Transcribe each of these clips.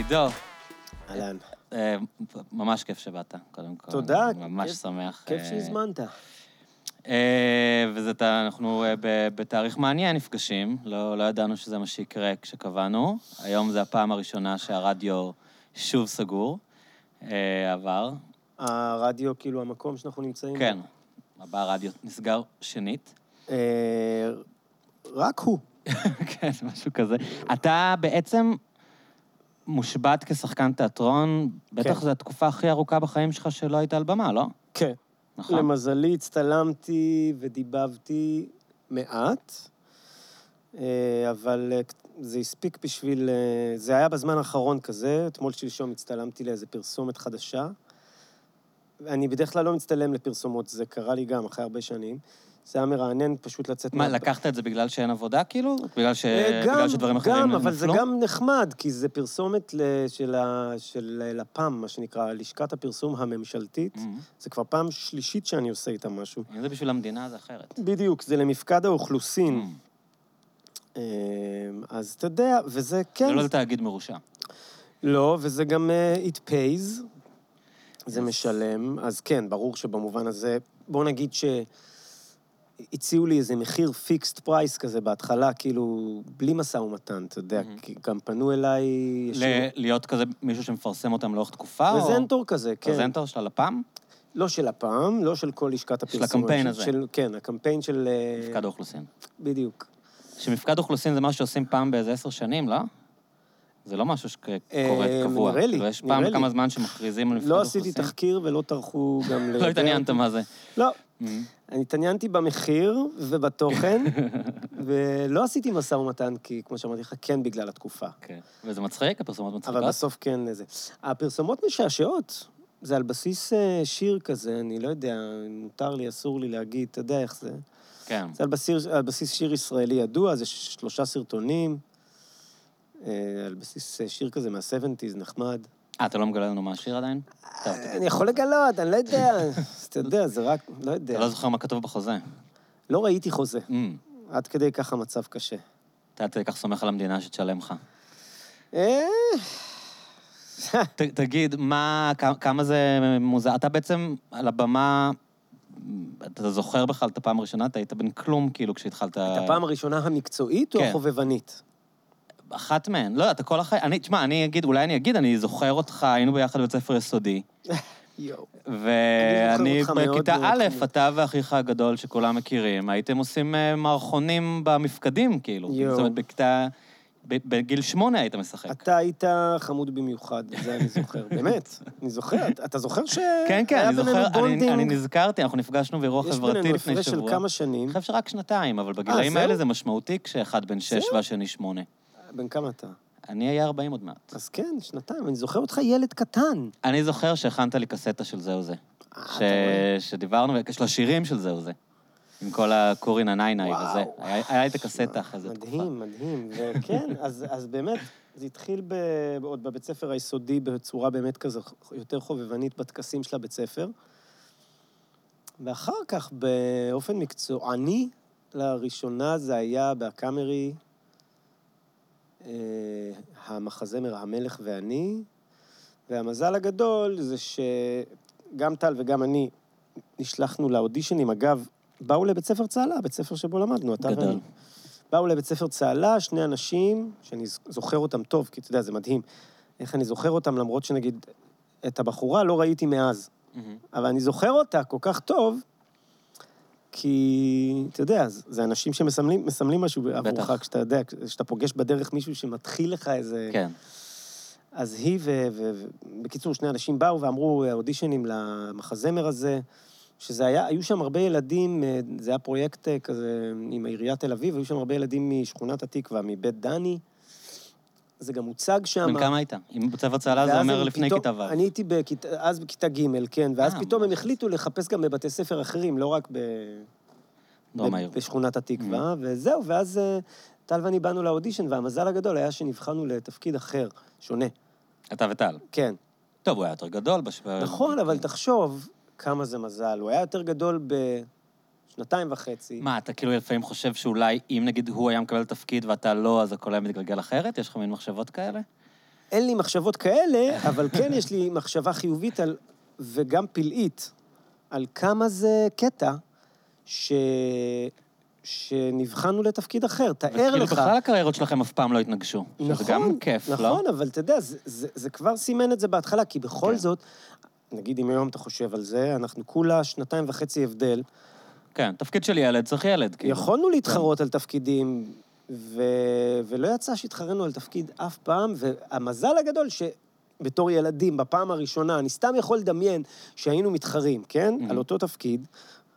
עידו. אהלן. ממש כיף שבאת, קודם כל. תודה. ממש שמח. כיף שהזמנת. אנחנו בתאריך מעניין נפגשים, לא ידענו שזה מה שיקרה כשקבענו. היום זה הפעם הראשונה שהרדיו שוב סגור, עבר. הרדיו כאילו המקום שאנחנו נמצאים. כן, הבא הרדיו נסגר שנית. רק הוא. כן, משהו כזה. אתה בעצם מושבת כשחקן תיאטרון, בטח זו התקופה הכי ארוכה בחיים שלך שלא היית על במה, לא? כן. נכון. למזלי הצטלמתי ודיבבתי מעט, אבל זה הספיק בשביל, זה היה בזמן האחרון כזה, אתמול שלשום הצטלמתי לאיזה פרסומת חדשה, אני בדרך כלל לא מצטלם לפרסומות, זה קרה לי גם אחרי הרבה שנים, זה היה מרענן פשוט לצאת... מה, לקחת את זה בגלל שאין עבודה, כאילו? בגלל שדברים אחרים נפלו? גם, אבל זה גם נחמד, כי זה פרסומת של לפ"ם, מה שנקרא, לשכת הפרסום הממשלתית. זה כבר פעם שלישית שאני עושה איתה משהו. אם זה בשביל המדינה, זה אחרת. בדיוק, זה למפקד האוכלוסין. אז אתה יודע, וזה כן... זה לא לתאגיד מרושע. לא, וזה גם it pays, זה משלם. אז כן, ברור שבמובן הזה, בוא נגיד ש... הציעו לי איזה מחיר פיקסט פרייס כזה בהתחלה, כאילו, בלי מסע ומתן, אתה יודע, כי גם פנו אליי... להיות כזה מישהו שמפרסם אותם לאורך תקופה? פרזנטור כזה, כן. פרזנטור של הלפ"ם? לא של לפ"ם, לא של כל לשכת הפרסום. של הקמפיין הזה. כן, הקמפיין של... מפקד האוכלוסין. בדיוק. שמפקד האוכלוסין זה משהו שעושים פעם באיזה 10 שנים, לא? זה לא משהו שקורה קבוע. נראה לי. יש פעם כמה זמן שמכריזים על מפקד האוכלוסין. לא עשיתי תחקיר ולא טרחו גם... לא התעניינת מה זה. לא. אני התעניינתי במחיר ובתוכן, ולא עשיתי מסע ומתן, כי כמו שאמרתי לך, כן בגלל התקופה. כן. וזה מצחיק, הפרסומות מצחיקות? אבל בסוף כן זה. הפרסומות משעשעות, זה על בסיס שיר כזה, אני לא יודע, מותר לי, אסור לי להגיד, אתה יודע איך זה. כן. זה על בסיס שיר ישראלי ידוע, זה 3 סרטונים, על בסיס שיר כזה מה-70s, נחמד. אתה לא מגלה לנו מה השיר עדיין? אני יכול לגלות, אני לא יודע. אתה יודע, זה רק, לא יודע. אתה לא זוכר מה כתוב בחוזה? לא ראיתי חוזה. עד כדי ככה מצב קשה. אתה עד כדי כך סומך על המדינה שתשלם לך. תגיד, כמה זה מוזר? אתה בעצם על הבמה, אתה זוכר בכלל את הפעם הראשונה? אתה היית בן כלום כאילו כשהתחלת... את הפעם הראשונה המקצועית או החובבנית? אחת מהן. לא, אתה כל החיים... תשמע, אולי אני אגיד, אני זוכר אותך, היינו ביחד בבית ספר יסודי. ואני בכיתה א', אתה ואחיך הגדול שכולם מכירים, הייתם עושים מערכונים במפקדים, כאילו. זאת אומרת, בגיל 8 היית משחק. אתה היית חמוד במיוחד, זה אני זוכר. באמת, אני זוכר. אתה זוכר כן, כן, אני זוכר, אני נזכרתי, אנחנו נפגשנו באירוע חברתי לפני שבוע. יש בינינו הפרש של כמה שנים. אני חושב שרק 2, אבל בגילאים האלה זה משמעותי כשאחד בן 6 והשני 8. בן כמה אתה? אני אהיה 40 עוד מעט. אז כן, 2, אני זוכר אותך ילד קטן. אני זוכר שהכנת לי קסטה של זהו זה. שדיברנו, של השירים של זהו זה. עם כל הקורין הנייני וזה. היה לי את הקסטה אחרי זה תקופה. מדהים, מדהים. וכן, אז באמת, זה התחיל עוד בבית ספר היסודי, בצורה באמת כזו יותר חובבנית בטקסים של הבית ספר. ואחר כך, באופן מקצועני, לראשונה זה היה בהקאמרי, המחזמר המלך ואני, והמזל הגדול זה שגם טל וגם אני נשלחנו לאודישנים, אגב, באו לבית ספר צהלה, בית ספר שבו למדנו, אתה ואני. באו לבית ספר צהלה, 2 אנשים, שאני זוכר אותם טוב, כי אתה יודע, זה מדהים, איך אני זוכר אותם, למרות שנגיד, את הבחורה לא ראיתי מאז, אבל אני זוכר אותה כל כך טוב, כי, אתה יודע, זה אנשים שמסמלים משהו עבורך, כשאתה יודע, כשאתה פוגש בדרך מישהו שמתחיל לך איזה... כן. אז היא בקיצור, 2 אנשים באו ואמרו אודישנים למחזמר הזה, שזה היה, היו שם הרבה ילדים, זה היה פרויקט כזה עם עיריית תל אביב, היו שם הרבה ילדים משכונת התקווה, מבית דני, זה גם מוצג שם. בן כמה היית? אם בית ספר צהלה זה אומר לפני כיתה ו'. אני הייתי אז בכיתה ג', כן, ואז פתאום הם החליטו לחפש גם בבתי ספר אחרים, לא רק בשכונת התקווה, וזהו, ואז טל ואני באנו לאודישן, והמזל הגדול היה שנבחרנו לתפקיד אחר, שונה. אתה וטל? כן. טוב, הוא היה יותר גדול. נכון, אבל תחשוב כמה זה מזל, הוא היה יותר גדול 2.5. מה, אתה כאילו לפעמים חושב שאולי אם נגיד הוא היה מקבל תפקיד ואתה לא, אז הכל היה מתגלגל אחרת? יש לך מין מחשבות כאלה? אין לי מחשבות כאלה, אבל כן יש לי מחשבה חיובית וגם פלאית, על כמה זה קטע שנבחנו לתפקיד אחר. תאר לך. כאילו בכלל הקריירות שלכם אף פעם לא התנגשו. נכון, שזה גם כיף, לא? נכון, אבל אתה יודע, זה כבר סימן את זה בהתחלה, כי בכל זאת, נגיד אם היום אתה חושב על זה, אנחנו כולה 2.5 הבדל. כן, תפקיד של ילד צריך ילד. יכולנו להתחרות על תפקידים, ולא יצא שהתחרנו על תפקיד אף פעם, והמזל הגדול שבתור ילדים, בפעם הראשונה, אני סתם יכול לדמיין שהיינו מתחרים, כן? על אותו תפקיד.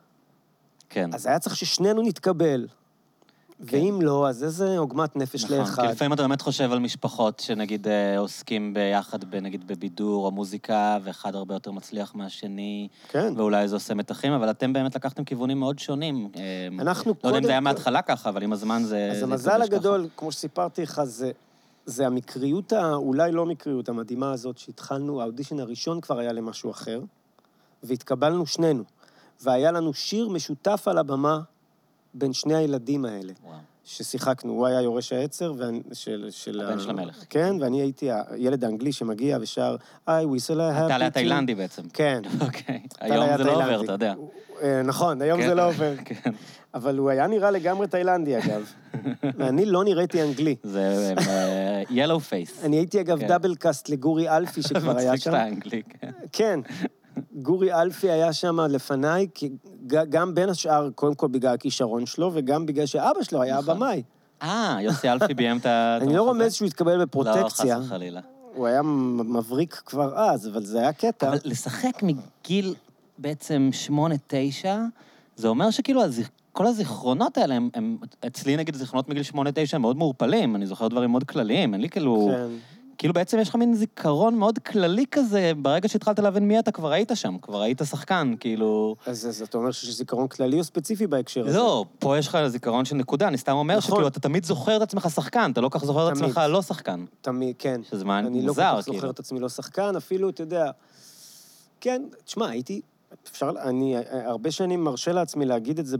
כן. אז היה צריך ששנינו נתקבל. ואם לא, אז איזה עוגמת נפש לאחד. נכון, כי לפעמים אתה באמת חושב על משפחות שנגיד עוסקים ביחד, נגיד בבידור או מוזיקה, ואחד הרבה יותר מצליח מהשני, כן. ואולי זה עושה מתחים, אבל אתם באמת לקחתם כיוונים מאוד שונים. אנחנו לא יודע אם זה היה מההתחלה ככה, אבל עם הזמן זה... אז המזל הגדול, כמו שסיפרתי לך, זה המקריות, אולי לא מקריות, המדהימה הזאת שהתחלנו, האודישן הראשון כבר היה למשהו אחר, והתקבלנו שנינו, והיה לנו שיר משותף על הבמה, בין שני הילדים האלה, ששיחקנו, הוא היה יורש העצר, הבן של המלך. כן, ואני הייתי הילד האנגלי שמגיע ושר, I whistle a happy... אתה היה תאילנדי בעצם. כן. אוקיי. היום זה לא עובר, אתה יודע. נכון, היום זה לא עובר. כן. אבל הוא היה נראה לגמרי תאילנדי, אגב. ואני לא נראיתי אנגלי. זה ילו פייס. אני הייתי, אגב, דאבל קאסט לגורי אלפי שכבר היה שם. מצחיק את האנגלי, כן. כן. גורי אלפי היה שם לפניי, גם בין השאר, קודם כל בגלל הכישרון שלו, וגם בגלל שאבא שלו היה הבמאי. יוסי אלפי ביים את המחזה. אני לא רומז שהוא התקבל בפרוטקציה. לא, חס וחלילה. הוא היה מבריק כבר אז, אבל זה היה קטע. אבל לשחק מגיל בעצם 8-9, זה אומר שכאילו כל הזיכרונות האלה, הם אצלי נגיד זיכרונות מגיל 8-9 הם מאוד מעורפלים, אני זוכר דברים מאוד כלליים, אין לי כאילו... כאילו בעצם יש לך מין זיכרון מאוד כללי כזה, ברגע שהתחלת להבין מי אתה, כבר היית שם, כבר היית שחקן, כאילו... אז אתה אומר שיש זיכרון כללי או ספציפי בהקשר הזה? לא, פה יש לך זיכרון של נקודה, אני סתם אומר שכאילו אתה תמיד זוכר את עצמך שחקן, אתה לא כך זוכר את עצמך לא שחקן. תמיד, כן. שזה מוזר, כאילו. אני לא כל כך זוכר את עצמי לא שחקן, אפילו, אתה יודע... כן, תשמע, אני הרבה שנים מרשה לעצמי להגיד את זה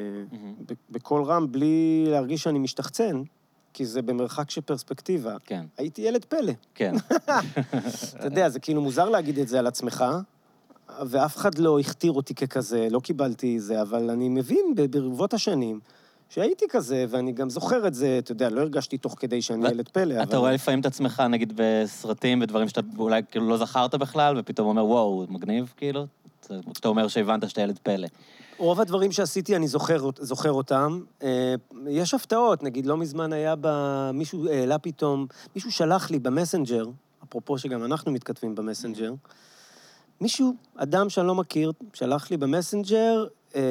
בכל רם, בלי להרגיש שאני משתחצן, כי זה במרחק של פרספקטיבה. כן. הייתי ילד פלא. כן. אתה יודע, זה כאילו מוזר להגיד את זה על עצמך, ואף אחד לא הכתיר אותי ככזה, לא קיבלתי זה, אבל אני מבין ברבות השנים שהייתי כזה, ואני גם זוכר את זה, אתה יודע, לא הרגשתי תוך כדי שאני ילד פלא. אתה רואה לפעמים את עצמך, נגיד, בסרטים ודברים שאתה אולי כאילו לא זכרת בכלל, ופתאום אומר, וואו, מגניב, כאילו? אתה אומר שהבנת שאתה ילד פלא. רוב הדברים שעשיתי, אני זוכר אותם. יש הפתעות, נגיד, לא מזמן היה מישהו העלה פתאום, מישהו שלח לי במסנג'ר, אפרופו שגם אנחנו מתכתבים במסנג'ר, מישהו, אדם שאני לא מכיר, שלח לי במסנג'ר,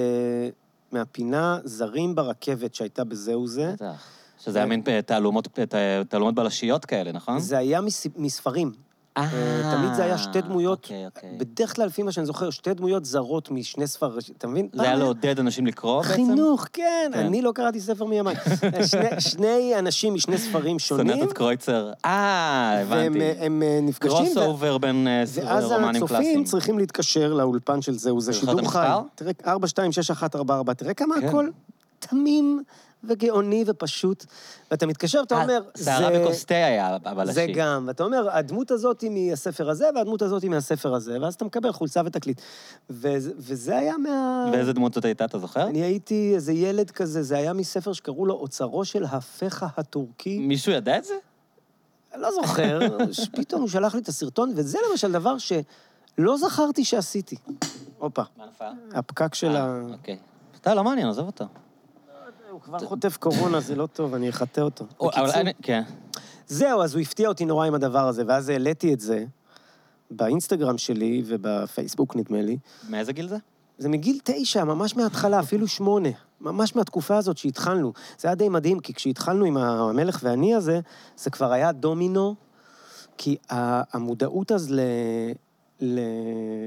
מהפינה זרים ברכבת שהייתה בזהו זה. שזה היה מין תעלומות בלשיות כאלה, נכון? זה היה מספרים. תמיד זה היה שתי דמויות, בדרך כלל לפי מה שאני זוכר, שתי דמויות זרות משני ספרים, אתה מבין? זה היה לעודד אנשים לקרוא בעצם? חינוך, כן, אני לא קראתי ספר מימיי. שני אנשים משני ספרים שונים. סונטת קרויצר, הבנתי. והם נפגשים. קרוס אובר בין רומנים קלאסיים. ואז הצופים צריכים להתקשר לאולפן של זהו, זה שידור חי. תראה, 4261144, תראה כמה הכל תמים וגאוני ופשוט, ואתה מתקשר, אתה אומר... שערה וקוסטי היה הבלשי. זה גם, ואתה אומר, הדמות הזאת היא מהספר הזה, והדמות הזאת היא מהספר הזה, ואז אתה מקבל חולצה ותקליט. וזה היה ואיזה דמות זאת הייתה, אתה זוכר? אני הייתי איזה ילד כזה, זה היה מספר שקראו לו אוצרו של הפכה הטורקי. מישהו ידע את זה? אני לא זוכר, שפתאום הוא שלח לי את הסרטון, וזה למשל דבר שלא זכרתי שעשיתי. הופה. מה נפל? הפקק של אוקיי. אתה לא מעניין, עזוב אותו. הוא כבר חוטף קורונה, זה לא טוב, אני אחטא אותו. כן. זהו, אז הוא הפתיע אותי נורא עם הדבר הזה, ואז העליתי את זה באינסטגרם שלי ובפייסבוק, נדמה לי. מאיזה גיל זה? זה מגיל 9, ממש מההתחלה, אפילו 8. ממש מהתקופה הזאת שהתחלנו. זה היה די מדהים, כי כשהתחלנו עם המלך ואני הזה, זה כבר היה דומינו, כי המודעות אז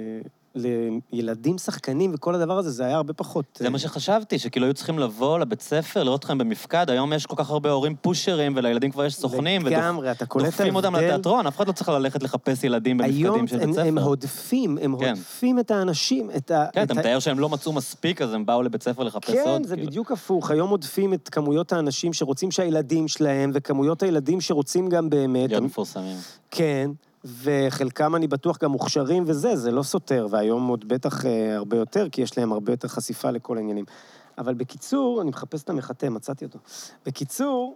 לילדים שחקנים וכל הדבר הזה, זה היה הרבה פחות. זה מה שחשבתי, שכאילו היו צריכים לבוא לבית ספר, לראות אתכם במפקד, היום יש כל כך הרבה הורים פושרים, ולילדים כבר יש סוכנים, לגמרי, אתה קולט ודוחפים אותם לתיאטרון, אף אחד לא צריך ללכת לחפש ילדים במפקדים של בית ספר. היום הם הודפים את האנשים, כן, אתה מתאר שהם לא מצאו מספיק, אז הם באו לבית ספר לחפש עוד. כן, זה בדיוק הפוך. היום הודפים את כמויות האנשים שרוצים שהילדים שלהם, וכמויות הילדים שרוצים גם באמת. להיות מפורסמים. כן, וחלקם אני בטוח גם מוכשרים זה לא סותר, והיום עוד בטח הרבה יותר, כי יש להם הרבה יותר חשיפה לכל העניינים. אבל בקיצור, אני מחפש את המחטא, מצאתי אותו. בקיצור,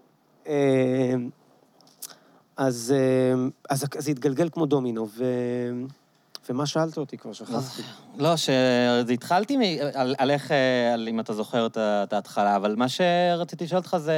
אז זה התגלגל כמו דומינו, ומה שאלת אותי כבר, שכחתי. לא, שהתחלתי על איך, אם אתה זוכר את ההתחלה, אבל מה שרציתי לשאול אותך זה,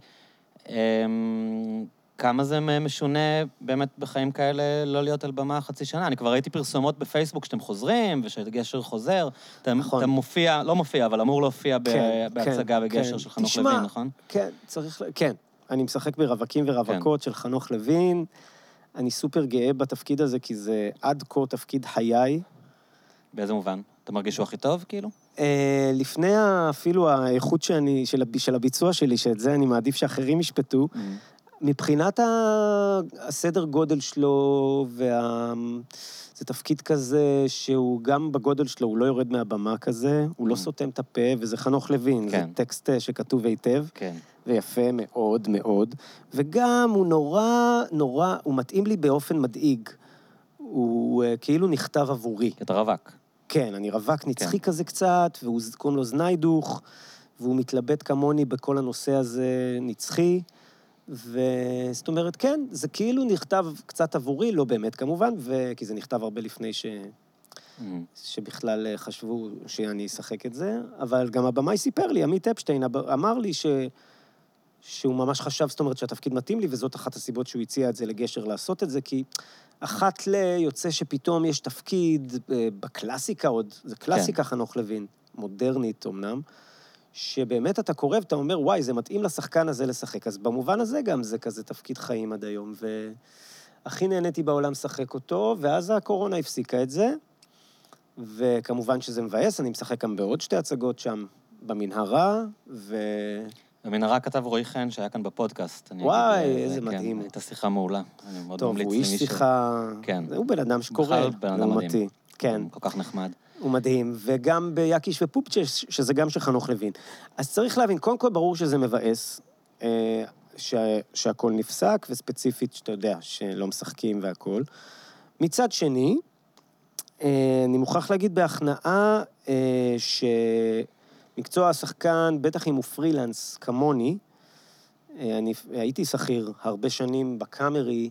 כמה זה משונה באמת בחיים כאלה לא להיות על במה חצי שנה. אני כבר ראיתי פרסומות בפייסבוק שאתם חוזרים, ושגשר חוזר. אתה מופיע, לא מופיע, אבל אמור להופיע בהצגה בגשר של חנוך לוין, נכון? כן, כן. אני משחק ברווקים ורווקות של חנוך לוין. אני סופר גאה בתפקיד הזה, כי זה עד כה תפקיד חיי. באיזה מובן? אתה מרגיש שהוא הכי טוב, כאילו? לפני אפילו האיכות של הביצוע שלי, שאת זה אני מעדיף שאחרים ישפטו, מבחינת הסדר גודל שלו, זה תפקיד כזה שהוא גם בגודל שלו, הוא לא יורד מהבמה כזה, הוא לא סותם את הפה, וזה חנוך לוין, זה טקסט שכתוב היטב, ויפה מאוד מאוד, וגם הוא נורא, הוא מתאים לי באופן מדאיג, הוא כאילו נכתב עבורי. אתה רווק. כן, אני רווק נצחי כזה קצת, והוא קוראים לו זניידוך, והוא מתלבט כמוני בכל הנושא הזה נצחי, וזאת אומרת, כן, זה כאילו נכתב קצת עבורי, לא באמת כמובן, כי זה נכתב הרבה לפני שבכלל חשבו שאני אשחק את זה, אבל גם הבמאי סיפר לי, עמית אפשטיין אמר לי שהוא ממש חשב, זאת אומרת שהתפקיד מתאים לי, וזאת אחת הסיבות שהוא הציע את זה לגשר לעשות את זה, כי אחת יוצא שפתאום יש תפקיד בקלאסיקה עוד, זה קלאסיקה חנוך לוין, מודרנית אמנם, שבאמת אתה קורא ואתה אומר, וואי, זה מתאים לשחקן הזה לשחק. אז במובן הזה גם זה כזה תפקיד חיים עד היום, והכי נהניתי בעולם לשחק אותו, ואז הקורונה הפסיקה את זה, וכמובן שזה מבאס, אני משחק גם בעוד 2 הצגות שם, במנהרה, במנהרה כתב רועי חן, שהיה כאן בפודקאסט. וואי, איזה מדהים. הייתה שיחה מעולה. טוב, הוא איש שיחה... כן. הוא בן אדם שקורא. בכלל בן אדם מדהים. כן. כל כך נחמד. הוא מדהים, וגם ביקיש ופופצ'ש, שזה גם של חנוך לוין. אז צריך להבין, קודם כל ברור שזה מבאס, שהכל נפסק, וספציפית שאתה יודע, שלא משחקים והכל. מצד שני, אני מוכרח להגיד בהכנעה, שמקצוע השחקן, בטח אם הוא פרילנס כמוני, אני הייתי שכיר הרבה שנים בקאמרי,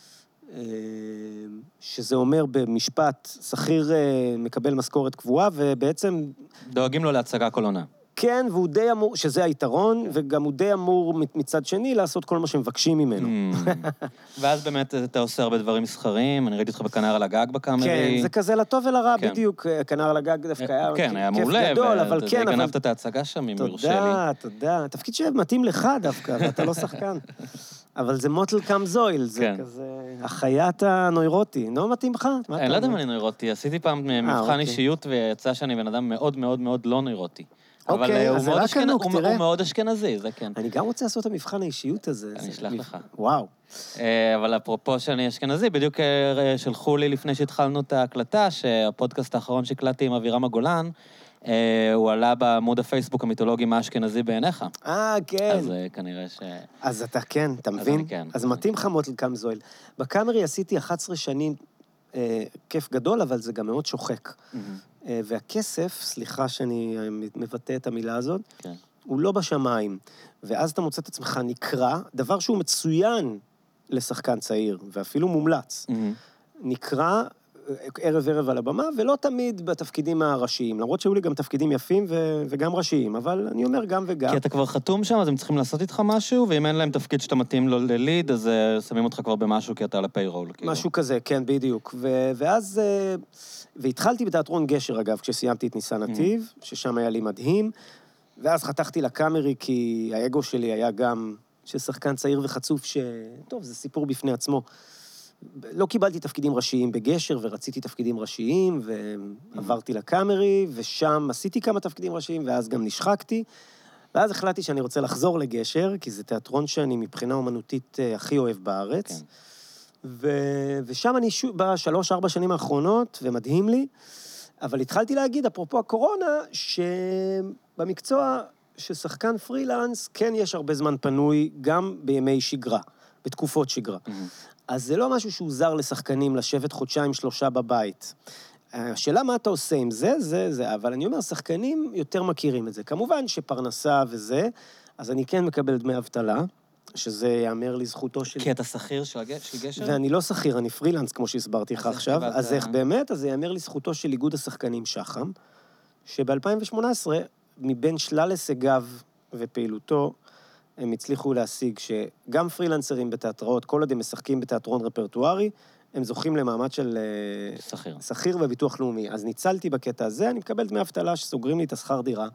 שזה אומר במשפט, שכיר מקבל משכורת קבועה, ובעצם... דואגים לו להצגה כל עונה. כן, והוא די אמור, שזה היתרון, וגם הוא די אמור מצד שני לעשות כל מה שמבקשים ממנו. ואז באמת אתה עושה הרבה דברים מסחריים, אני ראיתי אותך בכנר על הגג בקאמרי. כן, זה כזה לטוב ולרע, בדיוק, כנר על הגג דווקא היה כיף גדול, אבל כן. גנבת את ההצגה שם, אם יורשה לי. תודה. תפקיד שמתאים לך דווקא, ואתה לא שחקן. אבל זה מוטל קם זויל, זה כזה, החיית הנוירוטי. לא מתאים לך? אני לא יודע אם אני נוירוטי, עשיתי פעם מבחן אישיות, ויצא שאני בן אדם מאוד מאוד מאוד לא נוירוטי. אוקיי, אז זה רק ענוק, תראה. הוא מאוד אשכנזי, זה כן. אני גם רוצה לעשות את המבחן האישיות הזה. אני אשלח לך. וואו. אבל אפרופו שאני אשכנזי, בדיוק שלחו לי לפני שהתחלנו את ההקלטה, שהפודקאסט האחרון שהקלטתי עם אבירם הגולן, הוא עלה בעמוד הפייסבוק המיתולוגי מה אשכנזי בעיניך. כן. אז כנראה ש... אז אתה כן, אתה מבין? אז מתאים לך מוטל קם זויל. בקאמרי עשיתי 11 שנים כיף גדול, אבל זה גם מאוד שוחק. והכסף, סליחה שאני מבטא את המילה הזאת, הוא לא בשמיים. ואז אתה מוצא את עצמך נקרא, דבר שהוא מצוין לשחקן צעיר, ואפילו מומלץ. נקרא ערב על הבמה, ולא תמיד בתפקידים הראשיים, למרות שהיו לי גם תפקידים יפים וגם ראשיים, אבל אני אומר גם וגם. כי אתה כבר חתום שם, אז הם צריכים לעשות איתך משהו, ואם אין להם תפקיד שאתה מתאים לו לליד, אז שמים אותך כבר במשהו, כי אתה על הפיירול. משהו כזה, כן, בדיוק. ואז, והתחלתי בתיאטרון גשר, אגב, כשסיימתי את ניסן נתיב, ששם היה לי מדהים, ואז חתכתי לקאמרי, כי האגו שלי היה גם ששחקן צעיר וחצוף, טוב, זה סיפור בפני עצמו. לא קיבלתי תפקידים ראשיים בגשר, ורציתי תפקידים ראשיים, ועברתי לקאמרי, ושם עשיתי כמה תפקידים ראשיים, ואז גם נשחקתי. ואז החלטתי שאני רוצה לחזור לגשר, כי זה תיאטרון שאני מבחינה אומנותית הכי אוהב בארץ. כן. ושם אני ב3-4 שנים האחרונות, ומדהים לי, אבל התחלתי להגיד, אפרופו הקורונה, שבמקצוע ששחקן פרילנס, כן יש הרבה זמן פנוי, גם בימי שגרה, בתקופות שגרה. אז זה לא משהו שהוא זר לשחקנים לשבת 2-3 בבית. השאלה מה אתה עושה עם זה, אבל אני אומר, שחקנים יותר מכירים את זה. כמובן שפרנסה וזה, אז אני כן מקבל דמי אבטלה, שזה יאמר לזכותו של... כי אתה שכיר של גשר? ואני לא שכיר, אני פרילנס, כמו שהסברתי לך עכשיו. אז איך באמת? אז זה יאמר לזכותו של איגוד השחקנים שחם, שב-2018, מבין שלל הישגיו ופעילותו, הם הצליחו להשיג שגם פרילנסרים בתיאטראות, כל עוד הם משחקים בתיאטרון רפרטוארי, הם זוכים למעמד של שכיר וביטוח לאומי. אז ניצלתי בקטע הזה, אני מקבל דמי אבטלה שסוגרים לי את השכר דירה.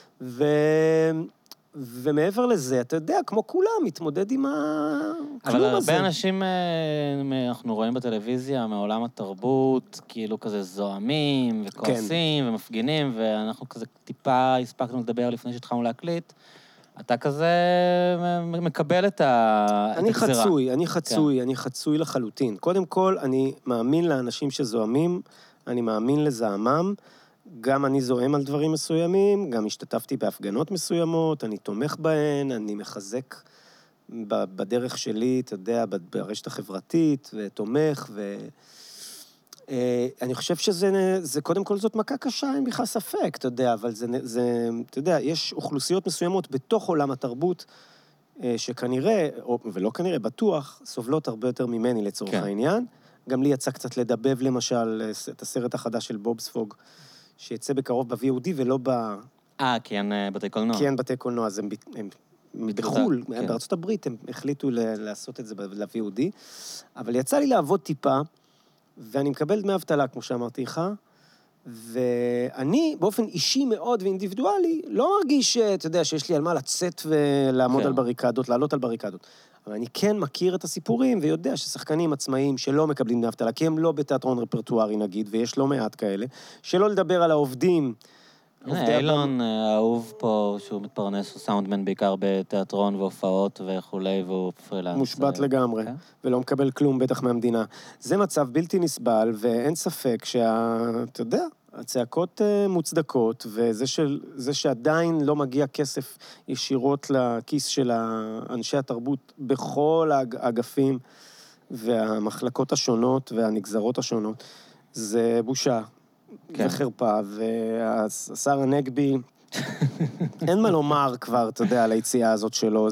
ומעבר לזה, אתה יודע, כמו כולם, מתמודד עם הכלום הזה. אבל הרבה אנשים, אנחנו רואים בטלוויזיה, מעולם התרבות, כאילו כזה זועמים וכועסים ומפגינים, ואנחנו כזה טיפה הספקנו לדבר לפני שהתחלנו להקליט. אתה כזה מקבל את הגזירה. אני חצוי לחלוטין. קודם כל, אני מאמין לאנשים שזועמים, אני מאמין לזעמם, גם אני זועם על דברים מסוימים, גם השתתפתי בהפגנות מסוימות, אני תומך בהן, אני מחזק בדרך שלי, אתה יודע, ברשת החברתית, ותומך, אני חושב שזה קודם כל זאת מכה קשה, אין בכלל ספק, אתה יודע, אבל זה, אתה יודע, יש אוכלוסיות מסוימות בתוך עולם התרבות, שכנראה, ולא כנראה, בטוח, סובלות הרבה יותר ממני לצורך העניין. גם לי יצא קצת לדבב, למשל, את הסרט החדש של בובספוג, שיצא בקרוב ב-VOD ולא כי אין בתי קולנוע. כי אין בתי קולנוע, אז הם בחול, בארצות הברית, הם החליטו לעשות את זה ל-VOD, אבל יצא לי לעבוד טיפה, ואני מקבל דמי אבטלה, כמו שאמרתי לך, ואני, באופן אישי מאוד ואינדיבידואלי, לא מרגיש, אתה יודע, שיש לי על מה לצאת ולעמוד על בריקדות, לעלות על בריקדות. אבל אני כן מכיר את הסיפורים, ויודע ששחקנים עצמאיים שלא מקבלים דמי אבטלה, כי הם לא בתיאטרון רפרטוארי, נגיד, ויש לא מעט כאלה, שלא לדבר על העובדים. אילון, האהוב פה, שהוא מתפרנס, הוא סאונדמן בעיקר בתיאטרון והופעות וכולי, והוא פרילנס. מושבת לגמרי, ולא מקבל כלום בטח מהמדינה. זה מצב בלתי נסבל, ואין ספק אתה יודע, הצעקות מוצדקות, וזה שעדיין לא מגיע כסף ישירות לכיס של אנשי התרבות בכל האגפים והמחלקות השונות והנגזרות השונות, זה בושה. זה חרפה, והשר הנגבי, אין מה לומר כבר, אתה יודע, על היציאה הזאת שלו,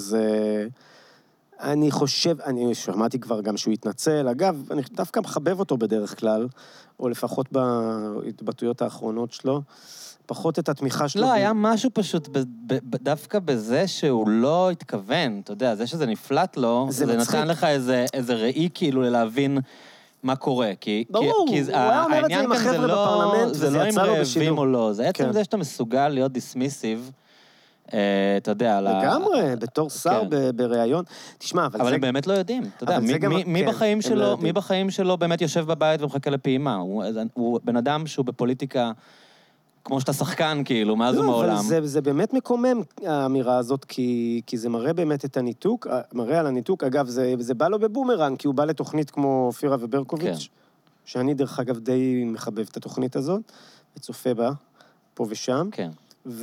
אני חושב, אני שמעתי כבר גם שהוא התנצל, אגב, אני דווקא מחבב אותו בדרך כלל, או לפחות בהתבטאויות האחרונות שלו, פחות את התמיכה שלו. לא, היה משהו פשוט, דווקא בזה שהוא לא התכוון, אתה יודע, זה שזה נפלט לו, זה נתן לך איזה ראי כאילו להבין מה קורה, כי העניין כאן זה לא אם רעבים או לא, זה עצם זה שאתה מסוגל להיות דיסמיסיב, אתה יודע, לגמרי, בתור שר בראיון. תשמע, אבל הם באמת לא יודעים, אתה יודע, מי בחיים שלו באמת יושב בבית ומחכה לפעימה? הוא בן אדם שהוא בפוליטיקה, כמו שאתה שחקן, כאילו, מאז ומעולם. זה באמת מקומם, האמירה הזאת, כי זה מראה באמת את הניתוק, מראה על הניתוק, אגב, זה בא לו בבומרנג, כי הוא בא לתוכנית כמו אופירה וברקוביץ', שאני דרך אגב די מחבב את התוכנית הזאת, וצופה בה, פה ושם. כן.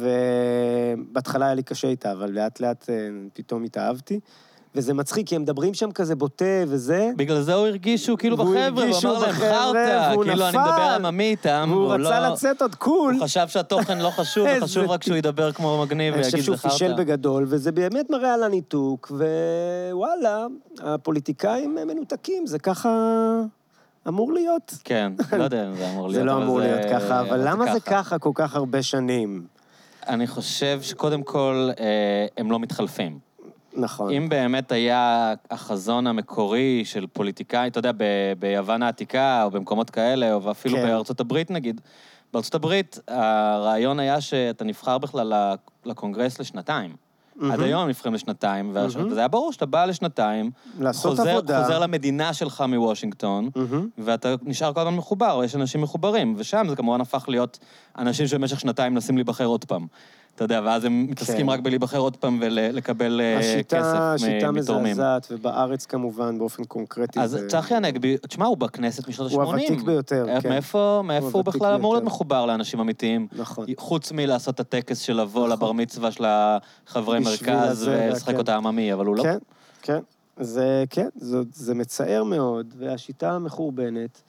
ובהתחלה היה לי קשה איתה, אבל לאט לאט פתאום התאהבתי, וזה מצחיק, כי הם מדברים שם כזה בוטה וזה. בגלל זה הוא הרגיש שהוא כאילו בחבר'ה, הוא אמר להם חרטה, כאילו אני מדבר עממי איתם. והוא רצה לצאת עוד קול. הוא חשב שהתוכן לא חשוב, חשוב רק שהוא ידבר כמו מגניב ויגיד זה חרטה. אני חושב שהוא פישל בגדול, וזה באמת מראה על הניתוק, ווואלה, הפוליטיקאים מנותקים, זה ככה אמור להיות. כן, לא יודע אם זה אמור להיות. זה לא אמור להיות ככה, אבל למה זה ככה כל כך הרבה שנים? אני חושב שקודם כל הם לא מתחלפים. נכון. אם באמת היה החזון המקורי של פוליטיקאי, אתה יודע, ביוון העתיקה או במקומות כאלה, או אפילו בארצות הברית נגיד, בארצות הברית הרעיון היה שאתה נבחר בכלל לקונגרס לשנתיים. עד היום הם נבחרים לשנתיים, וזה היה ברור שאתה בא לשנתיים, לעשות עבודה. חוזר למדינה שלך מוושינגטון, ואתה נשאר כל הזמן מחובר, או יש אנשים מחוברים, ושם זה כמובן הפך להיות אנשים שבמשך שנתיים מנסים להיבחר עוד פעם. אתה יודע, ואז הם מתעסקים רק בלהיבחר עוד פעם ולקבל כסף מתורמים. השיטה מזעזעת, ובארץ כמובן, באופן קונקרטי. אז צחי הנגבי, תשמע, הוא בכנסת משנות ה-80. הוא הוותיק ביותר, כן. מאיפה הוא בכלל אמור להיות מחובר לאנשים אמיתיים? נכון. חוץ מלעשות את הטקס של לבוא לבר מצווה של החברי מרכז ולשחק אותה עממי, אבל הוא לא... כן. זה מצער מאוד, והשיטה המחורבנת.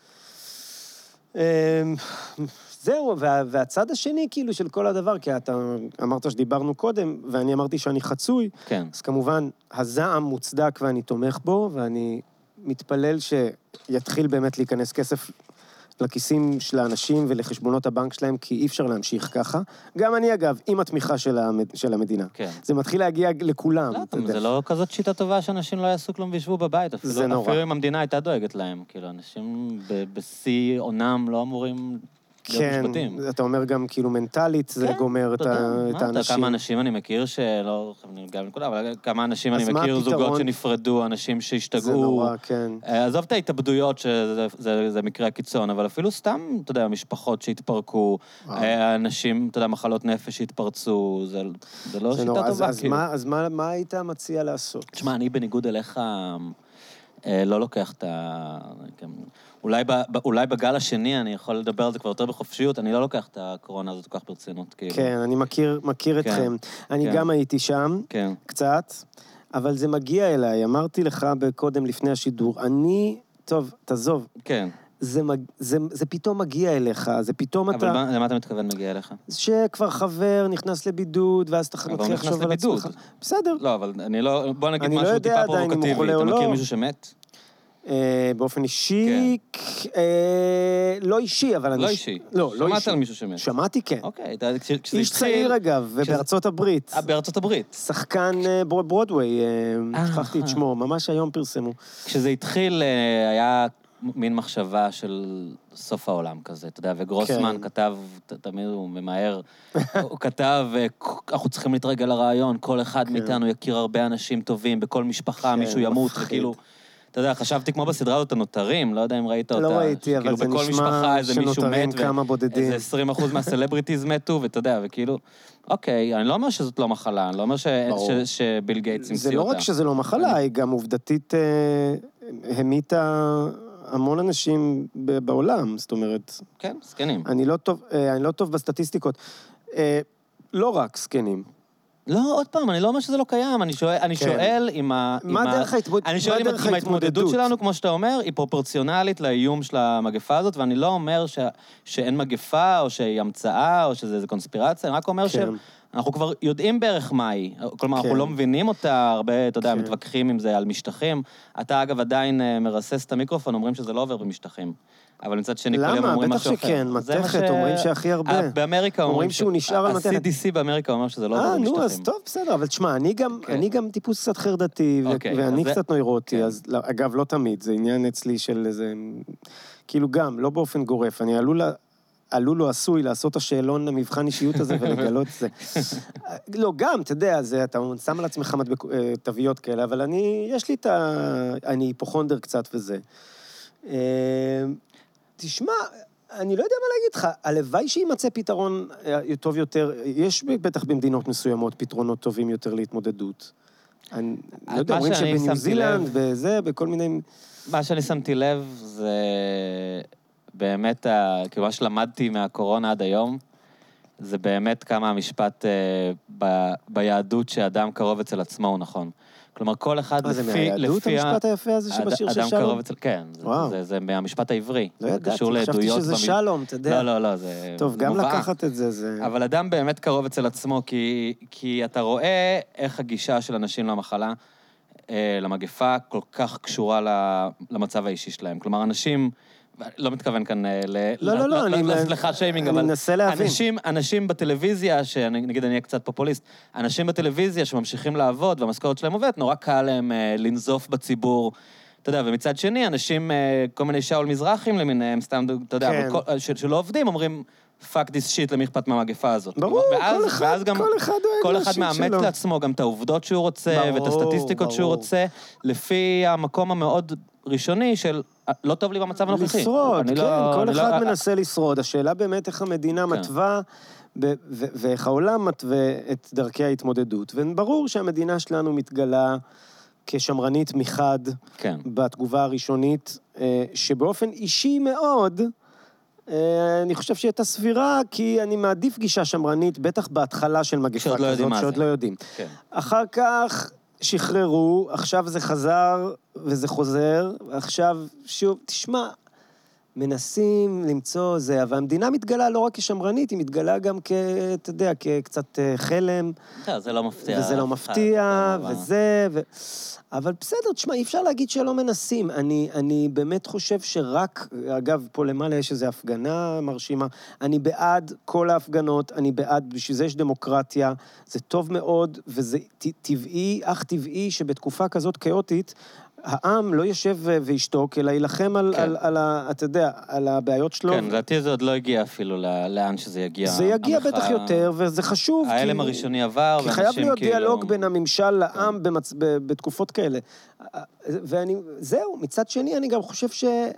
זהו, והצד השני כאילו של כל הדבר, כי אתה אמרת שדיברנו קודם, ואני אמרתי שאני חצוי, כן. אז כמובן, הזעם מוצדק ואני תומך בו, ואני מתפלל שיתחיל באמת להיכנס כסף לכיסים של האנשים ולחשבונות הבנק שלהם, כי אי אפשר להמשיך ככה. גם אני, אגב, עם התמיכה של המדינה. כן. זה מתחיל להגיע לכולם. לא, זה לא כזאת שיטה טובה שאנשים לא יעשו כלום וישבו בבית. זה נורא. אפילו אם המדינה הייתה דואגת להם. כאילו, אנשים בשיא עונם לא אמורים... כן, אתה אומר גם כאילו מנטלית, זה גומר את האנשים. כמה אנשים אני מכיר שלא, אבל כמה אנשים אני מכיר, זוגות שנפרדו, אנשים שהשתגעו. זה נורא, כן. עזוב את ההתאבדויות, שזה מקרה הקיצון, אבל אפילו סתם, אתה יודע, משפחות שהתפרקו, אנשים, אתה יודע, מחלות נפש שהתפרצו, זה לא שיטה טובה. אז מה היית מציע לעשות? תשמע, אני בניגוד אליך לא לוקח את ה... אולי בגל השני אני יכול לדבר על זה כבר יותר בחופשיות, אני לא לוקח את הקורונה הזאת כל כך ברצינות, כאילו. כן, אני מכיר אתכם. אני גם הייתי שם, קצת, אבל זה מגיע אליי, אמרתי לך קודם לפני השידור, טוב, תעזוב. כן. זה פתאום מגיע אליך, זה פתאום אתה... אבל למה אתה מתכוון מגיע אליך? שכבר חבר נכנס לבידוד, ואז אתה מתחיל לחשוב על עצמך. בסדר. לא, אבל אני לא... בוא נגיד משהו טיפה פרובוקטיבי. אתה מכיר מישהו שמת? באופן אישי, לא אישי, אבל אני... לא אישי. לא אישי. שמעת על מישהו שמת. שמעתי, כן. אוקיי. איש צעיר אגב, ובארצות הברית. בארצות הברית. שחקן ברודווי, שכחתי את שמו, ממש היום פרסמו. כשזה התחיל, היה מין מחשבה של סוף העולם כזה, אתה יודע, וגרוסמן כתב, תמיד הוא ממהר, הוא כתב, אנחנו צריכים להתרגל לרעיון, כל אחד מאיתנו יכיר הרבה אנשים טובים, בכל משפחה מישהו ימות, וכאילו... אתה יודע, חשבתי כמו בסדרה הזאת הנותרים, לא יודע אם ראית אותה. לא ראיתי, אבל זה נשמע שנותרים כמה בודדים. איזה 20% מהסלבריטיז מתו, ואתה יודע, וכאילו, אוקיי, אני לא אומר שזאת לא מחלה, אני לא אומר שביל גייטס המציאו אותה. זה לא רק שזה לא מחלה, היא גם עובדתית המיתה המון אנשים בעולם, זאת אומרת... כן, סקנים. אני לא טוב בסטטיסטיקות. לא רק סקנים. לא, עוד פעם, אני לא אומר שזה לא קיים, אני שואל אם ההתמודדות שלנו, כמו שאתה אומר, היא פרופורציונלית לאיום של המגפה הזאת, ואני לא אומר שאין מגפה, או שהיא המצאה, או שזה קונספירציה, אני רק אומר שאנחנו כבר יודעים בערך מה היא, כלומר, אנחנו לא מבינים אותה, הרבה, אתה יודע, מתווכחים עם זה על משטחים, אתה אגב עדיין מרסס את המיקרופון, אומרים שזה לא עובר במשטחים. אבל מצד שני, כל יום אומרים משהו אחר. למה? בטח שכן, מתכת, אומרים שהכי הרבה. באמריקה אומרים שהוא נשאר על מתכת. ה-CDC באמריקה אומר שזה לא עובר במשטחים. נו, אז טוב, בסדר, אבל תשמע, אני גם טיפוס קצת חרדתי, ואני קצת נוירוטי, אז אגב, לא תמיד, זה עניין אצלי של איזה... כאילו גם, לא באופן גורף, אני עלול או עשוי לעשות השאלון למבחן אישיות הזה ולגלות את זה. לא, גם, אתה יודע, אתה שם על עצמך תוויות כאלה, אבל יש לי אני היפוכונדר קצת וזה. תשמע, אני לא יודע מה להגיד לך, הלוואי שימצא פתרון טוב יותר, יש בטח במדינות מסוימות פתרונות טובים יותר להתמודדות. אני לא יודע, אומרים שבניו זילנד, בזה, בכל מיני... מה שאני שמתי לב זה באמת, כאילו מה שלמדתי מהקורונה עד היום, זה באמת כמה המשפט ביהדות שאדם קרוב אצל עצמו הוא נכון. כלומר, כל אחד לפי... זה מהיהדות המשפט היפה הזה שבשיר של שלום? כן, זה מהמשפט העברי. לא ידעתי, חשבתי שזה שלום, אתה יודע. לא, זה... טוב, גם לקחת את זה. אבל אדם באמת קרוב אצל עצמו, כי אתה רואה איך הגישה של אנשים למחלה, למגפה, כל כך קשורה למצב האישי שלהם. כלומר, אנשים... לא מתכוון כאן לך שיימינג, אבל אנשים בטלוויזיה, נגיד אני אהיה קצת פופוליסט, אנשים בטלוויזיה שממשיכים לעבוד והמשכורת שלהם עובדת, נורא קל להם לנזוף בציבור אתה יודע, ומצד שני, אנשים, כל מיני שאול מזרחים למיניהם, סתם, אתה יודע, שלא עובדים, אומרים, fuck this shit, למי אכפת מהמגפה הזאת. ברור, כל אחד מאמץ לעצמו גם את העובדות שהוא רוצה, ואת הסטטיסטיקות שהוא רוצה, לפי המקום המאוד ראשוני של, לא טוב לי במצב הנוכחי. לשרוד, כן, כל אחד מנסה לשרוד. השאלה באמת איך המדינה מתווה, ואיך העולם מתווה את דרכי ההתמודדות. וברור שהמדינה שלנו מתגלה כשמרנית מחד, בתגובה הראשונית, שבאופן אישי מאוד, אני חושב שהיא הייתה סבירה, כי אני מעדיף גישה שמרנית, בטח בהתחלה של מגפה כזאת, שעוד לא יודעים. אחר כך שחררו, עכשיו זה חזר וזה חוזר, עכשיו שוב, תשמע, מנסים למצוא זה, אבל המדינה מתגלה לא רק כשמרנית, היא מתגלה גם אתה יודע, כקצת חלם. זה לא מפתיע. וזה לא מפתיע, וזה, אבל בסדר, תשמע, אי אפשר להגיד שלא מנסים. אני באמת חושב שרק, אגב, פה למעלה יש איזו הפגנה מרשימה, אני בעד כל ההפגנות, אני בעד, בשביל זה יש דמוקרטיה, זה טוב מאוד, וזה טבעי, אך טבעי שבתקופה כזאת כאוטית, העם לא יושב וישתוק, אלא ילחם אתה יודע, על הבעיות שלו. כן, לדעתי זה עוד לא הגיע אפילו לאן שזה יגיע. זה יגיע בטח יותר, וזה חשוב. ההלם הראשוני עבר, כי חייב להיות דיאלוג בין הממשל לעם בתקופות כאלה. זהו, מצד שני, אני גם חושב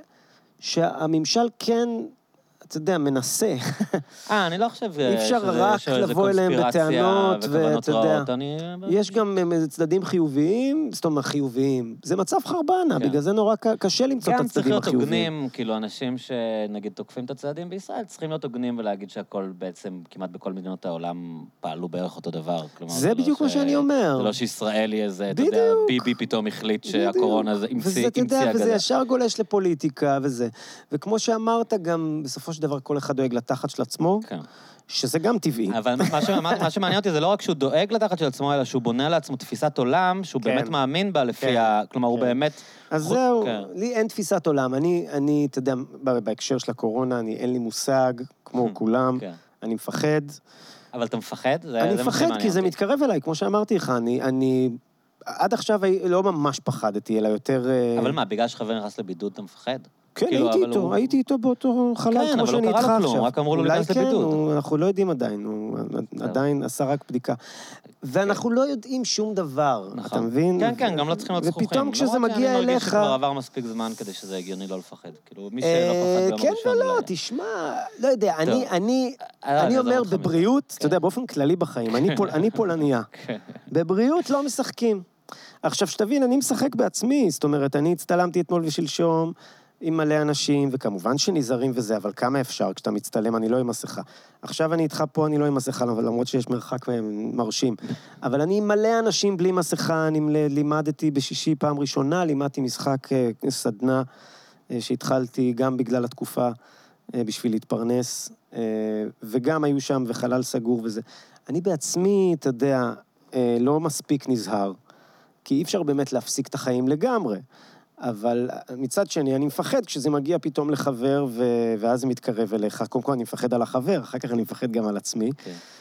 שהממשל כן, אתה יודע, מנסה. אני לא חושב אי אפשר רק לבוא אליהם בטענות, ואתה יודע, יש גם צדדים חיוביים, זאת אומרת חיוביים, זה מצב חרבנה, בגלל זה נורא קשה למצוא את הצדדים החיוביים. גם צריך להיות הוגנים, כאילו אנשים שנגיד תוקפים את הצדדים בישראל, צריכים להיות הוגנים ולהגיד שהכל בעצם, כמעט בכל מדינות העולם פעלו בערך אותו דבר. זה בדיוק מה שאני אומר. זה לא שישראל יהיה איזה, אתה יודע, ביבי פתאום החליט שהקורונה זה המציא אגדה. וזה ישר גולש לפוליטיקה וזה. וכמו שאמרת גם, בסופו של דבר כל אחד דואג לתחת של עצמו, שזה גם טבעי. אבל מה שמעניין אותי זה לא רק שהוא דואג לתחת של עצמו, אלא שהוא בונה לעצמו תפיסת עולם, שהוא באמת מאמין בה לפי כלומר, הוא באמת... אז זהו, לי אין תפיסת עולם. אני, אתה יודע, בהקשר של הקורונה, אין לי מושג, כמו כולם, אני מפחד. אבל אתה מפחד? אני מפחד כי זה מתקרב אליי, כמו שאמרתי לך, אני... עד עכשיו לא ממש פחדתי, אלא יותר... אבל מה, בגלל שחבר נכנס לבידוד, אתה מפחד? כן, הייתי איתו באותו חלל, כמו שאני איתך עכשיו. כן, אבל לא קרה לו כלום, רק אמרו לו להיכנס לבידוד. אולי כן, אנחנו לא יודעים עדיין, הוא עדיין עשה רק בדיקה. ואנחנו לא יודעים שום דבר, אתה מבין? כן, כן, גם לא צריכים להיות זכוכים. ופתאום כשזה מגיע אליך... אני מרגיש שכבר עבר מספיק זמן כדי שזה הגיוני לא לפחד. כאילו, מי שלא פחד... כן ולא, תשמע, לא יודע, אני אומר בבריאות, אתה יודע, באופן כללי בחיים, אני פולניה. בבריאות לא משחקים. עכשיו, שתבין, אני משחק בעצמי, זאת אומרת, אני הצטלמתי אתמול ושלשום עם מלא אנשים, וכמובן שנזהרים וזה, אבל כמה אפשר, כשאתה מצטלם, אני לא עם מסכה. עכשיו אני איתך פה, אני לא עם מסכה, למרות שיש מרחק מרשים. אבל אני עם מלא אנשים בלי מסכה, אני לימדתי בשישי פעם ראשונה, לימדתי משחק סדנה, שהתחלתי גם בגלל התקופה, בשביל להתפרנס, וגם היו שם וחלל סגור וזה. אני בעצמי, אתה יודע, לא מספיק נזהר. כי אי אפשר באמת להפסיק את החיים לגמרי. אבל מצד שני, אני מפחד כשזה מגיע פתאום לחבר, ואז זה מתקרב אליך. קודם כל אני מפחד על החבר, אחר כך אני מפחד גם על עצמי.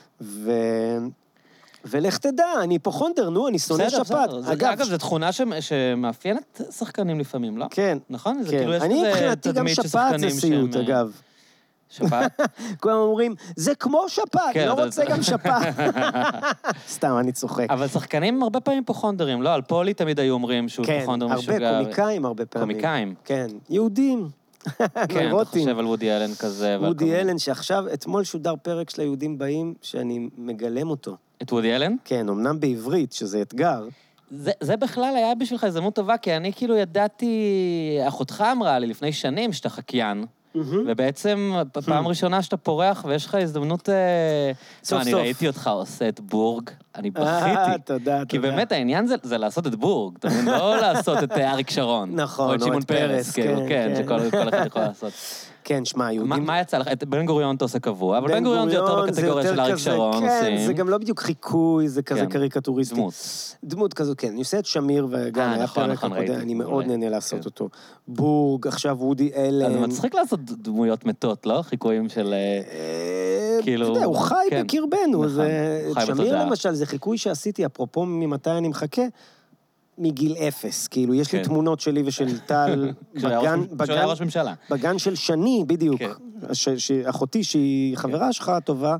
ולך תדע, אני היפוכונדר, נו, אני שונא שפעת. אגב, זו תכונה שמאפיינת שחקנים לפעמים, לא? כן. נכון? אני מבחינתי גם שפעת זה סיוט, אגב. שפעת? כולם אומרים, זה כמו שפעת, לא רוצה גם שפעת. סתם, אני צוחק. אבל שחקנים הרבה פעמים פוכונדרים, לא? על פולי תמיד היו אומרים שהוא פוכונדר משוגע. כן, הרבה קומיקאים הרבה פעמים. קומיקאים? כן, יהודים. כן, אתה חושב על וודי אלן כזה. וודי אלן, שעכשיו, אתמול שודר פרק של היהודים באים, שאני מגלם אותו. את וודי אלן? כן, אמנם בעברית, שזה אתגר. זה בכלל היה בשבילך הזדמנות טובה, כי אני כאילו ידעתי, אחותך אמרה לי לפני שנים שאתה חקיין, ובעצם פעם ראשונה שאתה פורח ויש לך הזדמנות... סוף סוף. אני ראיתי אותך עושה את בורג, אני בכיתי. תודה. כי באמת העניין זה לעשות את בורג, אתה מבין? לא לעשות את אריק שרון. נכון, או את שמעון פרס, כן, שכל אחד יכול לעשות. כן, שמע, יהודים... מה יצא לך? את בן גוריון אתה עושה קבוע, אבל בן גוריון זה יותר בקטגוריה של אריק שרון. כן, זה גם לא בדיוק חיקוי, זה כזה קריקטוריסטי. דמות כזו, כן. אני עושה את שמיר, וגם היה פרק הקודם, אני מאוד נהנה לעשות אותו. בורג, עכשיו וודי אלן. אז מצחיק לעשות דמויות מתות, לא? חיקויים של... אתה יודע, הוא חי בקרבנו. שמיר למשל, זה חיקוי שעשיתי, אפרופו ממתי אני מחכה, מגיל 0, כאילו, יש לי תמונות שלי ושל טל, בגן של שני, בדיוק, אחותי שהיא חברה שלך טובה,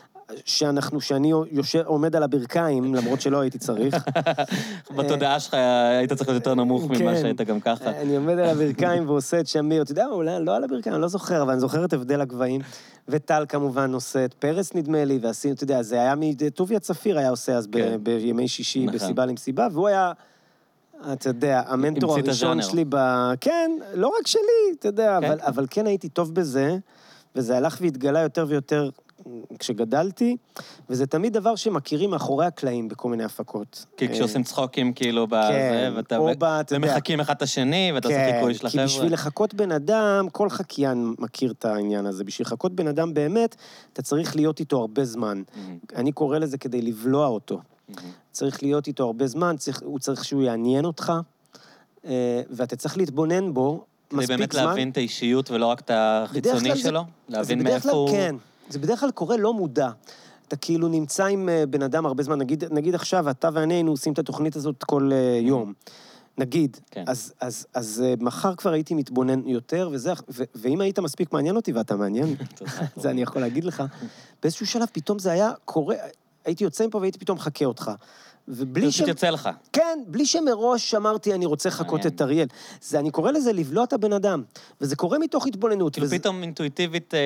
שאני עומד על הברכיים, למרות שלא הייתי צריך. בתודעה שלך היית צריך להיות יותר נמוך ממה שהיית גם ככה. אני עומד על הברכיים ועושה את שמיר, אתה יודע, אולי לא על הברכיים, אני לא זוכר, אבל אני זוכר את הבדל הגבהים, וטל כמובן עושה את פרס נדמה לי, ועשינו, אתה יודע, זה היה טוביה צפיר היה עושה אז בימי שישי, בסיבה למסיבה, והוא היה, אתה יודע, המנטור הראשון שלי כן, לא רק שלי, אתה יודע, אבל כן הייתי טוב בזה, וזה הלך והתגלה יותר ויותר כשגדלתי, וזה תמיד דבר שמכירים מאחורי הקלעים בכל מיני הפקות. כי כשעושים צחוקים כאילו בזה, ואתה מחכים אחד את השני, ואתה עושה חיקוי של החבר'ה. כי בשביל לחכות בן אדם, כל חקיין מכיר את העניין הזה, בשביל לחכות בן אדם באמת, אתה צריך להיות איתו הרבה זמן. אני קורא לזה כדי לבלוע אותו. צריך להיות איתו הרבה זמן, הוא צריך שהוא יעניין אותך, ואתה צריך להתבונן בו, מספיק זמן. כדי באמת להבין את האישיות ולא רק את החיצוני שלו? להבין מאיפה הוא... כן. זה בדרך כלל קורה לא מודע. אתה כאילו נמצא עם בן אדם הרבה זמן, נגיד עכשיו, אתה ואני היינו עושים את התוכנית הזאת כל יום. נגיד, אז מחר כבר הייתי מתבונן יותר, ואם היית מספיק מעניין אותי, ואתה מעניין, זה אני יכול להגיד לך, באיזשהו שלב פתאום זה היה קורה, הייתי יוצא מפה והייתי פתאום חכה אותך. ובלי פשוט יוצא לך. כן, בלי שמראש אמרתי, אני רוצה לחכות את אריאל. אני קורא לזה לבלוע את הבן אדם, וזה קורה מתוך התבוננות. כאילו פתאום אינטואיטיבית,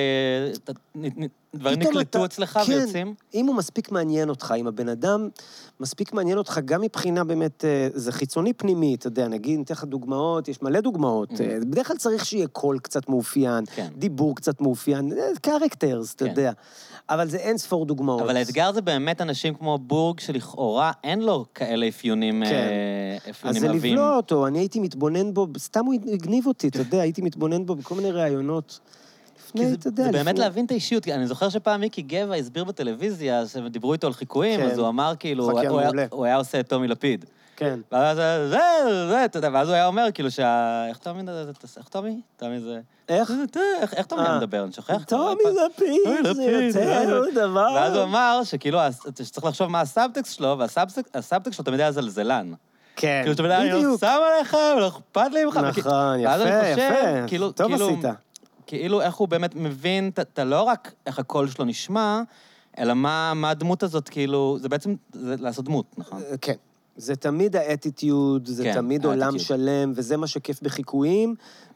דברים נקלטו אצלך ויוצאים? אם הוא מספיק מעניין אותך, אם הבן אדם מספיק מעניין אותך, גם מבחינה באמת, זה חיצוני פנימי, אתה יודע, נגיד, נתן לך דוגמאות, יש מלא דוגמאות, בדרך כלל צריך שיהיה קול קצת מאופיין, דיבור קצת מאופיין, קרקטרס, אתה יודע. אבל זה אין ספור דוגמאות. אבל האתגר זה באמת אנשים כמו בורג, שלכאורה אין לו כאלה אפיונים אז זה לבלוע אותו, אני הייתי מתבונן בו, סתם הוא הגניב אותי, אתה יודע, הייתי מתבונן בו בכל מיני ראיונות. זה באמת להבין את האישיות, אני זוכר שפעם מיקי גבע הסביר בטלוויזיה, שדיברו איתו על חיקויים, אז הוא אמר כאילו, הוא היה עושה את טומי לפיד. כן. ואז אתה יודע, ואז הוא היה אומר כאילו איך טומי זה... איך טומי מדבר? אני שוכח? טומי לפיד, זה יותר דבר. ואז הוא אמר שכאילו, שצריך לחשוב מה הסאבטקסט שלו, והסאבטקסט שלו תמיד היה זלזלן. כן, כאילו, שאתה יודע, אני לא שם עליך, ולא אכפת לי ממך. נכון, יפה, טוב עשית. כאילו, איך הוא באמת מבין, אתה לא רק איך הקול שלו נשמע, אלא מה הדמות הזאת, כאילו, זה בעצם לעשות דמות, נכון? כן. זה תמיד האטיטיוד, זה תמיד עולם שלם, וזה מה שכיף בחיקויים,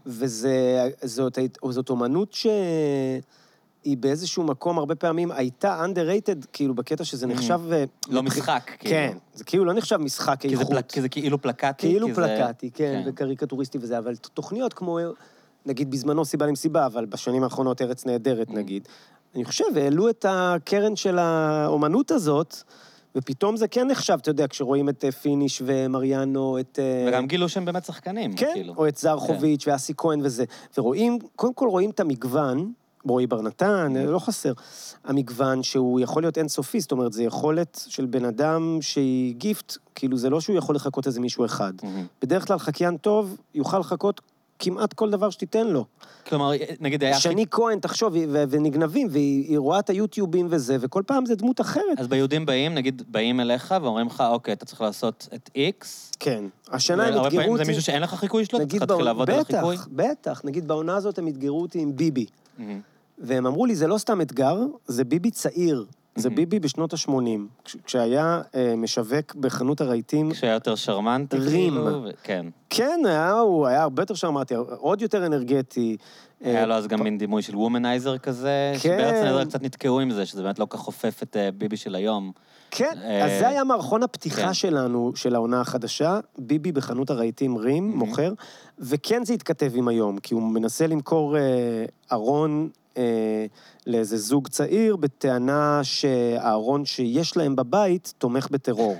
וזאת אומנות שהיא באיזשהו מקום הרבה פעמים הייתה underrated, כאילו בקטע שזה נחשב... לא משחק, כאילו. כן, זה כאילו לא נחשב משחק איכות. כי זה כאילו פלקטי. כאילו פלקטי, כן, וקריקטוריסטי וזה, אבל תוכניות כמו, נגיד בזמנו סיבה למסיבה, אבל בשנים האחרונות ארץ נהדרת, נגיד. אני חושב, העלו את הקרן של האומנות הזאת, ופתאום זה כן נחשב, אתה יודע, כשרואים את פיניש ומריאנו, את... וגם גילו שהם באמת שחקנים. כן, כאילו. או את זרחוביץ' ואסי כהן וזה. ורואים, קודם כל רואים את המגוון, רועי בר נתן, לא חסר, המגוון שהוא יכול להיות אינסופי, זאת אומרת, זה יכולת של בן אדם שהיא גיפט, כאילו זה לא שהוא יכול לחכות איזה מישהו אחד. בדרך כלל חקיין טוב יוכל לחכות כמעט כל דבר שתיתן לו. כלומר, נגיד היה... שני כהן, תחשוב, ונגנבים, והיא רואה את היוטיובים וזה, וכל פעם זה דמות אחרת. אז ביהודים באים, נגיד, באים אליך ואומרים לך, אוקיי, אתה צריך לעשות את X. כן. השנה הם התגרו אותי... זה מישהו שאין לך חיקוי שלו? אתה תתחיל לעבוד על החיקוי? בטח. נגיד, בעונה הזאת הם התגרו אותי עם ביבי. והם אמרו לי, זה לא סתם אתגר, זה ביבי צעיר. זה ביבי בשנות ה-80, כשהיה משווק בחנות הרהיטים... כשהיה יותר שרמנטי, רים. כן. כן, הוא היה הרבה יותר שרמנטי, עוד יותר אנרגטי. היה לו אז גם מין דימוי של וומנייזר כזה, שבארץ נהדר קצת נתקעו עם זה, שזה באמת לא כך חופף את ביבי של היום. כן, אז זה היה מערכון הפתיחה שלנו, של העונה החדשה, ביבי בחנות הרהיטים רים, מוכר, וכן זה התכתב עם היום, כי הוא מנסה למכור ארון... לאיזה זוג צעיר, בטענה שהארון שיש להם בבית תומך בטרור.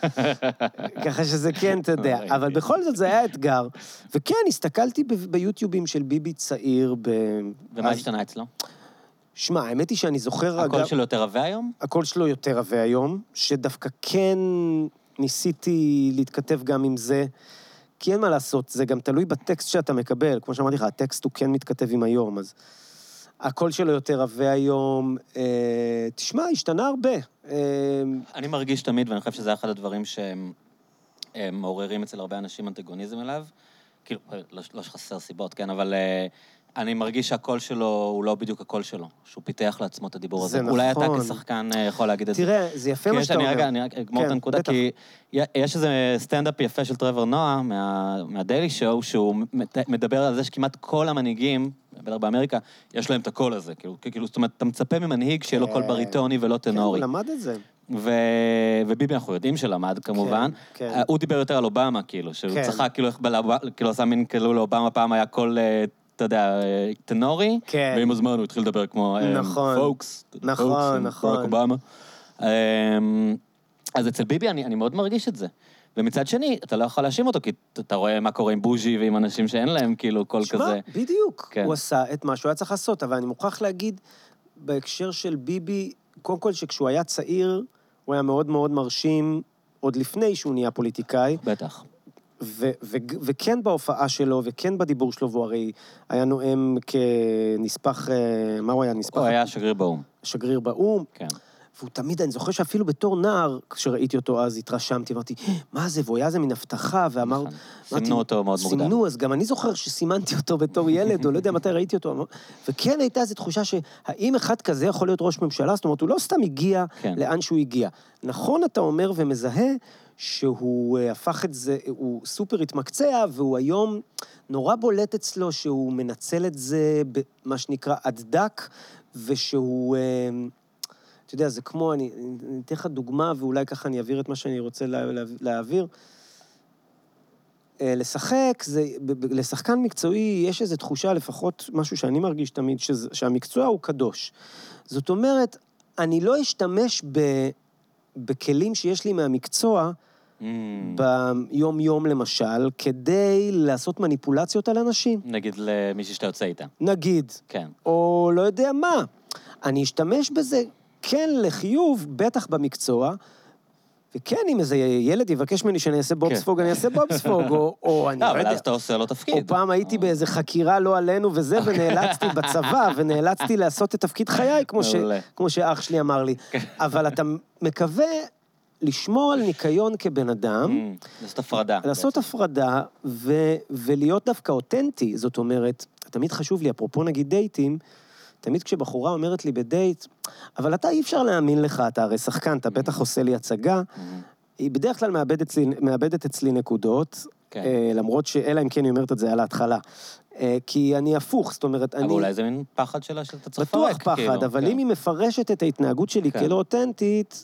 ככה שזה כן, אתה יודע. אבל בכל זאת זה היה אתגר. וכן, הסתכלתי ביוטיובים של ביבי צעיר. ומה השתנה אצלו? שמע, האמת היא שאני זוכר... הקול שלו יותר עבה היום? הקול שלו יותר עבה היום, שדווקא כן ניסיתי להתכתב גם עם זה, כי אין מה לעשות, זה גם תלוי בטקסט שאתה מקבל. כמו שאמרתי לך, הטקסט הוא כן מתכתב עם היום, אז... הקול שלו יותר עבה היום, תשמע, השתנה הרבה. אני מרגיש תמיד, ואני חושב שזה אחד הדברים שהם מעוררים אצל הרבה אנשים אנטגוניזם אליו. כאילו, לא שחסר סיבות, כן, אבל אני מרגיש שהקול שלו הוא לא בדיוק הקול שלו, שהוא פיתח לעצמו את הדיבור הזה. זה נכון. אולי אתה כשחקן יכול להגיד את זה. תראה, זה יפה מה שאתה אומר. אני אגמור את הנקודה, כי יש איזה סטנדאפ יפה של טרוור נואה, מהדיילי שואו, שהוא מדבר על זה שכמעט כל המנהיגים, באמריקה, יש להם את הקול הזה. כאילו, זאת אומרת, אתה מצפה ממנהיג שיהיה לו קול בריטוני ולא טנורי. כן, הוא למד את זה. וביבי אנחנו יודעים שלמד כמובן, הוא דיבר יותר על אובמה, כאילו, שהוא צחק, כאילו עשה מין כאילו לאובמה פעם היה קול, אתה יודע, טנורי, ועם הזמן הוא התחיל לדבר כמו פוקס, ברק אובמה. אז אצל ביבי אני מאוד מרגיש את זה. ומצד שני, אתה לא יכול להאשים אותו, כי אתה רואה מה קורה עם בוז'י ועם אנשים שאין להם כאילו קול כזה. שמע, בדיוק, הוא עשה את מה שהוא היה צריך לעשות, אבל אני מוכרח להגיד, בהקשר של ביבי, קודם כל שכשהוא היה צעיר, הוא היה מאוד מאוד מרשים, עוד לפני שהוא נהיה פוליטיקאי. בטח. וכן בהופעה שלו, וכן בדיבור שלו, והוא הרי היה נואם כנספח, מה הוא היה נספח? הוא היה שגריר באום. שגריר באום. כן. והוא תמיד, אני זוכר שאפילו בתור נער, כשראיתי אותו אז, התרשמתי, אמרתי, מה זה? והוא היה זה מן הבטחה, ואמר... סימנו אותו מאוד מוקדם. סימנו, אז גם אני זוכר שסימנתי אותו בתור ילד, או לא יודע מתי ראיתי אותו, וכן הייתה איזו תחושה שהאם אחד כזה יכול להיות ראש ממשלה, זאת אומרת, הוא לא סתם הגיע לאן שהוא הגיע. נכון, אתה אומר ומזהה, שהוא הפך את זה, הוא סופר התמקצע, והוא היום נורא בולט אצלו, שהוא מנצל את זה במה שנקרא עד דק, ושהוא... אתה יודע, זה כמו, אני אתן לך דוגמה, ואולי ככה אני אעביר את מה שאני רוצה להעביר. לשחק, לשחקן מקצועי, יש איזו תחושה, לפחות משהו שאני מרגיש תמיד, שהמקצוע הוא קדוש. זאת אומרת, אני לא אשתמש בכלים שיש לי מהמקצוע, ביום-יום למשל, כדי לעשות מניפולציות על אנשים. נגיד למישהי שאתה יוצא איתה. נגיד. כן. או לא יודע מה. אני אשתמש בזה כן לחיוב, בטח במקצוע, וכן, אם איזה ילד יבקש ממני שאני אעשה בובספוג, אני אעשה בובספוג, או אני לא יודע. אבל אז אתה עושה לו תפקיד. או פעם הייתי באיזה חקירה לא עלינו וזה, ונאלצתי בצבא, ונאלצתי לעשות את תפקיד חיי, כמו שאח שלי אמר לי. אבל אתה מקווה לשמור על ניקיון כבן אדם. לעשות הפרדה. לעשות הפרדה, ולהיות דווקא אותנטי. זאת אומרת, תמיד חשוב לי, אפרופו נגיד דייטים, תמיד כשבחורה אומרת לי בדייט, אבל אתה אי אפשר להאמין לך, אתה הרי שחקן, אתה בטח עושה לי הצגה, היא בדרך כלל מאבדת אצלי נקודות, למרות שאלה אם כן היא אומרת את זה על ההתחלה, כי אני הפוך, זאת אומרת, אני... אבל אולי זה מין פחד שלה שאתה צריך לפרק. בטוח פחד, אבל אם היא מפרשת את ההתנהגות שלי כלא אותנטית,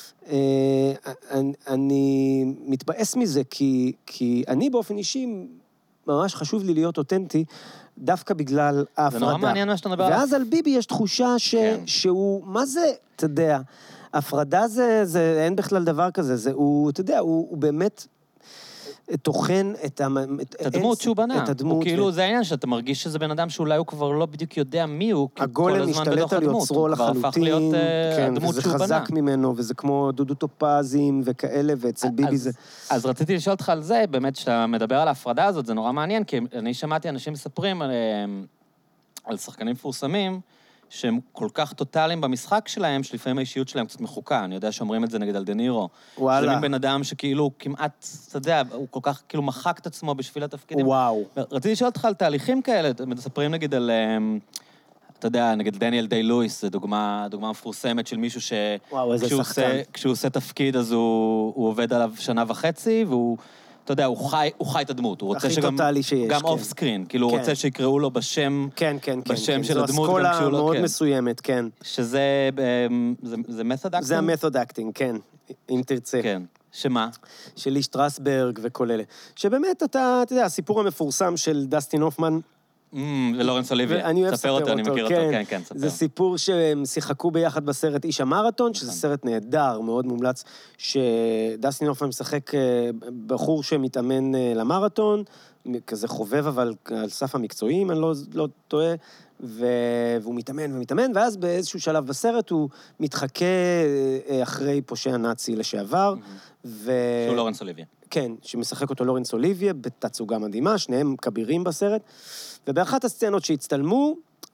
אני מתבאס מזה, כי אני באופן אישי, ממש חשוב לי להיות אותנטי, דווקא בגלל ההפרדה. זה נורא מעניין מה שאתה מדבר. ואז על ביבי יש תחושה שהוא, מה זה, אתה יודע, הפרדה זה, אין בכלל דבר כזה, הוא, אתה יודע, הוא באמת תוכן את הדמות שהוא בנה. הוא כאילו, זה העניין שאתה מרגיש שזה בן אדם שאולי הוא כבר לא בדיוק יודע מי הוא, הגולם משתלט על יוצרו לחלוטין. הוא כבר הפך להיות הדמות שהוא בנה. וזה חזק ממנו, וזה כמו דודו טופזים וכאלה, ואצל ביבי זה... אז רציתי לשאול אותך על זה, באמת, שאתה מדבר על ההפרדה הזאת, זה נורא מעניין, כי אני שמעתי אנשים מספרים על שחקנים מפורסמים, שהם כל כך טוטליים במשחק שלהם, שלפעמים האישיות שלהם קצת מחוקה. אני יודע שאומרים את זה נגיד על דנירו. וואלה. זה מין בן אדם שכאילו כמעט, אתה יודע, הוא כל כך כאילו מחק את עצמו בשביל התפקידים. וואו. רציתי לשאול אותך על תהליכים כאלה, מספרים נגיד על, אתה יודע, נגיד דניאל דיי לואיס, זו דוגמה מפורסמת של מישהו כשהוא עושה תפקיד, אז הוא עובד עליו 1.5 שנה, והוא... אתה יודע, הוא חי את הדמות, הוא רוצה שגם אוף סקרין, כאילו הוא רוצה שיקראו לו בשם של הדמות, זו אסכולה מאוד מסוימת, כן. שזה מתוד אקטינג? זה המתוד אקטינג, כן, אם תרצה. כן, שמה? של לי שטרסברג וכל אלה. שבאמת, אתה יודע, הסיפור המפורסם של דסטין הופמן, ולורנס אוליביה, ספר אותו, אני מכיר אותו, כן, ספר. זה סיפור שהם שיחקו ביחד בסרט איש המרתון, שזה סרט נהדר, מאוד מומלץ, שדסטין הופמן משחק בחור שמתאמן למרתון, כזה חובב, אבל על סף המקצועיים, אני לא טועה, והוא מתאמן, ואז באיזשהו שלב בסרט הוא מתחכה אחרי פושע נאצי לשעבר, שהוא לורנס אוליביה. כן, שמשחק אותו לורנס אוליביה, בתצוגה מדהימה, שניהם כבירים בסרט, ובאחת הסצנות שהצטלמו,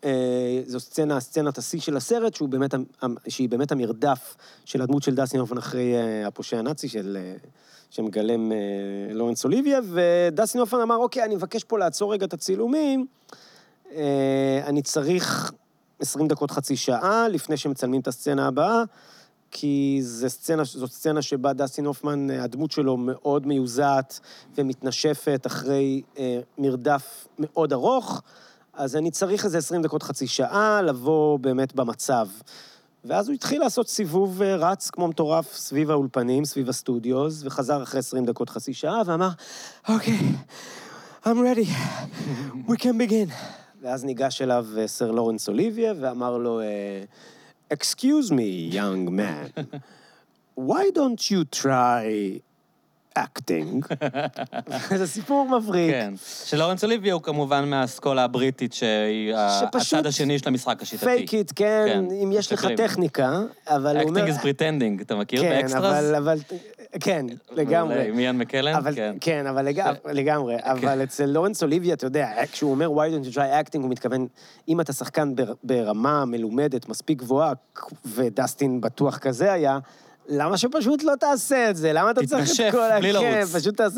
זו סצנת השיא של הסרט, שהיא באמת המרדף של הדמות של דסטין הופמן אחרי הפושע הנאצי שמגלם לורנס אוליביה, ודסטין הופמן אמר, אוקיי, אני מבקש פה לעצור רגע את הצילומים, אני צריך 20 דקות, חצי שעה, לפני שמצלמים את הסצנה הבאה, כי זאת סצנה שבה דסטין הופמן, הדמות שלו מאוד מיוזעת ומתנשפת אחרי מרדף מאוד ארוך, אז אני צריך איזה 20 דקות, חצי שעה, לבוא באמת במצב. ואז הוא התחיל לעשות סיבוב רץ כמו מטורף סביב האולפנים, סביב הסטודיוס, וחזר אחרי 20 דקות, חצי שעה, ואמר, אוקיי, I'm ready, we can begin. ואז ניגש אליו סר לורנס אוליביה, ואמר לו, Excuse me, young man, why don't you try acting? זה סיפור מבריק. כן, שלורנס אוליביה הוא כמובן מהאסכולה הבריטית, שהיא הצד השני של המשחק השיטתי. פייק איט, כן, אם יש לך טכניקה, אבל הוא אומר... Acting is pretending, אתה מכיר באקסטרס? כן, לגמרי. עם איאן מקלן? כן, אבל לגמרי. אבל אצל לורנס אוליביה, אתה יודע, כשהוא אומר, why don't you try acting, הוא מתכוון, אם אתה שחקן ברמה מלומדת, מספיק גבוהה, ודסטין בטוח כזה היה, למה שפשוט לא תעשה את זה? למה אתה צריך את כל... בלי לרוץ. כן, פשוט תעשה...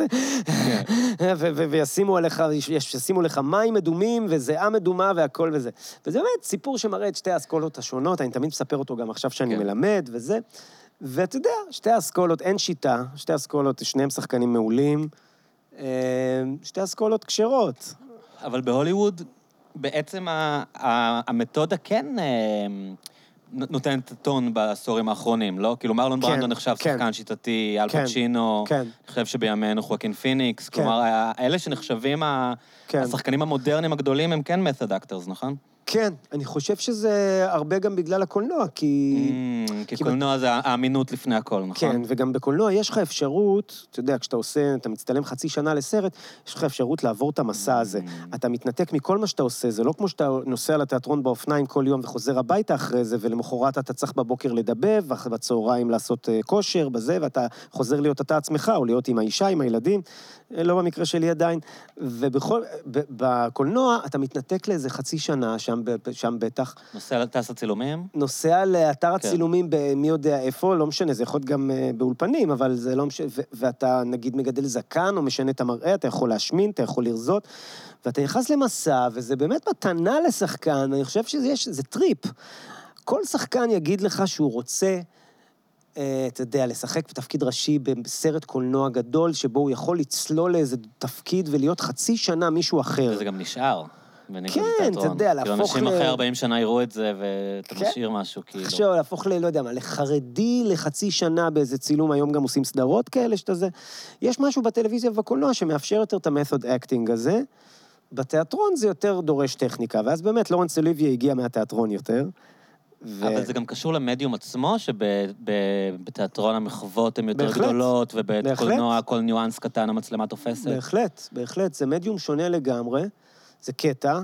וישימו לך מים מדומים, וזיעה מדומה והכל וזה. וזה באמת סיפור שמראה את שתי האסכולות השונות, אני תמיד מספר אותו גם עכשיו שאני מלמד וזה. ואתה יודע, שתי האסכולות, אין שיטה, שתי האסכולות, שניהם שחקנים מעולים, שתי האסכולות כשרות. אבל בהוליווד, בעצם המתודה כן... נותנת טון בעשורים האחרונים, לא? כאילו מרלון ברנדו נחשב שחקן שיטתי, אל פצ'ינו, אני חושב שבימינו חואקין פיניקס, כלומר, אלה שנחשבים השחקנים המודרניים הגדולים הם כן method actors, נכון? כן, אני חושב שזה הרבה גם בגלל הקולנוע, כי קולנוע זה האמינות לפני הכל, נכון? כן, וגם בקולנוע יש לך אפשרות, אתה יודע, כשאתה עושה, אתה מצטלם חצי שנה לסרט, יש לך אפשרות לעבור את המסע הזה. אתה מתנתק מכל מה שאתה עושה, זה לא כמו שאתה נוסע לתיאטרון באופניים כל יום וחוזר הביתה אחרי זה, ולמחרת אתה צריך בבוקר לדבב, ובצהריים לעשות כושר בזה, ואתה חוזר להיות אתה עצמך, או להיות עם האישה, עם הילדים, לא במקרה שלי עדיין. ובקולנוע אתה מתנתק לאיזה חצי שנה, שם בטח. נוסע לטס הצילומים? נוסע לאתר הצילומים במי יודע איפה, לא משנה, זה יכול להיות גם באולפנים, אבל זה לא משנה, ואתה נגיד מגדל זקן, או משנה את המראה, אתה יכול להשמין, אתה יכול לרזות, ואתה נכנס למסע, וזה באמת מתנה לשחקן, אני חושב שזה טריפ. כל שחקן יגיד לך שהוא רוצה, אתה יודע, לשחק בתפקיד ראשי בסרט קולנוע גדול, שבו הוא יכול לצלול לאיזה תפקיד ולהיות חצי שנה מישהו אחר. וזה גם נשאר. כן, אתה יודע, להפוך אנשים אחרי 40 שנה יראו את זה, ואתה משאיר משהו, כאילו. עכשיו, להפוך לא יודע מה, לחרדי לחצי שנה באיזה צילום, היום גם עושים סדרות כאלה, שאתה זה. יש משהו בטלוויזיה ובקולנוע שמאפשר יותר את ה-method acting הזה. בתיאטרון זה יותר דורש טכניקה, ואז באמת לורנס אוליביה הגיע מהתיאטרון יותר. אבל זה גם קשור למדיום עצמו, שבתיאטרון המחוות הן יותר גדולות, ובקולנוע כל ניואנס קטן המצלמה תופסת. בהחלט, בהחלט. זה מדיום שונה לגמרי. זה קטע.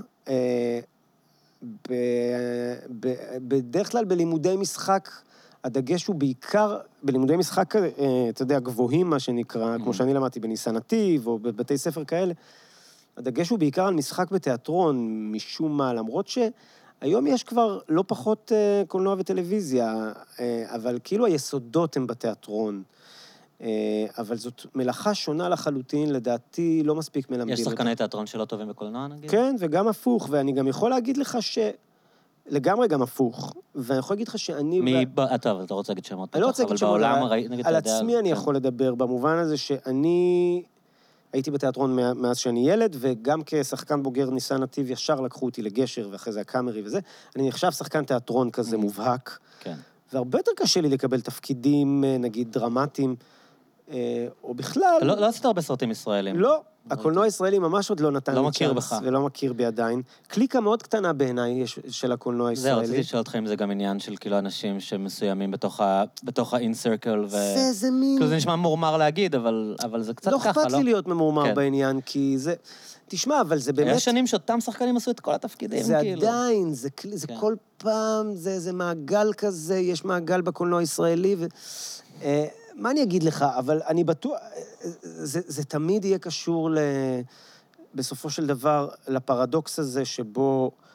בדרך כלל בלימודי משחק, הדגש הוא בעיקר, בלימודי משחק, אתה יודע, גבוהים, מה שנקרא, כמו שאני למדתי בניסן נתיב, או בבתי ספר כאלה, הדגש הוא בעיקר על משחק בתיאטרון, משום מה, למרות שהיום יש כבר לא פחות קולנוע וטלוויזיה, אבל כאילו היסודות הם בתיאטרון. אבל זאת מלאכה שונה לחלוטין, לדעתי לא מספיק מלמדים אותה. יש שחקני תיאטרון שלא טובים בקולנוע, נגיד? כן, וגם הפוך, ואני גם יכול להגיד לך לגמרי גם הפוך, ואני יכול להגיד לך שאני... טוב, אתה רוצה להגיד שמות? אני לא רוצה להגיד שמות, על עצמי אני יכול לדבר, במובן הזה שאני הייתי בתיאטרון מאז שאני ילד, וגם כשחקן בוגר ניסן נתיב ישר לקחו אותי לגשר, ואחרי זה הקאמרי וזה, אני נחשב שחקן תיאטרון כזה מובהק, והרבה יותר קשה לי לקבל תפקידים, נגיד, דרמטיים, או בכלל... לא עשית הרבה סרטים ישראלים. לא, הקולנוע הישראלי ממש עוד לא נתן לי צ'אנס, ולא מכיר בי עדיין. קליקה מאוד קטנה בעיניי של הקולנוע הישראלי. זה, רציתי לשאול אותך אם זה גם עניין של כאילו אנשים שמסוימים בתוך ה-in-circle, זה מין... כאילו זה נשמע מורמר להגיד, אבל זה קצת ככה, לא? לא אכפת לי להיות ממורמר בעניין, כי זה... תשמע, אבל זה באמת... היה שנים שאותם שחקנים עשו את כל התפקידים, זה כאילו. עדיין, זה כל פעם, זה מעגל כזה, יש מעגל בקולנוע הישראלי, מה אני אגיד לך? אבל אני בטוח, זה תמיד יהיה קשור בסופו של דבר לפרדוקס הזה שבו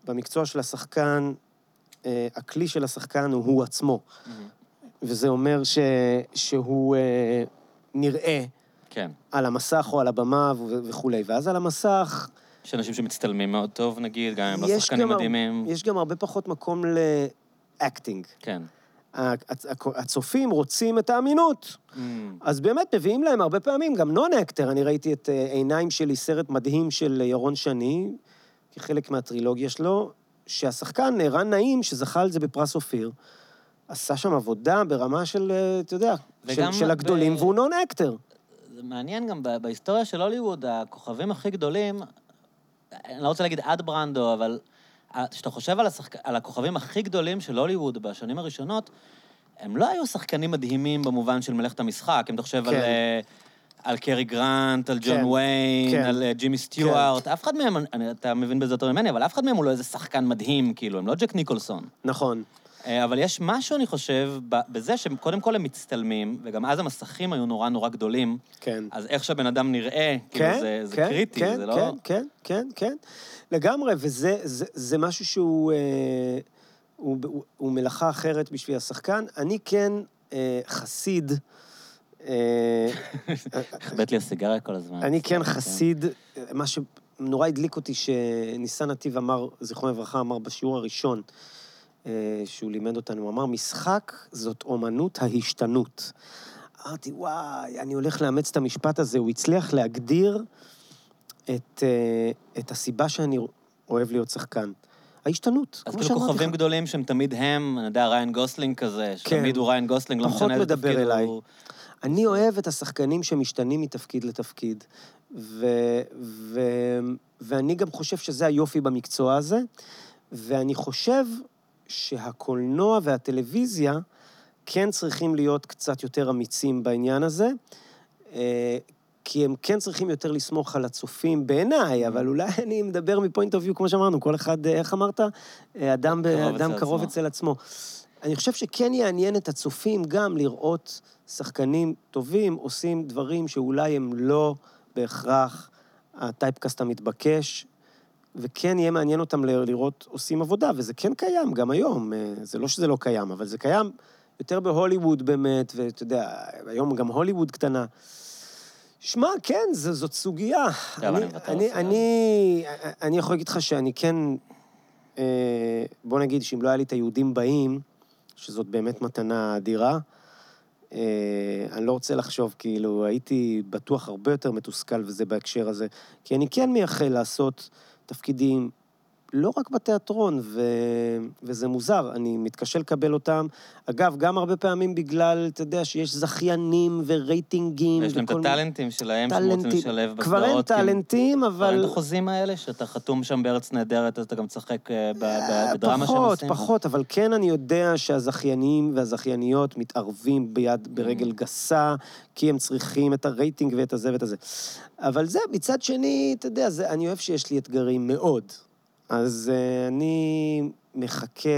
במקצוע של השחקן, הכלי של השחקן הוא עצמו. וזה אומר שהוא נראה כן. על המסך או על הבמה וכו'. ואז על המסך... יש אנשים שמצטלמים מאוד טוב, נגיד, גם הם לא שחקנים מדהימים. יש גם הרבה פחות מקום לאקטינג. כן. הצופים רוצים את האמינות. אז באמת מביאים להם הרבה פעמים, גם נון-אקטר, אני ראיתי את עיניים שלי, סרט מדהים של ירון שני, כחלק מהטרילוגיה שלו, שהשחקן ערן נעים, שזכה על זה בפרס אופיר, עשה שם עבודה ברמה של, אתה יודע, של הגדולים, והוא נון-אקטר. זה מעניין גם בהיסטוריה של הוליווד, הכוכבים הכי גדולים, אני לא רוצה להגיד עד ברנדו, אבל כשאתה חושב על הכוכבים הכי גדולים של הוליווד בשנים הראשונות, הם לא היו שחקנים מדהימים במובן של מלאכת המשחק, אם אתה חושב על קרי גרנט, על ג'ון ויין, על ג'ימי סטיוארט, אף אחד מהם, אתה מבין בזה יותר ממני, אבל אף אחד מהם הוא לא איזה שחקן מדהים, כאילו, הם לא ג'ק ניקולסון. נכון. אבל יש משהו, אני חושב, בזה שקודם כל הם מצטלמים, וגם אז המסכים היו נורא נורא גדולים, אז איך שהבן אדם נראה, כאילו זה קריטי, זה לא... כן. לגמרי, וזה משהו שהוא מלאכה אחרת בשביל השחקן. אני כן חסיד... חבט לי הסיגריה כל הזמן. אני כן חסיד, מה שנורא הדליק אותי, שניסן נתיב אמר, זיכרון לברכה, אמר בשיעור הראשון, שהוא לימד אותנו, הוא אמר, משחק זאת אומנות ההשתנות. אמרתי, וואי, אני הולך לאמץ את המשפט הזה, הוא הצליח להגדיר את הסיבה שאני אוהב להיות שחקן. ההשתנות. אז כאילו כוכבים גדולים שהם תמיד הם, אני יודע, ריין גוסלינג כזה, שתמיד הוא ריין גוסלינג, לא משנה איזה תפקיד. פחות מדבר אליי. אני אוהב את השחקנים שמשתנים מתפקיד לתפקיד, ואני גם חושב שזה היופי במקצוע הזה, ואני חושב שהקולנוע והטלוויזיה כן צריכים להיות קצת יותר אמיצים בעניין הזה, כי הם כן צריכים יותר לסמוך על הצופים בעיניי, אבל אולי אני מדבר מפוינט אוף ויו, כמו שאמרנו, כל אחד, איך אמרת? אדם קרוב אצל עצמו. אני חושב שכן יעניין את הצופים גם לראות שחקנים טובים, עושים דברים שאולי הם לא בהכרח הטייפקאסט המתבקש, וכן יהיה מעניין אותם לראות עושים עבודה, וזה כן קיים גם היום, זה לא שזה לא קיים, אבל זה קיים יותר בהוליווד באמת, ואתה יודע, היום גם הוליווד קטנה. שמע, כן, זאת סוגיה. אני יכול להגיד לך שאני כן, בוא נגיד שאם לא היה לי את היהודים באים, שזאת באמת מתנה אדירה, אני לא רוצה לחשוב, כאילו, הייתי בטוח הרבה יותר מתוסכל וזה בהקשר הזה, כי אני כן מייחל לעשות תפקידים, לא רק בתיאטרון, וזה מוזר, אני מתקשה לקבל אותם. אגב, גם הרבה פעמים בגלל, אתה יודע, שיש זכיינים ורייטינגים. יש להם את הטלנטים שלהם, שהם רוצים לשלב בסדרות. כבר אין טלנטים, אבל... אין את החוזים האלה, שאתה חתום שם בארץ נהדרת, אז אתה גם צחק בדרמה שהם עושים. פחות, אבל כן אני יודע שהזכיינים והזכייניות מתערבים ברגל גסה, כי הם צריכים את הרייטינג ואת הזה ואת הזה. אבל זה, מצד שני, אתה יודע, אני אוהב שיש לי אתגרים מאוד. אז אני מחכה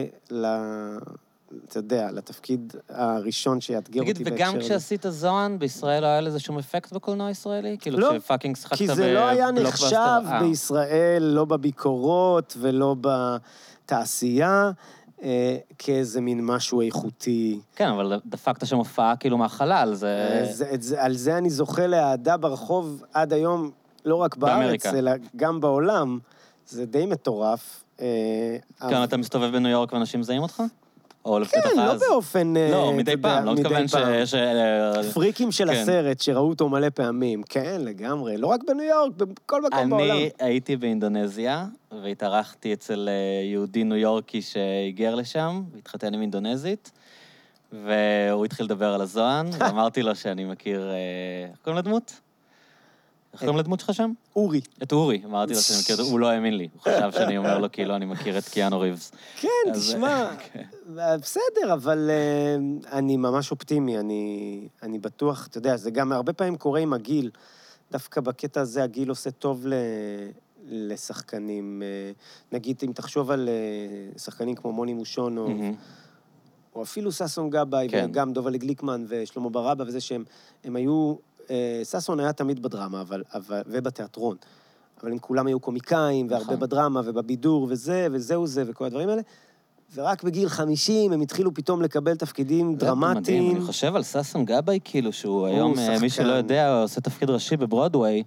אתה יודע, לתפקיד הראשון שיאתגר אותי בהקשר. תגיד, וגם כשעשית זוהן, בישראל לא היה לזה שום אפקט בקולנוע הישראלי? כאילו, כשפאקינג שחקת כי זה לא היה נחשב בישראל, לא בביקורות ולא בתעשייה, כאיזה מין משהו איכותי. כן, אבל דפקת שם הופעה כאילו מהחלל, על זה אני זוכה להעדה ברחוב עד היום, לא רק בארץ, אלא גם בעולם. זה די מטורף. כאן אתה מסתובב בניו יורק ואנשים זהים אותך? כן, לא באופן... לא, מדי פעם, לא מתכוון ש... פריקים של הסרט שראו אותו מלא פעמים. כן, לגמרי. לא רק בניו יורק, בכל מקום בעולם. אני הייתי באינדונזיה, והתארחתי אצל יהודי ניו יורקי שהיגר לשם, והתחתן עם אינדונזית, והוא התחיל לדבר על הזוהן, ואמרתי לו שאני מכיר... איך קוראים לדמות? איך קוראים לדמות שלך שם? אורי. את אורי, אמרתי לו שאני מכיר אותו, הוא לא האמין לי, הוא חשב שאני אומר לו כאילו אני מכיר את קיאנו ריבס. כן, תשמע, בסדר, אבל אני ממש אופטימי, אני בטוח, אתה יודע, זה גם הרבה פעמים קורה עם הגיל, דווקא בקטע הזה הגיל עושה טוב לשחקנים, נגיד אם תחשוב על שחקנים כמו מוני מושון, או אפילו ססון גבאי, וגם דובל גליקמן ושלמה ברבא, וזה שהם היו... ססון היה תמיד בדרמה ובתיאטרון, אבל הם כולם היו קומיקאים, והרבה בדרמה ובבידור וזהו זה, וכל הדברים האלה. ורק בגיל 50 הם התחילו פתאום לקבל תפקידים דרמטיים. מדהים, אני חושב על ששון גבאי, כאילו, שהוא היום, מי שלא יודע, עושה תפקיד ראשי בברודווי,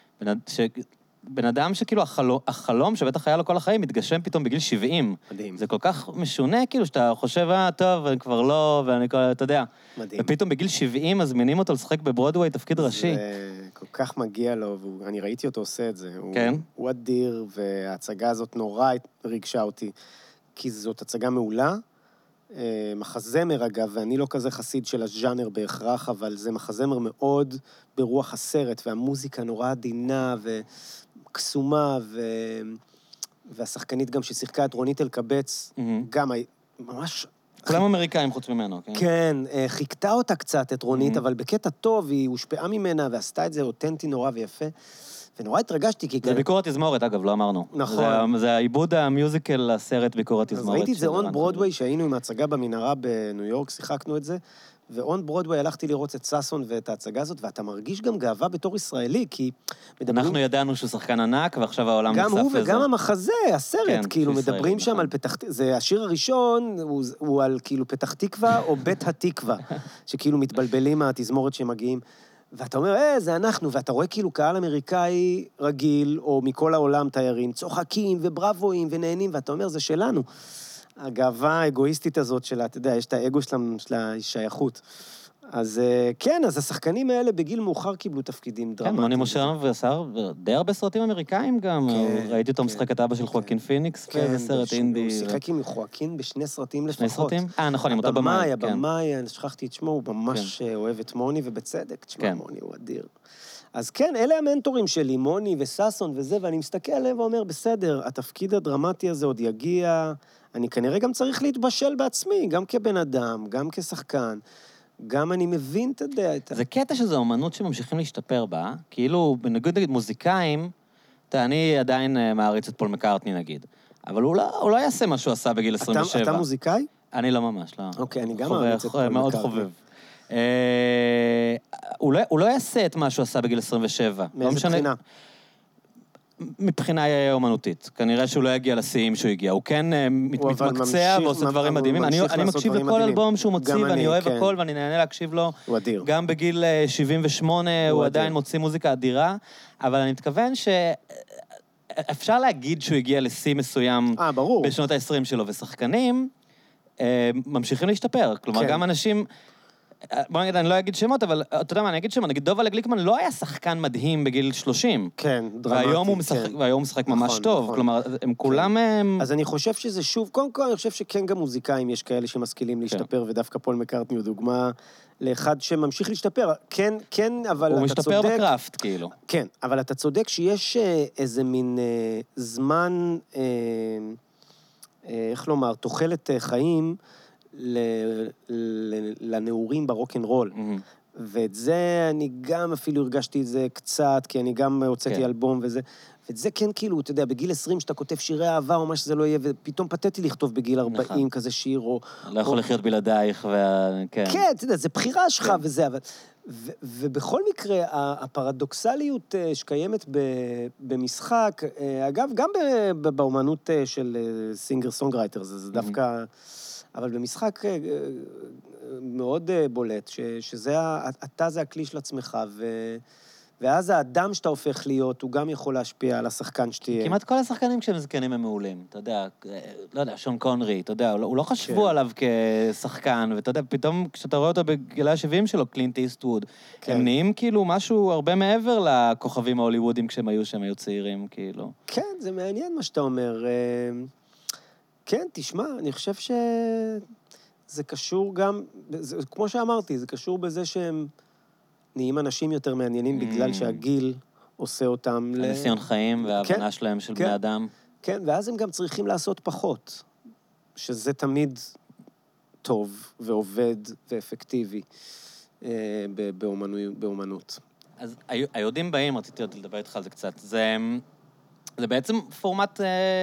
בן אדם שכאילו החלום שבטח היה לו כל החיים, מתגשם פתאום בגיל 70. מדהים. זה כל כך משונה, כאילו, שאתה חושב, טוב, אני כבר לא, ואני כל, אתה יודע. מדהים. ופתאום בגיל 70 מזמינים אותו לשחק בברודווי תפקיד ראשי. זה כל כך מגיע לו, ואני ראיתי אותו עושה את זה. כן. הוא אדיר, וההצגה הזאת נורא ריגשה אותי, כי זאת הצגה מעולה. מחזמר אגב, ואני לא כזה חסיד של הז'אנר בהכרח, אבל זה מחזמר מאוד ברוח הסרט, והמוזיקה נורא עדינה וקסומה, והשחקנית גם ששיחקה את רונית אלקבץ, גם ממש... כולם אמריקאים חוץ ממנו, כן? כן, חיכתה אותה קצת, את רונית, אבל בקטע טוב, היא הושפעה ממנה, ועשתה את זה אותנטי נורא ויפה. ונורא התרגשתי, כי... זה ביקורת תזמורת, אגב, לא אמרנו. נכון. זה העיבוד המיוזיקל לסרט ביקורת תזמורת. אז ראיתי את זה און ברודווי, שהיינו עם ההצגה במנהרה בניו יורק, שיחקנו את זה, ואון ברודווי הלכתי לראות את ששון ואת ההצגה הזאת, ואתה מרגיש גם גאווה בתור ישראלי, כי... אנחנו ידענו שהוא שחקן ענק, ועכשיו העולם נחשף לזה. גם הוא וגם המחזה, הסרט, כאילו מדברים שם על פתח... זה השיר הראשון, הוא על כאילו פתח תקווה או בית התקווה, שכאילו מתבלבלים מהתזמורת שמגיעים. ואתה אומר, זה אנחנו, ואתה רואה כאילו קהל אמריקאי רגיל, או מכל העולם תיירים, צוחקים ובראבואים ונהנים, ואתה אומר, זה שלנו. הגאווה האגואיסטית הזאת שלה, אתה יודע, יש את האגו של השייכות. אז כן, אז השחקנים האלה בגיל מאוחר קיבלו תפקידים דרמטיים. כן, מוני מושרנוב ועשר די הרבה סרטים אמריקאים גם. ראיתי אותו משחק את אבא של חואקין פיניקס, בסרט אינדי. הוא שיחק עם חואקין בשני סרטים לפחות. שני סרטים? נכון, עם אותו במאי. הבמאי, שכחתי את שמו, הוא ממש אוהב את מוני, ובצדק, תשמע, מוני הוא אדיר. אז כן, אלה המנטורים שלי, מוני וססון וזה, ואני מסתכל עליהם ואומר, בסדר, התפקיד הדרמטי הזה עוד יגיע, אני כנראה גם צריך להתבשל בעצמי, גם כבן אדם, גם כשחקן. גם אני מבין, אתה יודע, זה קטע שזו אומנות שממשיכים להשתפר בה, כאילו, בניגוד נגיד מוזיקאים, אני עדיין מעריץ את פול מקארטני נגיד, אבל הוא לא יעשה מה שהוא עשה בגיל 27. אתה מוזיקאי? אני לא ממש, לא. אוקיי, אני גם מעריץ את פול מקארטני. מאוד חובב. הוא לא יעשה את מה שהוא עשה בגיל 27. מאיזה בחינה? מבחינה אומנותית. כנראה שהוא לא יגיע לשיאים שהוא הגיע. הוא כן מתמקצע ועושה דברים מדהימים. אני מקשיב לכל אלבום שהוא מוציא, ואני אוהב הכל, ואני נהנה להקשיב לו. הוא אדיר. גם בגיל 78 הוא עדיין מוציא מוזיקה אדירה, אבל אני מתכוון שאפשר להגיד שהוא הגיע לשיא מסוים בשנות ה-20 שלו, ושחקנים ממשיכים להשתפר. כלומר, גם אנשים... בוא נגיד, אני לא אגיד שמות, אבל אתה יודע מה, אני אגיד שמות. נגיד, דובה לגליקמן לא היה שחקן מדהים בגיל 30. כן, דרמטי. והיום הוא משחק ממש טוב. כלומר, הם כולם... אז אני חושב שזה שוב, קודם כל, אני חושב שכן גם מוזיקאים, יש כאלה שמשכילים להשתפר, ודווקא פול מקארטני הוא דוגמה לאחד שממשיך להשתפר. כן, אבל הוא אתה צודק... משתפר בקראפט, כאילו. כן, אבל אתה צודק שיש איזה מין זמן, איך לומר, תוחלת חיים, לנעורים ברוק'נ'רול. ואת זה אני גם אפילו הרגשתי את זה קצת, כי אני גם הוצאתי אלבום וזה, ואת זה כן כאילו, אתה יודע, בגיל 20 שאתה כותב שירי אהבה או מה שזה לא יהיה, ופתאום פתאתי לכתוב בגיל 40 כזה שיר, או... לא יכול לחיות בלעדייך, כן. כן, אתה יודע, זה בחירה שלך וזה, אבל... ובכל מקרה, הפרדוקסליות שקיימת במשחק, אגב, גם באומנות של סינגר-סונגרייטר, זה דווקא... אבל במשחק מאוד בולט, שזה, אתה זה הכלי של עצמך, ואז האדם שאתה הופך להיות, הוא גם יכול להשפיע על השחקן שתהיה. כמעט כל השחקנים כשהם זקנים הם מעולים, אתה יודע, לא יודע, שון קונרי, אתה יודע, הוא לא חשבו עליו כשחקן, ואתה יודע, פתאום כשאתה רואה אותו בגילי ה-70 שלו, קלינט איסטווד, הם נהיים כאילו משהו הרבה מעבר לכוכבים ההוליוודים כשהם היו צעירים, כאילו. כן, זה מעניין מה שאתה אומר. כן, תשמע, אני חושב שזה קשור גם, כמו שאמרתי, זה קשור בזה שהם נהיים אנשים יותר מעניינים בגלל שהגיל עושה אותם הניסיון חיים וההבנה שלהם של בני אדם. כן, ואז הם גם צריכים לעשות פחות, שזה תמיד טוב ועובד ואפקטיבי באומנות. אז היהודים באים, רציתי עוד לדבר איתך על זה קצת, זה בעצם פורמט...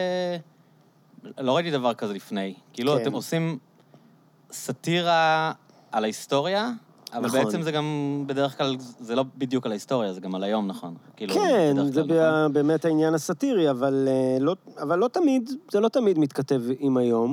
לא ראיתי דבר כזה לפני. כאילו, אתם עושים סאטירה על ההיסטוריה, אבל נכון. בעצם זה גם, בדרך כלל, זה לא בדיוק על ההיסטוריה, זה גם על היום, נכון? כאילו, כן, בדרך זה כלל, נכון? באמת העניין הסאטירי, אבל לא תמיד, זה לא תמיד מתכתב עם היום.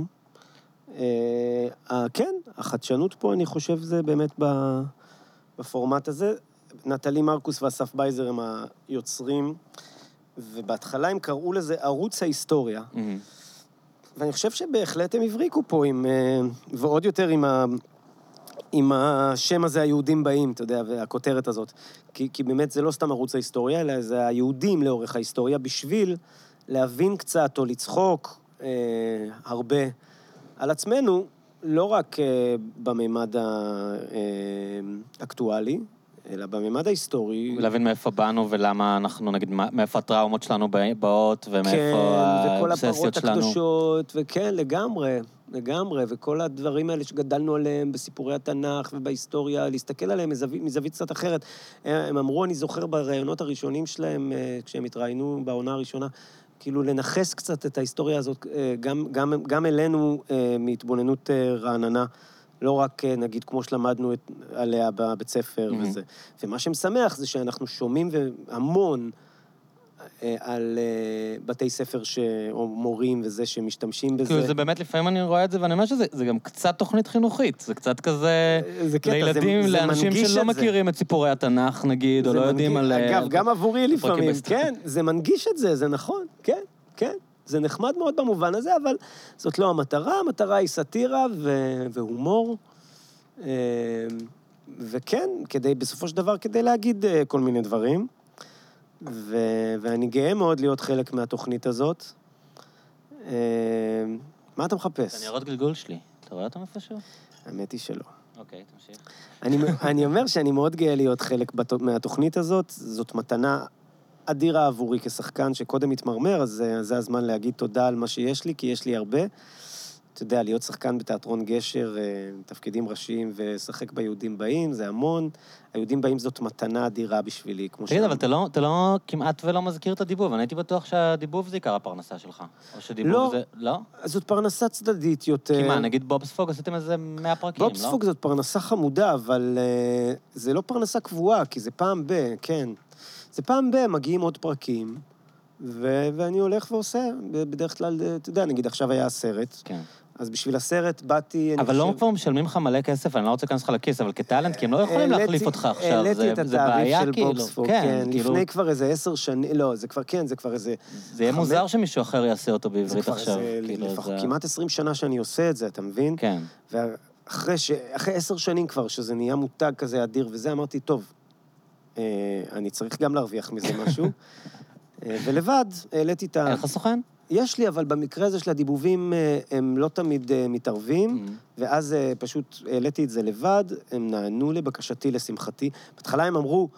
כן, החדשנות פה, אני חושב, זה באמת בפורמט הזה. נטלי מרקוס ואסף בייזר הם היוצרים, ובהתחלה הם קראו לזה ערוץ ההיסטוריה. ואני חושב שבהחלט הם הבריקו פה, ועוד יותר עם השם הזה, היהודים באים, אתה יודע, והכותרת הזאת. כי באמת זה לא סתם ערוץ ההיסטוריה, אלא זה היהודים לאורך ההיסטוריה, בשביל להבין קצת או לצחוק הרבה על עצמנו, לא רק בממד האקטואלי, אלא בממד ההיסטורי. להבין מאיפה באנו ולמה אנחנו, נגיד, מאיפה הטראומות שלנו באות, ומאיפה האובססיות שלנו. וכל הפרות הקדושות, וכן, לגמרי, וכל הדברים האלה שגדלנו עליהם בסיפורי התנ"ך ובהיסטוריה, להסתכל עליהם מזווית קצת אחרת. הם אמרו, אני זוכר ברעיונות הראשונים שלהם, כשהם התראיינו בעונה הראשונה, כאילו לנחס קצת את ההיסטוריה הזאת, גם אלינו מהתבוננות רעננה, לא רק, נגיד, כמו שלמדנו עליה בבית ספר וזה. ומה שמשמח זה שאנחנו שומעים המון על בתי ספר או מורים וזה שמשתמשים בזה. כאילו זה באמת, לפעמים אני רואה את זה, ואני אומר שזה גם קצת תוכנית חינוכית. זה קצת כזה לילדים, לאנשים שלא מכירים את סיפורי התנ"ך, נגיד, או לא יודעים על... אגב, גם עבורי לפעמים, כן, זה מנגיש את זה, זה נכון, כן, כן. זה נחמד מאוד במובן הזה, אבל זאת לא המטרה, המטרה היא סאטירה והומור, וכן, בסופו של דבר, כדי להגיד כל מיני דברים, ואני גאה מאוד להיות חלק מהתוכנית הזאת. מה אתה מחפש? אני אראות גלגול שלי. אתה רואה אותם איפשהו? האמת היא שלא. אוקיי, תמשיך. אני אומר שאני מאוד גאה להיות חלק מהתוכנית הזאת, זאת מתנה אדירה עבורי כשחקן שקודם מתמרמר, אז זה הזמן להגיד תודה על מה שיש לי, כי יש לי הרבה. אתה יודע, להיות שחקן בתיאטרון גשר, תפקידים ראשיים ושחק ביהודים באים, זה המון. היהודים באים זאת מתנה אדירה בשבילי, כמו תגיד, אבל אתה לא כמעט ולא מזכיר את הדיבוב. אני הייתי בטוח שהדיבוב זה עיקר הפרנסה שלך. או שדיבוב זה... לא? זאת פרנסה צדדית יותר. כי מה, נגיד בובספוג, עשיתם איזה 100 פרקים, לא? בובספוג זאת פרנסה חמודה, אבל זה לא פרנסה קבועה, כי זה פעם כן. זה פעם מגיעים עוד פרקים, ואני הולך ועושה, בדרך כלל, אתה יודע, נגיד עכשיו היה הסרט, כן. אז בשביל הסרט באתי... אבל לא כבר משלמים לך מלא כסף, אני לא רוצה להיכנס לך לכיס, אבל כטלנט, כי הם לא יכולים להחליף אותך עכשיו, העליתי את התעריף של בובספוג, כן, כאילו... לפני כבר איזה 10 שנים, לא, זה כבר איזה... זה יהיה מוזר שמישהו אחר יעשה אותו בעברית עכשיו. זה כבר כמעט 20 שנה שאני עושה את זה, אתה מבין? כן. ואחרי 10 שנים כבר, שזה נהיה מותג כזה אדיר, וזה אמרתי, טוב, אני צריך גם להרוויח מזה משהו, ולבד העליתי את ה... אין לך סוכן? יש לי, אבל במקרה הזה של הדיבובים, הם לא תמיד מתערבים, ואז פשוט העליתי את זה לבד, הם נענו לבקשתי, לשמחתי. בהתחלה הם אמרו...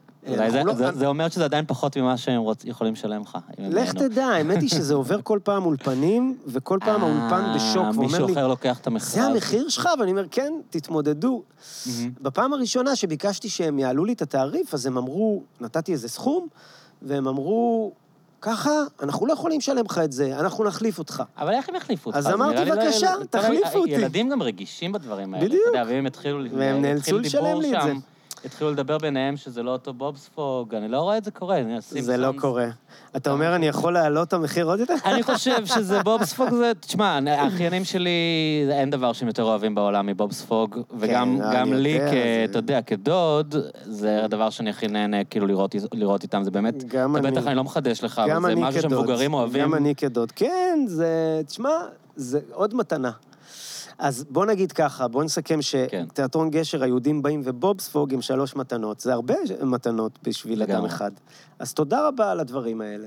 זה אומר שזה עדיין פחות ממה שהם יכולים לשלם לך. לך תדע, האמת היא שזה עובר כל פעם אולפנים, וכל פעם האולפן בשוק, ואומר לי... מישהו אחר לוקח את המכרז. זה המחיר שלך? ואני אומר, כן, תתמודדו. בפעם הראשונה שביקשתי שהם יעלו לי את התעריף, אז הם אמרו, נתתי איזה סכום, והם אמרו... ככה, אנחנו לא יכולים לשלם לך את זה, אנחנו נחליף אותך. אבל איך הם יחליפו אותך? אז אמרתי, בבקשה, תחליפו אותי. ילדים גם רגישים בדברים האלה. בדיוק. אתה יודע, והם התחילו... והם נאלצו לשלם לי את זה. התחילו לדבר ביניהם שזה לא אותו בובספוג, אני לא רואה את זה קורה. זה לא קורה. אתה אומר, אני יכול להעלות את המחיר עוד יותר? אני חושב שזה בובספוג, זה... תשמע, האחיינים שלי, אין דבר שהם יותר אוהבים בעולם מבובספוג, וגם לי, אתה יודע, כדוד, זה הדבר שאני הכי נהנה, כאילו, לראות איתם, זה באמת... בטח אני לא מחדש לך, אבל זה משהו שמבוגרים אוהבים. גם אני כדוד. כן, זה... תשמע, זה עוד מתנה. אז בוא נגיד ככה, בוא נסכם שתיאטרון גשר, היהודים באים ובובספוג עם 3 מתנות. זה הרבה מתנות בשביל אדם אחד. אז תודה רבה על הדברים האלה.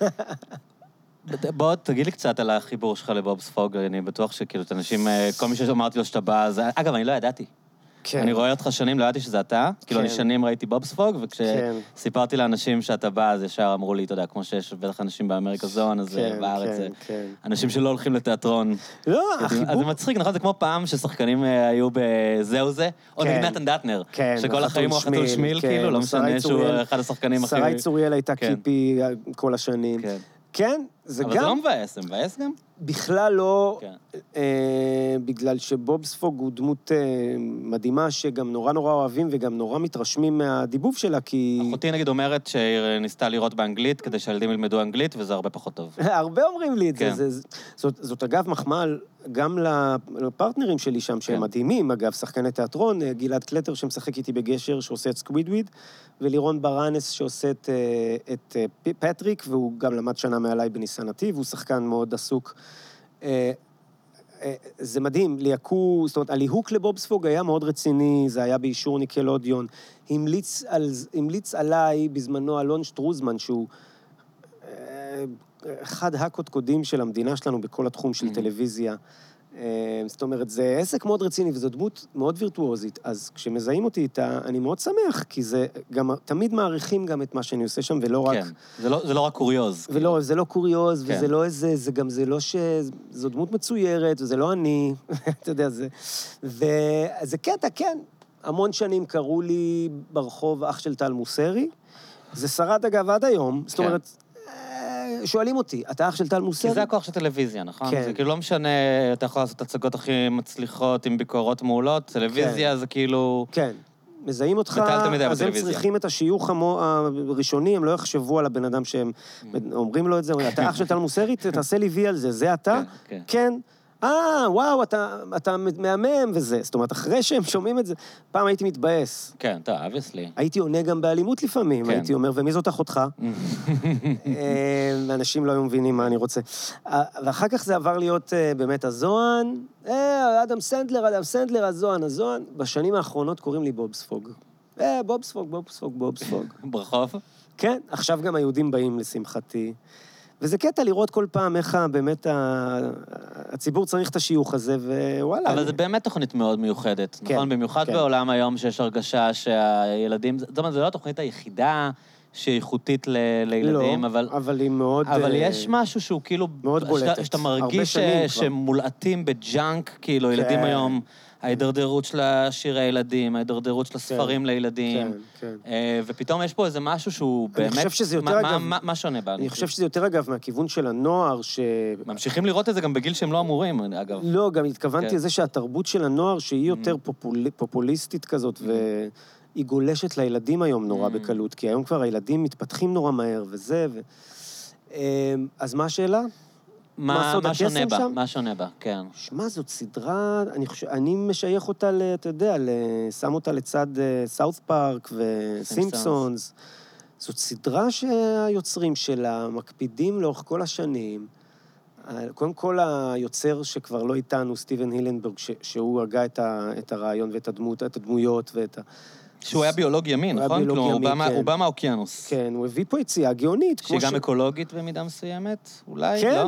בוא, תגיד לי קצת על החיבור שלך לבובספוג, אני בטוח שכאילו, את אנשים, כל מי שאמרתי לו שאתה בא, אגב, אני לא ידעתי. אני רואה אותך שנים, לא ידעתי שזה אתה, כאילו אני שנים ראיתי בובספוג, וכשסיפרתי לאנשים שאתה בא, אז ישר אמרו לי, אתה יודע, כמו שיש בטח אנשים באמריקה זון, אז בארץ, אנשים שלא הולכים לתיאטרון. לא, החיבור... אז זה מצחיק, נכון? זה כמו פעם ששחקנים היו בזהו זה, או נגיד נתן דטנר, שכל החיים הוא החתול שמיל, כאילו, לא משנה שהוא אחד השחקנים הכי... שרי צוריאל הייתה קיפי כל השנים. כן, זה אבל גם... זה לא מבאס, זה מבאס גם? בכלל לא, כן. בגלל שבובספוג הוא דמות מדהימה, שגם נורא נורא אוהבים וגם נורא מתרשמים מהדיבוב שלה, כי... אחותי נגיד אומרת שהיא ניסתה לראות באנגלית, כדי שהילדים ילמדו אנגלית, וזה הרבה פחות טוב. הרבה אומרים לי את כן. זה. זאת אגב מחמאה גם לפרטנרים שלי שם, שהם מדהימים, אגב, שחקני תיאטרון, גלעד קלטר שמשחק איתי בגשר, שעושה את סקווידוויד, ולירון ברנס שעושה את פטריק, והוא גם למד שנה מעליי בניסן נתיב, הוא שחקן מאוד עסוק. זה מדהים, ליהקו, זאת אומרת, הליהוק לבובספוג היה מאוד רציני, זה היה באישור ניקלודיון, המליץ עליי בזמנו אלון שטרוזמן, שהוא אחד הקודקודים של המדינה שלנו בכל התחום של טלוויזיה. זאת אומרת, זה עסק מאוד רציני, וזו דמות מאוד וירטואוזית, אז כשמזהים אותי איתה, אני מאוד שמח, כי זה גם, תמיד מעריכים גם את מה שאני עושה שם, ולא רק... כן, זה לא רק קוריוז. ולא, זה לא קוריוז, וזה לא איזה, זה גם, זה לא זו דמות מצוירת, וזה לא אני, אתה יודע, וזה קטע, כן, המון שנים קראו לי ברחוב אח של טל מוסרי, זה שרד אגב עד היום, זאת אומרת, שואלים אותי, אתה אח של טל מוסרי? כי זה הכוח של טלוויזיה, נכון? כן. זה כאילו לא משנה, אתה יכול לעשות הצגות הכי מצליחות עם ביקורות מעולות, טלוויזיה זה כאילו... כן. מזהים אותך, אז הם צריכים את השיוך הראשוני, הם לא יחשבו על הבן אדם שהם אומרים לו את זה, אתה אח של טל מוסרי, תעשה לי וי על זה, זה אתה? כן. וואו, אתה מהמם וזה. זאת אומרת, אחרי שהם שומעים את זה, פעם הייתי מתבאס. כן, טוב, obviously. הייתי עונה גם באלימות לפעמים, הייתי אומר, ומי זאת אחותך? ואנשים לא היו מבינים מה אני רוצה. ואחר כך זה עבר להיות באמת הזוהן, אדם סנדלר, הזוהן. בשנים האחרונות קוראים לי בובספוג. בובספוג. ברחוב? כן, עכשיו גם היהודים באים לשמחתי. וזה קטע לראות כל פעם איך באמת הציבור צריך את השיוך הזה, ווואלה. אבל זה באמת תוכנית מאוד מיוחדת, נכון? במיוחד בעולם היום שיש הרגשה שהילדים, זאת אומרת, זו לא התוכנית היחידה שהיא איכותית לילדים, אבל היא מאוד... אבל יש משהו שהוא כאילו... מאוד בולטת. שאתה מרגיש שמולעטים בג'אנק, כאילו, ילדים היום... ההידרדרות של שירי הילדים, ההידרדרות של הספרים לילדים. כן. ופתאום יש פה איזה משהו שהוא באמת... אני חושב שזה יותר אגב... מה שונה בה? אני חושב שזה יותר אגב מהכיוון של הנוער ממשיכים לראות את זה גם בגיל שהם לא אמורים, אגב. לא, גם התכוונתי לזה שהתרבות של הנוער, שהיא יותר פופוליסטית כזאת, והיא גולשת לילדים היום נורא בקלות, כי היום כבר הילדים מתפתחים נורא מהר וזה, אז מה השאלה? מה שונה בה, כן. שמה, זאת סדרה, אני משייך אותה, אתה יודע, שם אותה לצד סאות' פארק וסימפסונס. זאת סדרה שהיוצרים שלה מקפידים לאורך כל השנים. קודם כל היוצר שכבר לא איתנו, סטיבן הילנברג, שהוא הגה את הרעיון ואת הדמויות ואת שהוא היה ביולוג ימין, נכון? הוא בא מהאוקיינוס. כן, הוא הביא פה יציאה גאונית. שהיא גם אקולוגית במידה מסוימת, אולי? כן,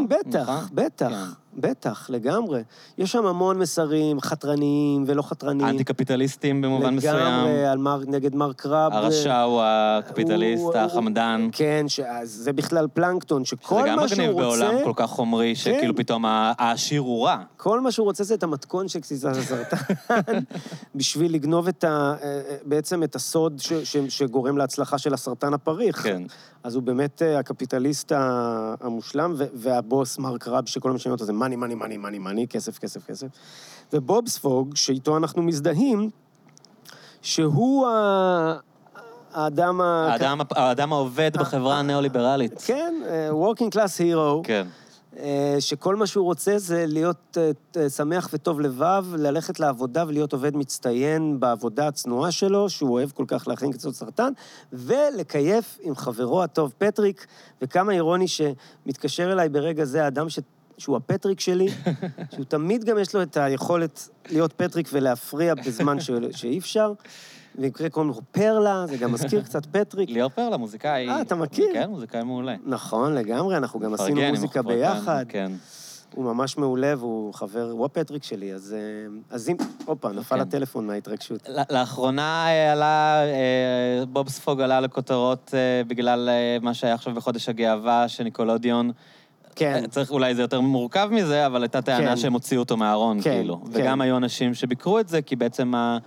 בטח, לגמרי. יש שם המון מסרים חתרניים ולא חתרניים. אנטי-קפיטליסטים במובן מסוים. לגמרי, נגד מרק קרב. הרשע הוא הקפיטליסט, החמדן. כן, זה בכלל פלנקטון, שכל מה שהוא רוצה... זה גם מגניב בעולם כל כך חומרי, שכאילו פתאום העשיר הוא רע. כל מה שהוא רוצה זה את המתכון של קציצת הסרטן, בשביל לגנוב בעצם את הסוד שגורם להצלחה של הסרטן הפריך. כן. אז הוא באמת הקפיטליסט המושלם, והבוס מרק רב, שכל המשמעות הזה, מני, כסף. ובובספוג, שאיתו אנחנו מזדהים, שהוא האדם העובד בחברה הנאו-ליברלית. כן, working class hero. כן. שכל מה שהוא רוצה זה להיות שמח וטוב לבב, ללכת לעבודה ולהיות עובד מצטיין בעבודה הצנועה שלו, שהוא אוהב כל כך להכין קציצות סרטן, ולקייף עם חברו הטוב פטריק, וכמה אירוני שמתקשר אליי ברגע זה האדם שהוא הפטריק שלי, שהוא תמיד גם יש לו את היכולת להיות פטריק ולהפריע בזמן שאי אפשר, במקרה קוראים לו פרלה, זה גם מזכיר קצת פטריק. ליאור פרלה, מוזיקאי. אתה מכיר? כן, מוזיקאי מעולה. נכון, לגמרי, אנחנו גם עשינו מוזיקה ביחד. כן. הוא ממש מעולה, והוא חבר, הוא הפטריק שלי, אז אם, נפל הטלפון מההתרגשות. לאחרונה בובספוג עלה לכותרות בגלל מה שהיה עכשיו בחודש הגאווה, שניקולודיון, כן. צריך, אולי זה יותר מורכב מזה, אבל הייתה טענה שהם הוציאו אותו מהארון, כאילו. וגם היו אנשים שביקרו את זה, כי בעצם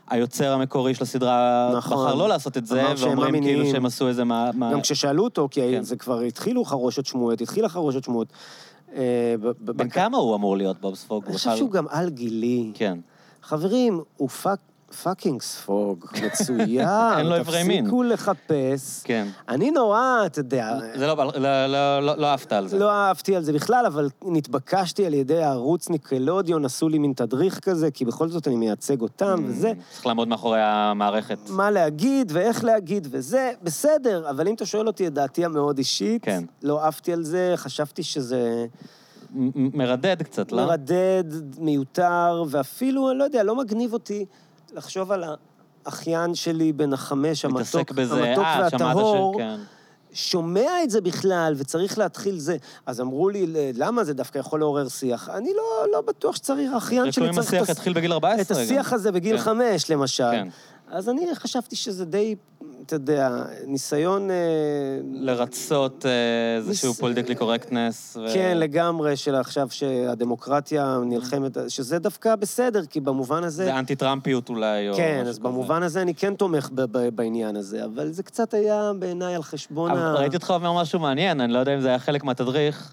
היוצר המקורי של הסדרה בחר לא לעשות את זה, ואומרים כאילו שהם עשו איזה מה... גם כששאלו אותו, כי זה כבר התחילה חרושת שמועות. בין כמה הוא אמור להיות בוב ספוג? אני חושב שהוא גם על גילי. כן. חברים, הוא פאקינג ספוג, מצוין. אין לו עברי מין. תפסיקו לחפש. כן. אני נורא, אתה יודע... זה לא אהבת על זה. לא אהבתי על זה בכלל, אבל נתבקשתי על ידי הערוץ ניקלודיון, עשו לי מין תדריך כזה, כי בכל זאת אני מייצג אותם וזה. צריך לעמוד מאחורי המערכת. מה להגיד ואיך להגיד וזה, בסדר, אבל אם אתה שואל אותי את דעתי המאוד אישית, כן. לא אהבתי על זה, חשבתי שזה... מרדד קצת, לא? מרדד, מיותר, ואפילו, אני לא יודע, לא מגניב אותי לחשוב על האחיין שלי בן החמש, המתוק והטהור, שומע את זה בכלל, וצריך להתחיל זה. אז אמרו לי, למה זה דווקא יכול לעורר שיח? אני לא בטוח שצריך, האחיין שלי צריך השיח יתחיל בגיל 14. את השיח הזה בגיל 5, למשל. אז אני חשבתי שזה די... אתה יודע, ניסיון... לרצות איזשהו פוליטיקלי קורקטנס. כן, לגמרי, של עכשיו שהדמוקרטיה נלחמת, שזה דווקא בסדר, כי במובן הזה... זה אנטי-טראמפיות אולי, או... כן, אז במובן הזה אני כן תומך בעניין הזה, אבל זה קצת היה בעיניי על חשבון ראיתי אותך אומר משהו מעניין, אני לא יודע אם זה היה חלק מהתדריך,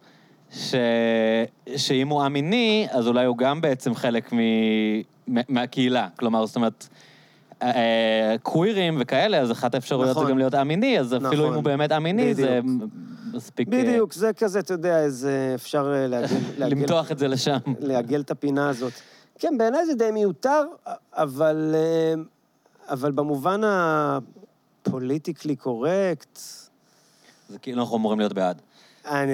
שאם הוא אמיני, אז אולי הוא גם בעצם חלק מהקהילה. כלומר, זאת אומרת... קווירים וכאלה, אז אחת האפשרויות זה גם להיות אמיני, אז אפילו אם הוא באמת אמיני, זה מספיק... בדיוק, זה כזה, אתה יודע, אפשר למתוח את זה לשם. לעגל את הפינה הזאת. כן, בעיניי זה די מיותר, אבל במובן הפוליטיקלי קורקט... זה כאילו אנחנו אמורים להיות בעד. אני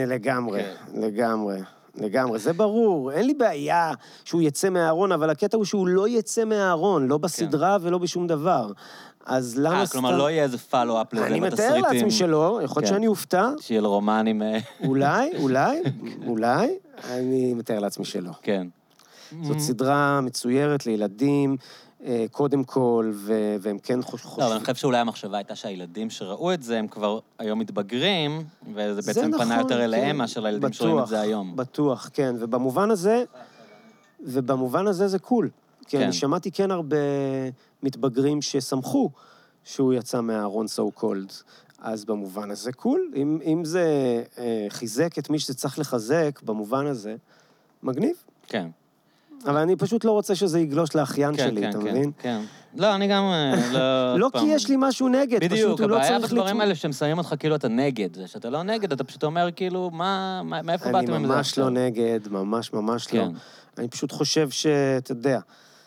לגמרי, זה ברור. אין לי בעיה שהוא יצא מהארון, אבל הקטע הוא שהוא לא יצא מהארון, לא בסדרה ולא בשום דבר. אז למה... כלומר, לא יהיה איזה פלו-אפ לזה אני מתאר לעצמי שלא, יכול להיות שאני אופתע. שיהיה לו רומן עם... אולי, אני מתאר לעצמי שלא. כן. זאת סדרה מצוירת לילדים, קודם כל, והם כן חושבים... לא, אבל אני חושב שאולי המחשבה הייתה שהילדים שראו את זה, הם כבר היום מתבגרים, וזה בעצם פנה יותר אליהם מאשר לילדים שרואים את זה היום. בטוח, כן, ובמובן הזה זה קול. כי אני שמעתי כן הרבה מתבגרים ששמחו שהוא יצא מהארון so called. אז במובן הזה קול. אם זה חיזק את מי שזה צריך לחזק, במובן הזה, מגניב. כן. אבל אני פשוט לא רוצה שזה יגלוש לאחיין שלי, אתה מבין? כן. לא, אני גם... לא כי יש לי משהו נגד, בדיוק, הבעיה בדברים האלה שהם שמים אותך כאילו אתה נגד, זה שאתה לא נגד, אתה פשוט אומר כאילו, מאיפה באתם עם זה? אני ממש לא נגד, ממש לא. אני פשוט חושב שאתה יודע,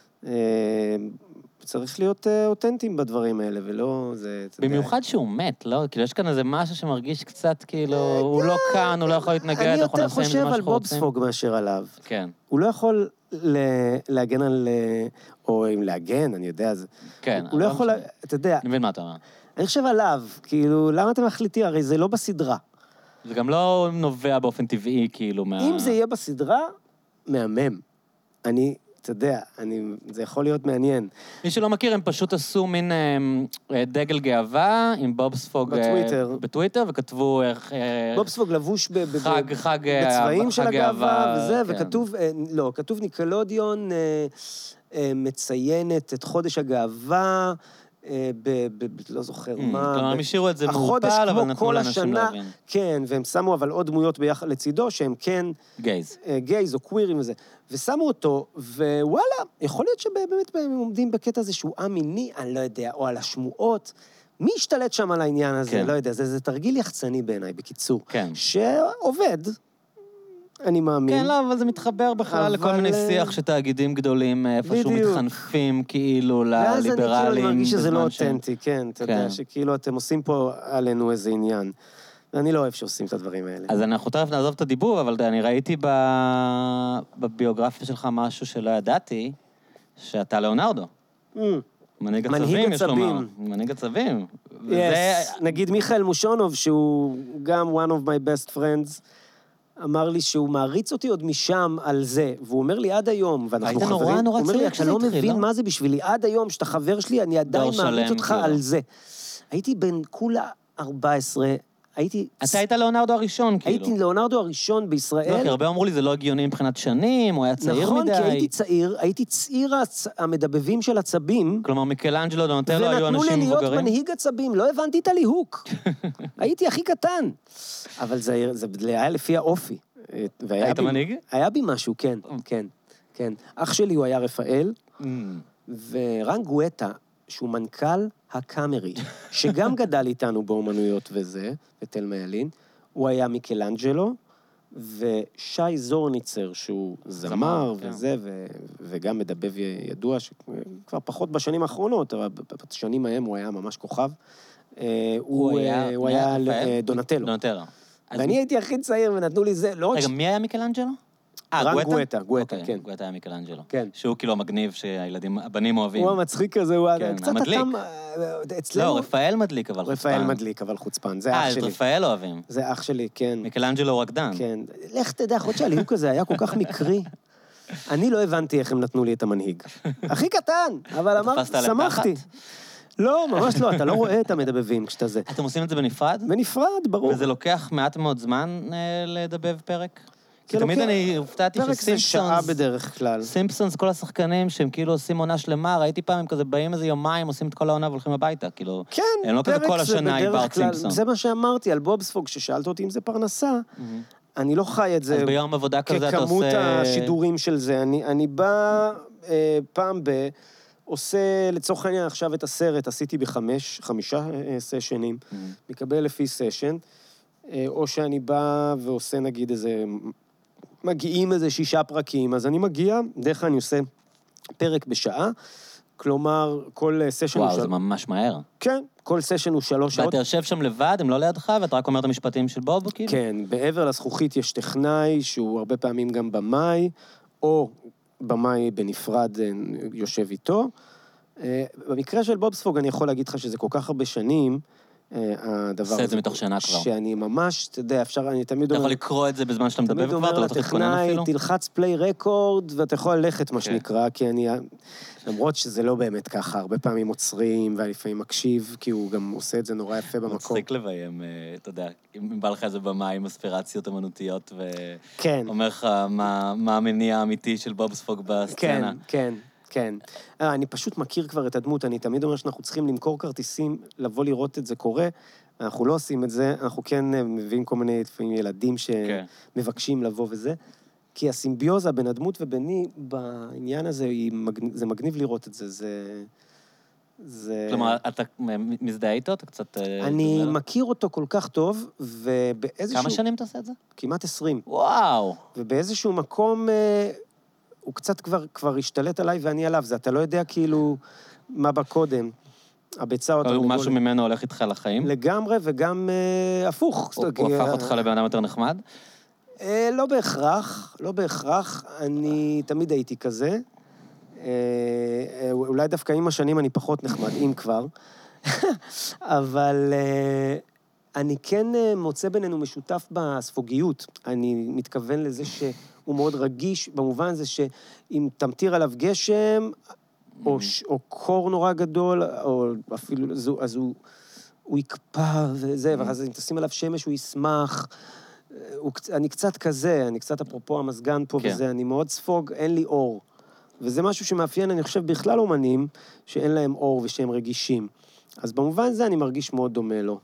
צריך להיות אותנטיים בדברים האלה, ולא זה... במיוחד שהוא מת, לא? כאילו יש כאן איזה משהו שמרגיש קצת כאילו, הוא לא כאן, הוא לא יכול להתנגד, אני יותר חושב על בוב ספוג מאשר עליו. כן. הוא לא יכול להגן על... או אם להגן, אני יודע, כן. הוא לא יכול... אתה יודע... אני מבין מה אתה אומר. אני חושב עליו, כאילו, למה אתם מחליטים? הרי זה לא בסדרה. זה גם לא נובע באופן טבעי, כאילו, אם זה יהיה בסדרה, מהמם. אתה יודע, זה יכול להיות מעניין. מי שלא מכיר, הם פשוט עשו מין דגל גאווה עם בוב ספוג בטוויטר, וכתבו בוב ספוג לבוש חג בצבעים של הגאווה וזה, וכתוב, לא, כתוב ניקלודיון מציינת את חודש הגאווה, לא זוכר מה. כלומר, הם השאירו את זה מעופל, אבל נתנו לאנשים להבין. כן, והם שמו אבל עוד דמויות לצידו, שהם כן... גייז או קווירים וזה. ושמו אותו, ווואלה, יכול להיות שבאמת הם עומדים בקטע הזה שהוא מיני, אני לא יודע, או על השמועות. מי השתלט שם על העניין הזה? לא יודע, זה תרגיל יחצני בעיניי, בקיצור. כן. שעובד. אני מאמין. כן, לא, אבל זה מתחבר בכלל לכל מיני שיח שתאגידים גדולים איפשהו מתחנפים כאילו לליברלים. ואז אני כאילו מרגיש שזה לא אותנטי, כן, אתה יודע, שכאילו אתם עושים פה עלינו איזה עניין. ואני לא אוהב שעושים את הדברים האלה. אז אנחנו תכף נעזוב את הדיבור, אבל אני ראיתי בביוגרפיה שלך משהו שלא ידעתי, שאתה לאונרדו. מנהיג הצבים, יש לומר. מנהיג הצבים. נגיד מיכאל מושונוב, שהוא גם one of my best friends, אמר לי שהוא מעריץ אותי עוד משם על זה, והוא אומר לי עד היום, ואנחנו חברים, הוא אומר לי, אתה לא מבין מה זה בשבילי, עד היום שאתה חבר שלי, אני עדיין מעריץ אותך על זה. הייתי בין כולה 14, הייתי... אתה היית לאונרדו הראשון, כאילו. הייתי לאונרדו הראשון בישראל. לא, כי הרבה אמרו לי, זה לא הגיוני מבחינת שנים, הוא היה צעיר מדי. נכון, כי הייתי צעיר המדבבים של עצבים. כלומר, מיקלאנג'לו, דונטלו היו אנשים מבוגרים. ונתנו לי להיות מנהיג עצבים, לא הבנתי את הליהוק. הייתי הכי קטן. אבל זה היה לפי האופי. היית מנהיג? היה בי משהו, כן, כן, כן. אח שלי הוא היה רפאל, ורן גואטה, שהוא מנכ"ל הקאמרי, שגם גדל איתנו באומנויות וזה, בתלמה ילין, הוא היה מיקלאנג'לו, ושי זורניצר, שהוא זמר וזה, וגם מדבב ידוע, שכבר פחות בשנים האחרונות, אבל בשנים ההם הוא היה ממש כוכב. הוא היה דונטלו. ואני הייתי הכי צעיר ונתנו לי זה, לא... רגע, מי היה מיקלאנג'לו? רן גואטה, כן. גואטה היה מיקלאנג'לו. כן. שהוא כאילו המגניב שהילדים, הבנים אוהבים. הוא המצחיק הזה, הוא קצת אתם... לא, רפאל מדליק, אבל חוצפן. רפאל מדליק, אבל חוצפן, זה אח שלי. את רפאל אוהבים. זה אח שלי, כן. מיקלאנג'לו הוא רקדן. כן. לך תדע, יכול להיות שהליהוק הזה היה כל כך מקרי. אני לא הבנתי איך הם נתנו לי את המנהיג. הכי קטן, אבל אמרתי, שמחתי. לא, ממש לא, אתה לא רואה את המדבבים כשאתה זה. אתם עושים את זה בנפרד? בנפרד, ברור. וזה לוקח מעט מאוד זמן לדבב פרק? כי תמיד אני הופתעתי שסימפסונס... פרק זה שעה בדרך כלל. סימפסונס, כל השחקנים שהם כאילו עושים עונה שלמה, ראיתי פעם, הם כזה באים איזה יומיים, עושים את כל העונה והולכים הביתה, כאילו... כן, הם לא כזה כל השנה עם בארט סימפסון. זה מה שאמרתי על בובספוג, ששאלת אותי אם זה פרנסה, אני לא חי את זה... אז ביום עבודה כזה אתה עושה... ככמות השידורים של זה. אני בא פעם עושה, לצורך העניין, עכשיו את הסרט, עשיתי חמישה סשנים, מקבל לפי סשן, או שאני בא ועושה, נגיד, מגיעים איזה 6 פרקים, אז אני מגיע, דרך כלל אני עושה פרק בשעה, כלומר, כל סשן... וואו, זה ממש מהר. כן, כל סשן הוא 3 שעות. ואתה יושב שם לבד, הם לא לידך, ואתה רק אומר את המשפטים של בוב, כאילו? כן, בעבר לזכוכית יש טכנאי, שהוא הרבה פעמים גם במאי, או במאי בנפרד יושב איתו. במקרה של בובספוג, אני יכול להגיד לך שזה כל כך הרבה שנים, הדבר הזה. עושה את זה מתוך שנה כבר. שאני ממש, אתה יודע, אפשר, אני תמיד אומר... אתה יכול לקרוא את זה בזמן שאתה מדבר כבר, אתה לא צריך להתכונן אפילו? תלחץ פליי רקורד, ואתה יכול ללכת, מה שנקרא, כי אני... למרות שזה לא באמת ככה, הרבה פעמים עוצרים, ולפעמים מקשיב, כי הוא גם עושה את זה נורא יפה במקום. מצחיק לביים, אתה יודע, אם בא לך איזה במה עם אספירציות אמנותיות, ואומר לך מה המניע האמיתי של בובספוג בסצנה. כן. כן. אני פשוט מכיר כבר את הדמות, אני תמיד אומר שאנחנו צריכים למכור כרטיסים, לבוא לראות את זה קורה, אנחנו לא עושים את זה, אנחנו כן מביאים כל מיני לפעמים ילדים שמבקשים לבוא וזה, כי הסימביוזה בין הדמות וביני, בעניין הזה, זה מגניב לראות את זה. כלומר, אתה מזדהה איתו? אתה קצת... אני מכיר אותו כל כך טוב, ובאיזשהו... כמה שנים אתה עושה את זה? כמעט 20. וואו! ובאיזשהו מקום... הוא קצת כבר השתלט עליי ואני עליו, זה אתה לא יודע כאילו מה בקודם, הביצה או הוא משהו ממנו הולך איתך לחיים? לגמרי וגם הפוך. הוא הפך אותך לבן אדם יותר נחמד? לא בהכרח, אני תמיד הייתי כזה, אולי דווקא עם השנים אני פחות נחמד, אם כבר, אבל אני כן מוצא בינינו משותף בספוגיות, אני מתכוון לזה הוא מאוד רגיש, במובן הזה שאם תמטיר עליו גשם, או קור נורא גדול, או אפילו, אז הוא יקפא וזה, ואז אם תשים עליו שמש, הוא ישמח. אני קצת כזה, אני קצת אפרופו המסגן פה וזה, אני מאוד ספוג, אין לי אור. וזה משהו שמאפיין, אני חושב, בכלל אומנים, שאין להם אור ושהם רגישים. אז במובן הזה אני מרגיש מאוד דומה לו.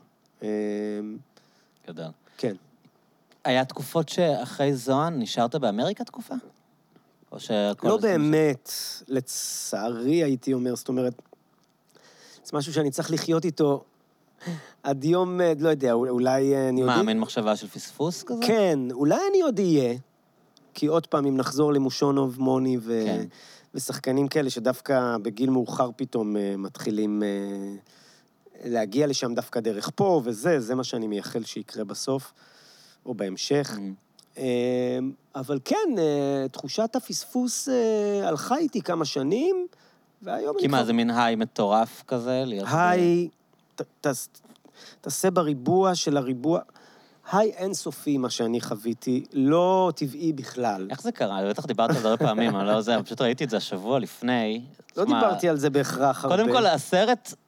גדל. כן. היה תקופות שאחרי זוהן נשארת באמריקה תקופה? לא באמת, לצערי הייתי אומר, זאת אומרת, זה משהו שאני צריך לחיות איתו עד יום, לא יודע, אולי אני עוד... מה, מין מחשבה של פספוס כזה? כן, אולי אני עוד אהיה, כי עוד פעם, אם נחזור למושונוב, מוני ושחקנים כאלה, שדווקא בגיל מאוחר פתאום מתחילים להגיע לשם דווקא דרך פה, זה מה שאני מייחל שיקרה בסוף. או בהמשך. אבל כן, תחושת הפספוס הלכה איתי כמה שנים, והיום... כי מה, זה מין היי מטורף כזה? היי, תעשה בריבוע של הריבוע, היי אינסופי מה שאני חוויתי, לא טבעי בכלל. איך זה קרה? בטח דיברת על זה הרבה פעמים, אני לא יודע, פשוט ראיתי את זה השבוע לפני. לא דיברתי על זה בהכרח הרבה. קודם כל, הסרט...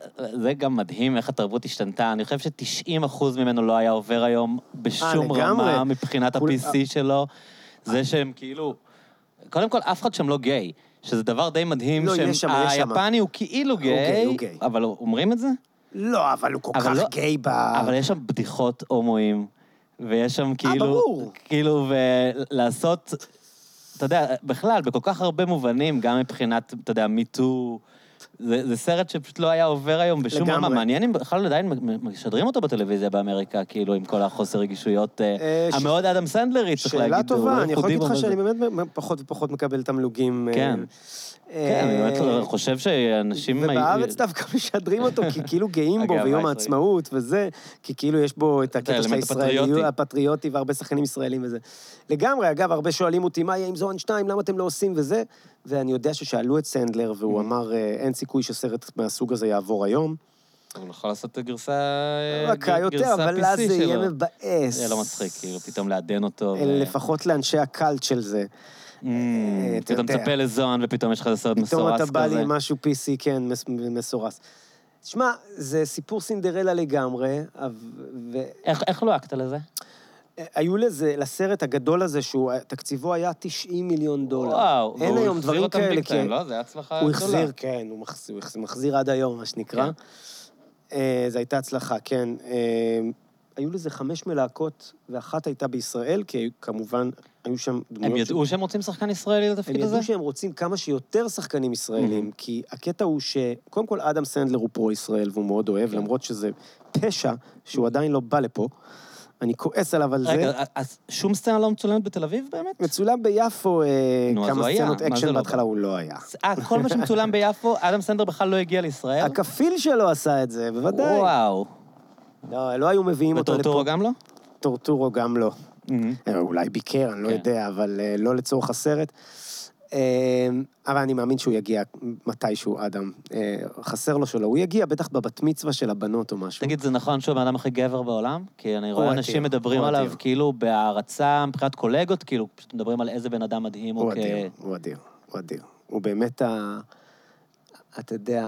זה גם מדהים איך התרבות השתנתה. אני חושב ש90% ממנו לא היה עובר היום בשום רמה מבחינת ה-PC שלו. זה שהם כאילו... קודם כל, אף אחד שם לא גיי, שזה דבר די מדהים שהיפני הוא כאילו גיי, אבל אומרים את זה? לא, אבל הוא כל כך גיי אבל יש שם בדיחות הומואים, ויש שם כאילו, ולעשות, אתה יודע, בכלל, בכל כך הרבה מובנים, גם מבחינת, אתה יודע, מיטו, זה סרט שפשוט לא היה עובר היום בשום רמה. מעניין אם בכלל עדיין משדרים אותו בטלוויזיה באמריקה, כאילו, עם כל החוסר רגישויות המאוד אדם סנדלרי, צריך להגיד. שאלה טובה, אני יכול להגיד לך שאני באמת פחות ופחות מקבל תמלוגים. כן. כן, אני באמת חושב שאנשים... ובארץ דווקא משדרים אותו, כי כאילו גאים בו ביום העצמאות וזה, כי כאילו יש בו את הקטע של הישראליות, הפטריוטי והרבה שחקנים ישראלים וזה. לגמרי, אגב, הרבה שואלים אותי, מה יהיה עם זוהן 2, למה אתם לא עושים וזה? ואני יודע ששאלו את סנדלר, והוא אמר, אין סיכוי שסרט מהסוג הזה יעבור היום. הוא יכול לעשות גרסה יותר, אבל אז זה יהיה מבאס. זה לא מצחיק, כאילו, פתאום לעדן אותו. לפחות לאנשי הקלט של זה. אתה מצפה לזון, ופתאום יש לך סרט מסורס כזה. פתאום אתה בא לי עם משהו PC, כן, מסורס. תשמע, זה סיפור סינדרלה לגמרי, איך לא אקת לזה? היו לזה, לסרט הגדול הזה, תקציבו היה $90 מיליון. וואו, אין היום דברים כאלה, כן. לא, זה הצלחה הוא החזיר, כן, הוא מחזיר עד היום, מה שנקרא. זו הייתה הצלחה, כן. היו לזה 5 מלהקות, ואחת הייתה בישראל, כי כמובן היו שם דמויות... הם ידעו שהם רוצים שחקן ישראלי לתפקיד הזה? הם ידעו שהם רוצים כמה שיותר שחקנים ישראלים, כי הקטע הוא קודם כל אדם סנדלר הוא פרו-ישראל, והוא מאוד אוהב, למרות שזה פשע, שהוא עדיין לא בא לפה. אני כועס עליו על זה. רגע, אז שום סצנה לא מצולמת בתל אביב באמת? מצולם ביפו, כמה סצנות אקשן בהתחלה הוא לא היה. כל מה שמצולם ביפו, אדם סנדלר בכלל לא הגיע לישראל? הכפיל שלו עשה את זה, בוודאי. וואו. לא היו מביאים אותו לפה. וטורטורו גם לא? טורטורו גם לא. אולי ביקר, אני לא יודע, אבל לא לצורך הסרט. אבל אני מאמין שהוא יגיע מתישהו, אדם. חסר לו שלו. הוא יגיע בטח בבת מצווה של הבנות או משהו. תגיד, זה נכון שהוא האדם הכי גבר בעולם? כי אני רואה אנשים מדברים עליו כאילו בהערצה, מבחינת קולגות, כאילו פשוט מדברים על איזה בן אדם מדהים הוא הוא אדיר, הוא אדיר. הוא באמת אתה יודע,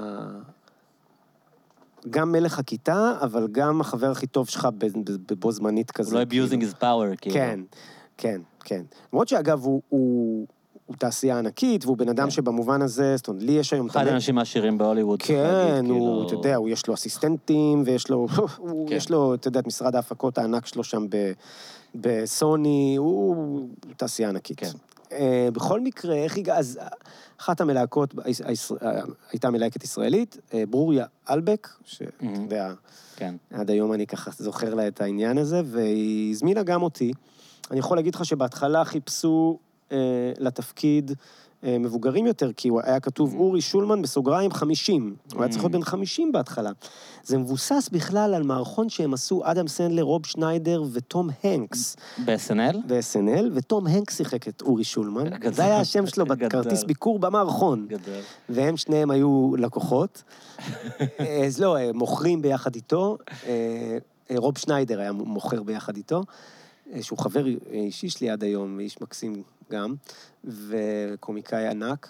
גם מלך הכיתה, אבל גם החבר הכי טוב שלך בבו זמנית כזה. הוא לא abusing his power, כאילו. כן, כן, כן. למרות שאגב, הוא תעשייה ענקית, והוא בן אדם שבמובן הזה, זאת אומרת, לי יש היום... אחד האנשים העשירים בהוליווד. כן, הוא, אתה יודע, יש לו אסיסטנטים, ויש לו, אתה יודע, את משרד ההפקות הענק שלו שם בסוני, הוא תעשייה ענקית. בכל מקרה, איך הגע... אז אחת המלהקות הייתה מלהקת ישראלית, ברוריה אלבק, שאתה יודע, עד היום אני ככה זוכר לה את העניין הזה, והיא הזמינה גם אותי. אני יכול להגיד לך שבהתחלה חיפשו לתפקיד מבוגרים יותר, כי הוא היה כתוב אורי שולמן בסוגריים 50. הוא היה צריך להיות בן 50 בהתחלה. זה מבוסס בכלל על מערכון שהם עשו אדם סנדלר, רוב שניידר ותום הנקס. ב-SNL? ב-SNL, ותום הנקס שיחק את אורי שולמן. זה היה השם שלו בכרטיס ביקור במערכון. והם שניהם היו לקוחות. אז לא, מוכרים ביחד איתו. רוב שניידר היה מוכר ביחד איתו. שהוא חבר אישי שלי עד היום, איש מקסים גם, וקומיקאי ענק,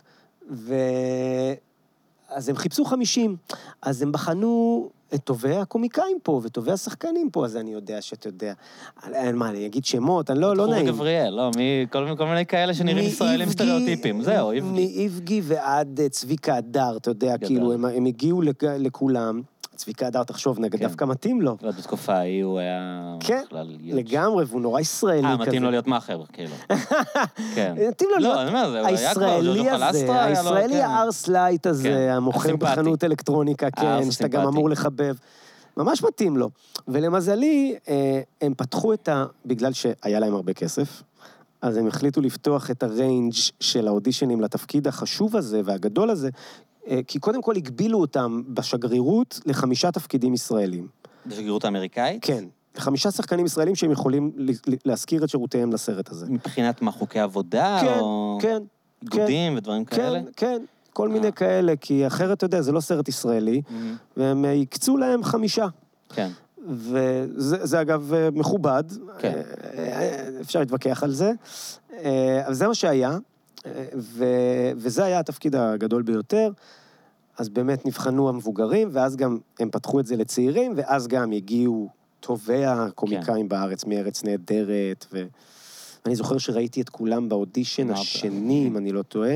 אז הם חיפשו 50, אז הם בחנו את טובי הקומיקאים פה, וטובי השחקנים פה, אז אני יודע שאתה יודע, מה, אני אגיד שמות, אני לא נעים. גבריאל, לא, כל מיני כאלה שנראים ישראלים סטריאוטיפים, זהו, איבגי. מאיבגי ועד צביקה הדר, אתה יודע, כאילו, הם הגיעו לכולם, צביקה הדר, תחשוב, נגד דווקא מתאים לו. בתקופה ההיא הוא היה... כן, לגמרי, והוא נורא ישראלי כזה. מתאים לו להיות מאחר, כאילו. כן. מתאים לו להיות... לא, אני אומר, זה היה כבר, ג'וז'ו חלסטרה, הישראלי הארסלייט הזה, המוכר בחנות אלקטרוניקה, כן, שאתה גם אמור לחבב. ממש מתאים לו. ולמזלי, הם פתחו בגלל שהיה להם הרבה כסף, אז הם החליטו לפתוח את הריינג' של האודישנים לתפקיד החשוב הזה והגדול הזה, כי קודם כל הגבילו אותם בשגרירות ל5 תפקידים ישראלים. בשגרירות האמריקאית? כן. 5 שחקנים ישראלים שהם יכולים להזכיר את שירותיהם לסרט הזה. מבחינת מה, חוקי עבודה? כן, או... כן. גודים ודברים כאלה? כן, כן. כל מיני כאלה, כי אחרת, אתה יודע, זה לא סרט ישראלי, והם יקצו להם 5. כן. וזה אגב מכובד. כן. אפשר להתווכח על זה. אבל זה מה שהיה. וזה היה התפקיד הגדול ביותר. אז באמת נבחנו המבוגרים, ואז גם הם פתחו את זה לצעירים, ואז גם הגיעו טובי הקומיקאים בארץ, מארץ נהדרת, ואני זוכר שראיתי את כולם באודישן השני, אם אני לא טועה,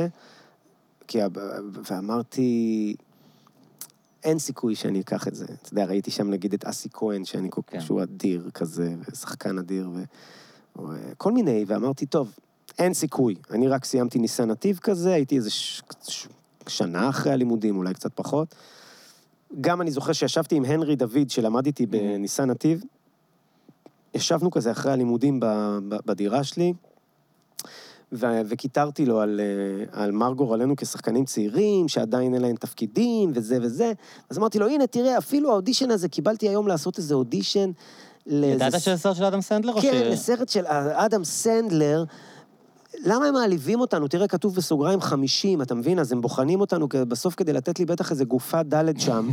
ואמרתי, אין סיכוי שאני אקח את זה. אתה יודע, ראיתי שם נגיד את אסי כהן, שהוא אדיר כזה, ושחקן אדיר, וכל מיני, ואמרתי, טוב, אין סיכוי. אני רק סיימתי ניסן נתיב כזה, הייתי איזה שנה אחרי הלימודים, אולי קצת פחות. גם אני זוכר שישבתי עם הנרי דוד, שלמד איתי בניסן נתיב, ישבנו כזה אחרי הלימודים בדירה שלי, וכיתרתי לו על מרגור עלינו כשחקנים צעירים, שעדיין אין להם תפקידים, וזה וזה. אז אמרתי לו, הנה, תראה, אפילו האודישן הזה, קיבלתי היום לעשות איזה אודישן. ידעת של סרט של אדם סנדלר? כן, לסרט של אדם סנדלר. למה הם מעליבים אותנו? תראה, כתוב בסוגריים 50, אתה מבין? אז הם בוחנים אותנו בסוף כדי לתת לי בטח איזה גופה דלת שם.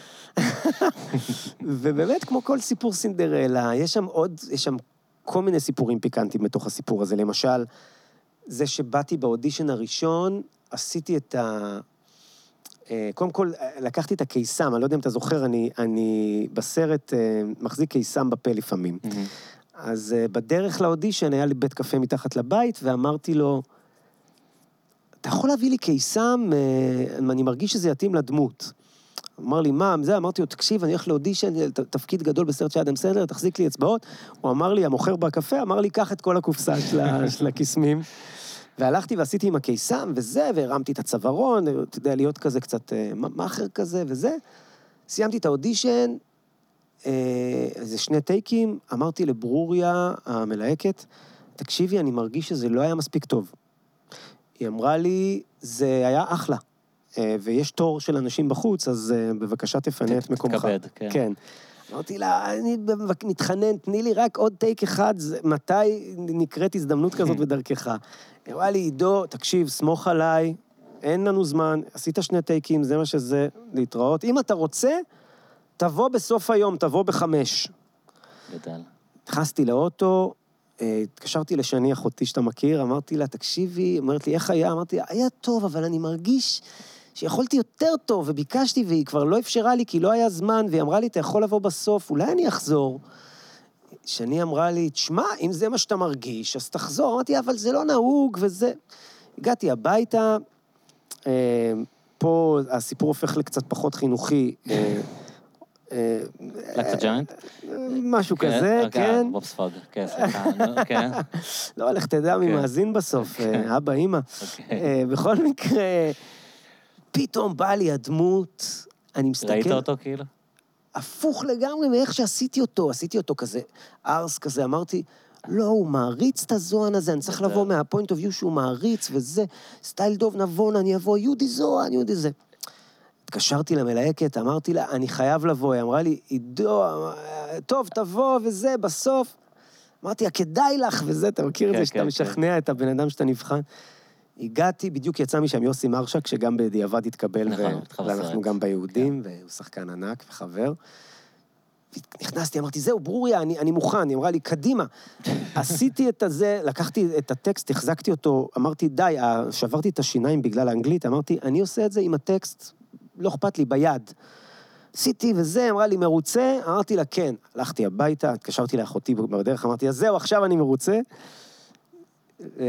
ובאמת, כמו כל סיפור סינדרלה, יש שם כל מיני סיפורים פיקנטיים בתוך הסיפור הזה. למשל, זה שבאתי באודישן הראשון, עשיתי את קודם כל, לקחתי את הקיסם, אני לא יודע אם אתה זוכר, אני בסרט מחזיק קיסם בפה לפעמים. אז בדרך לאודישן היה לי בית קפה מתחת לבית, ואמרתי לו, אתה יכול להביא לי קיסם, אני מרגיש שזה יתאים לדמות. אמר לי, מה, זה? אמרתי לו, תקשיב, אני הולך לאודישן, תפקיד גדול בסרט של אדם סנדלר, תחזיק לי אצבעות. הוא אמר לי, המוכר בקפה, אמר לי, קח את כל הקופסה של הקיסמים. והלכתי ועשיתי עם הקיסם וזה, והרמתי את הצווארון, אתה יודע, להיות כזה קצת מאחר כזה וזה. סיימתי את האודישן, איזה 2 טייקים, אמרתי לברוריה המלהקת, תקשיבי, אני מרגיש שזה לא היה מספיק טוב. היא אמרה לי, זה היה אחלה, ויש תור של אנשים בחוץ, אז בבקשה תפנה את מקומך. תתכבד, כן. כן. אמרתי לה, אני מתחנן, תני לי רק עוד טייק אחד, מתי נקראת הזדמנות כזאת בדרכך? היא אמרה לי, עידו, תקשיב, סמוך עליי, אין לנו זמן, עשית 2 טייקים, זה מה שזה, להתראות. אם אתה רוצה, תבוא בסוף היום, תבוא ב5. גדל. נכנסתי לאוטו, התקשרתי לשני אחותי שאתה מכיר, אמרתי לה, תקשיבי, אמרת לי, איך היה? אמרתי לה, היה טוב, אבל אני מרגיש שיכולתי יותר טוב, וביקשתי, והיא כבר לא אפשרה לי, כי לא היה זמן, והיא אמרה לי, אתה יכול לבוא בסוף, אולי אני אחזור. שני אמרה לי, תשמע, אם זה מה שאתה מרגיש, אז תחזור. אמרתי, אבל זה לא נהוג, וזה... הגעתי הביתה, פה הסיפור הופך לקצת פחות חינוכי. לקצה ג'יינט? משהו כזה, כן. בובספוג, כן, סליחה, כן. לא, לך תדע מי מאזין בסוף, אבא, אמא. בכל מקרה, פתאום בא לי הדמות, אני מסתכל... ראית אותו כאילו? הפוך לגמרי מאיך שעשיתי אותו כזה, ארס כזה, אמרתי, לא, הוא מעריץ את הזוהן הזה, אני צריך לבוא מהפוינט אוף יו שהוא מעריץ, וזה, סטייל דוב נבון, אני אבוא, יהודי זוהן, יהודי זה. התקשרתי למלהקת, אמרתי לה, אני חייב לבוא, היא אמרה לי, עידו, טוב, תבוא, וזה, בסוף. אמרתי, כדאי לך, וזה, אתה מכיר את זה, שאתה משכנע את הבן אדם שאתה נבחן. הגעתי, בדיוק יצא משם יוסי מרשק, שגם בדיעבד התקבל, ואנחנו גם ביהודים, והוא שחקן ענק וחבר. נכנסתי, אמרתי, זהו, ברוריה, אני מוכן, היא אמרה לי, קדימה. עשיתי את הזה, לקחתי את הטקסט, החזקתי אותו, אמרתי, די, שברתי את השיניים בגלל האנגלית, אמרתי, אני עושה את זה עם הטקסט, לא אכפת לי, ביד. עשיתי וזה, אמרה לי, מרוצה? אמרתי לה, כן. הלכתי הביתה, התקשרתי לאחותי בדרך, אמרתי, אז זהו, עכשיו אני מרוצה. 2-3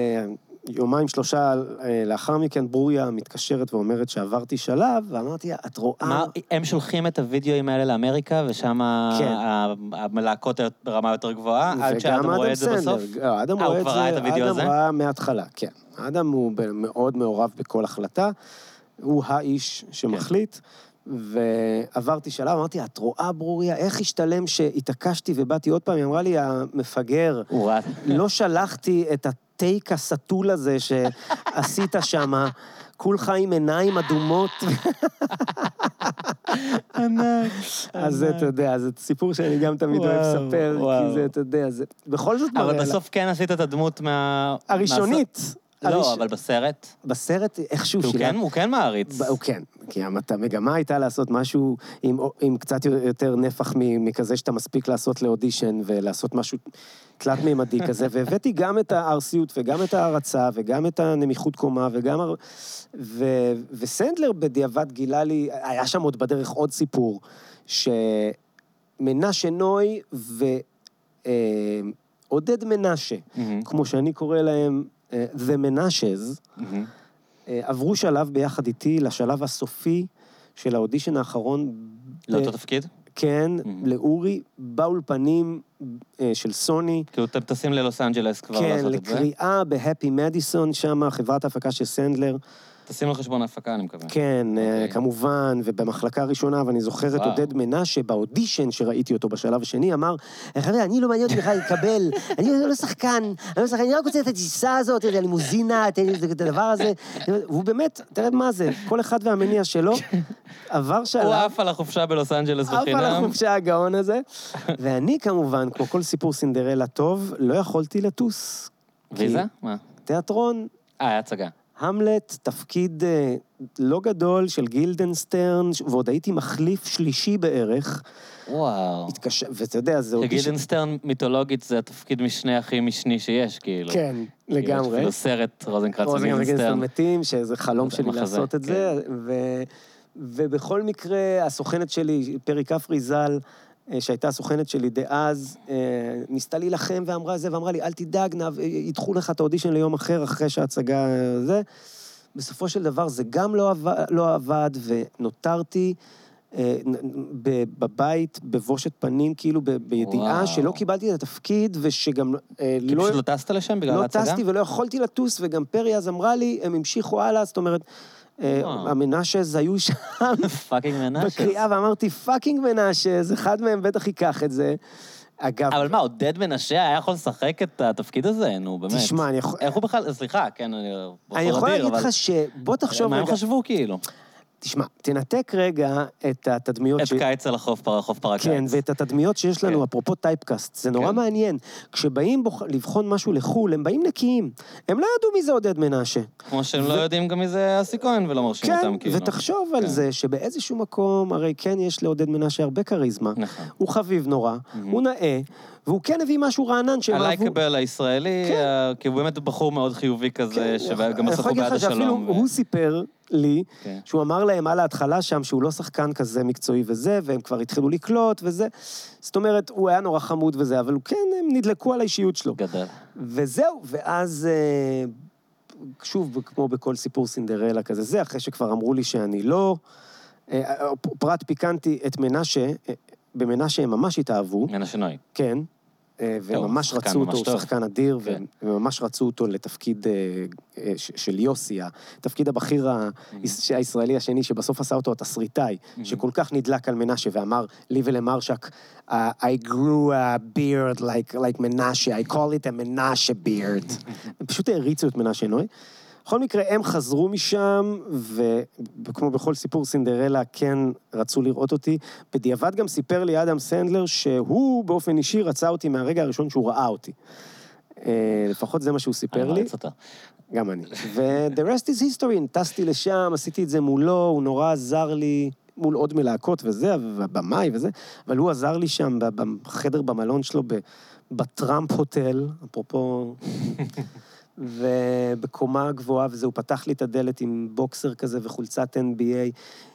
לאחר מכן, ברוריה מתקשרת ואומרת שעברתי שלב, ואמרתי, את רואה... הם שולחים את הוידאוים האלה לאמריקה, ושם המלהקות ברמה יותר גבוהה, עד שאדם רואה את זה בסוף? אדם הוא כבר ראה את הוידאו הזה? אדם ראה מההתחלה, כן. אדם הוא מאוד מעורב בכל החלטה, הוא האיש שמחליט, ועברתי שלב, אמרתי, את רואה ברוריה, איך השתלם שהתעקשתי ובאתי עוד פעם, היא אמרה לי, המפגר, לא שלחתי את הטייק הסטול הזה שעשית שם, כולך עם עיניים אדומות. ענק. אז אתה יודע, זה סיפור שאני גם תמיד אוהב לספר, כי זה, אתה יודע, זה בכל זאת מראה. אבל בסוף כן עשית את הדמות הראשונית. לא, אבל בסרט? בסרט איכשהו הוא כן מעריץ. הוא כן, כי המגמה הייתה לעשות משהו עם קצת יותר נפח מכזה שאתה מספיק לעשות לאודישן, ולעשות משהו תלת-מימדי כזה, והבאתי גם את הארסיות, וגם את ההרצה, וגם את הנמיכות קומה, וסנדלר בדיעבד גילה לי, היה שם עוד בדרך עוד סיפור, שמנשה נוי עודד מנשה, כמו שאני קורא להם, The Menashes, עברו שלב ביחד איתי לשלב הסופי של האודישן האחרון. לאותו תפקיד? כן, לאורי, באולפנים של סוני. כי אתם טסים ללוס אנג'לס כבר לעשות את זה? כן, לקריאה בהפי מדיסון שם, חברת ההפקה של סנדלר. טסים על חשבון ההפקה, אני מקווה. כן, כמובן, ובמחלקה הראשונה, ואני זוכר את עודד מנשה, באודישן שראיתי אותו בשלב השני, אמר, חבר'ה, אני לא מעניין אותי בכלל לקבל, אני לא שחקן, אני רק רוצה את הטיסה הזאת, את הלימוזינה, את הדבר הזה, והוא באמת, תראה מה זה, כל אחד והמניע שלו, עבר שלב. הוא עף על החופשה בלוס אנג'לס בחינם. עף על החופשה הגאון הזה, ואני כמובן, כמו כל סיפור סינדרלה טוב, לא יכולתי לטוס. ויזה? מה? תיאטרון. היה הצגה. המלט, תפקיד לא גדול של גילדנסטרן, ועוד הייתי מחליף שלישי בערך. וואו. ואתה יודע, זה אודישן. גילדנסטרן מיתולוגית זה התפקיד משני הכי משני שיש, כאילו. כן, לגמרי. יש אפילו סרט רוזנקרץ וגילדנסטרן. מתים, שזה חלום שלי לעשות את זה. ובכל מקרה, הסוכנת שלי, פרי כפרי ז"ל, שהייתה הסוכנת שלי דאז, ניסתה להילחם ואמרה זה, ואמרה לי, אל תדאג, ידחו לך את האודישן ליום אחר, אחרי שההצגה זה. בסופו של דבר זה גם לא עבד, ונותרתי בבית, בבושת פנים, כאילו בידיעה שלא קיבלתי את התפקיד, ושגם כי פשוט לא טסת לשם בגלל ההצגה? לא טסתי ולא יכולתי לטוס, וגם פרי אז אמרה לי, הם המשיכו הלאה, זאת אומרת, המנשז היו שם, פאקינג מנשז. בקריאה, ואמרתי, פאקינג מנשז, אחד מהם בטח ייקח את זה. אגב... אבל מה, עודד מנשה היה יכול לשחק את התפקיד הזה? נו, באמת. תשמע, אני יכול... איך הוא בכלל, סליחה, כן, אני יכול להגיד לך שבוא תחשוב רגע... מה הם חשבו, כאילו? תשמע, תנתק רגע את התדמיות... את קיץ על החוף פרקיץ. כן, ואת התדמיות שיש לנו, אפרופו טייפקאסט, זה נורא מעניין. כשבאים לבחון משהו לחול, הם באים נקיים. הם לא ידעו מי זה עודד מנשה. כמו שהם לא יודעים גם מי זה אסי כהן ולא מרשים אותם, כאילו. כן, ותחשוב על זה שבאיזשהו מקום, הרי כן יש לעודד מנשה הרבה כריזמה. הוא חביב נורא, הוא נאה, והוא כן הביא משהו רענן שהם אהבו. הלייקבל הישראלי, כי הוא באמת בחור מאוד חיובי כזה, שגם בסוף הוא בעד השלום. אפילו הוא סיפר לי, שהוא אמר להם על ההתחלה שם, שהוא לא שחקן כזה מקצועי וזה, והם כבר התחילו לקלוט וזה. זאת אומרת, הוא היה נורא חמוד וזה, אבל הוא כן, הם נדלקו על האישיות שלו. גדל. וזהו, ואז, שוב, כמו בכל סיפור סינדרלה כזה, זה אחרי שכבר אמרו לי שאני לא, פרט פיקנטי את מנשה, במנשה הם ממש התאהבו. מנשה נוי. כן. וממש רצו אותו, הוא שחקן אדיר, וממש רצו אותו לתפקיד של יוסי, התפקיד הבכיר הישראלי השני, שבסוף עשה אותו התסריטאי, שכל כך נדלק על מנשה, ואמר לי ולמרשק, I grew a beard like מנשה, I call it a מנשה beard. פשוט הריצו את מנשה נוי. בכל מקרה, הם חזרו משם, וכמו בכל סיפור סינדרלה, כן רצו לראות אותי. בדיעבד גם סיפר לי אדם סנדלר, שהוא באופן אישי רצה אותי מהרגע הראשון שהוא ראה אותי. לפחות זה מה שהוא סיפר לי. אני מעץ אותה. גם אני. ו-the rest is history, טסתי לשם, עשיתי את זה מולו, הוא נורא עזר לי, מול עוד מלהקות וזה, ובמאי וזה, אבל הוא עזר לי שם, בחדר במלון שלו, בטראמפ הוטל, אפרופו... ובקומה גבוהה, וזה, הוא פתח לי את הדלת עם בוקסר כזה וחולצת NBA.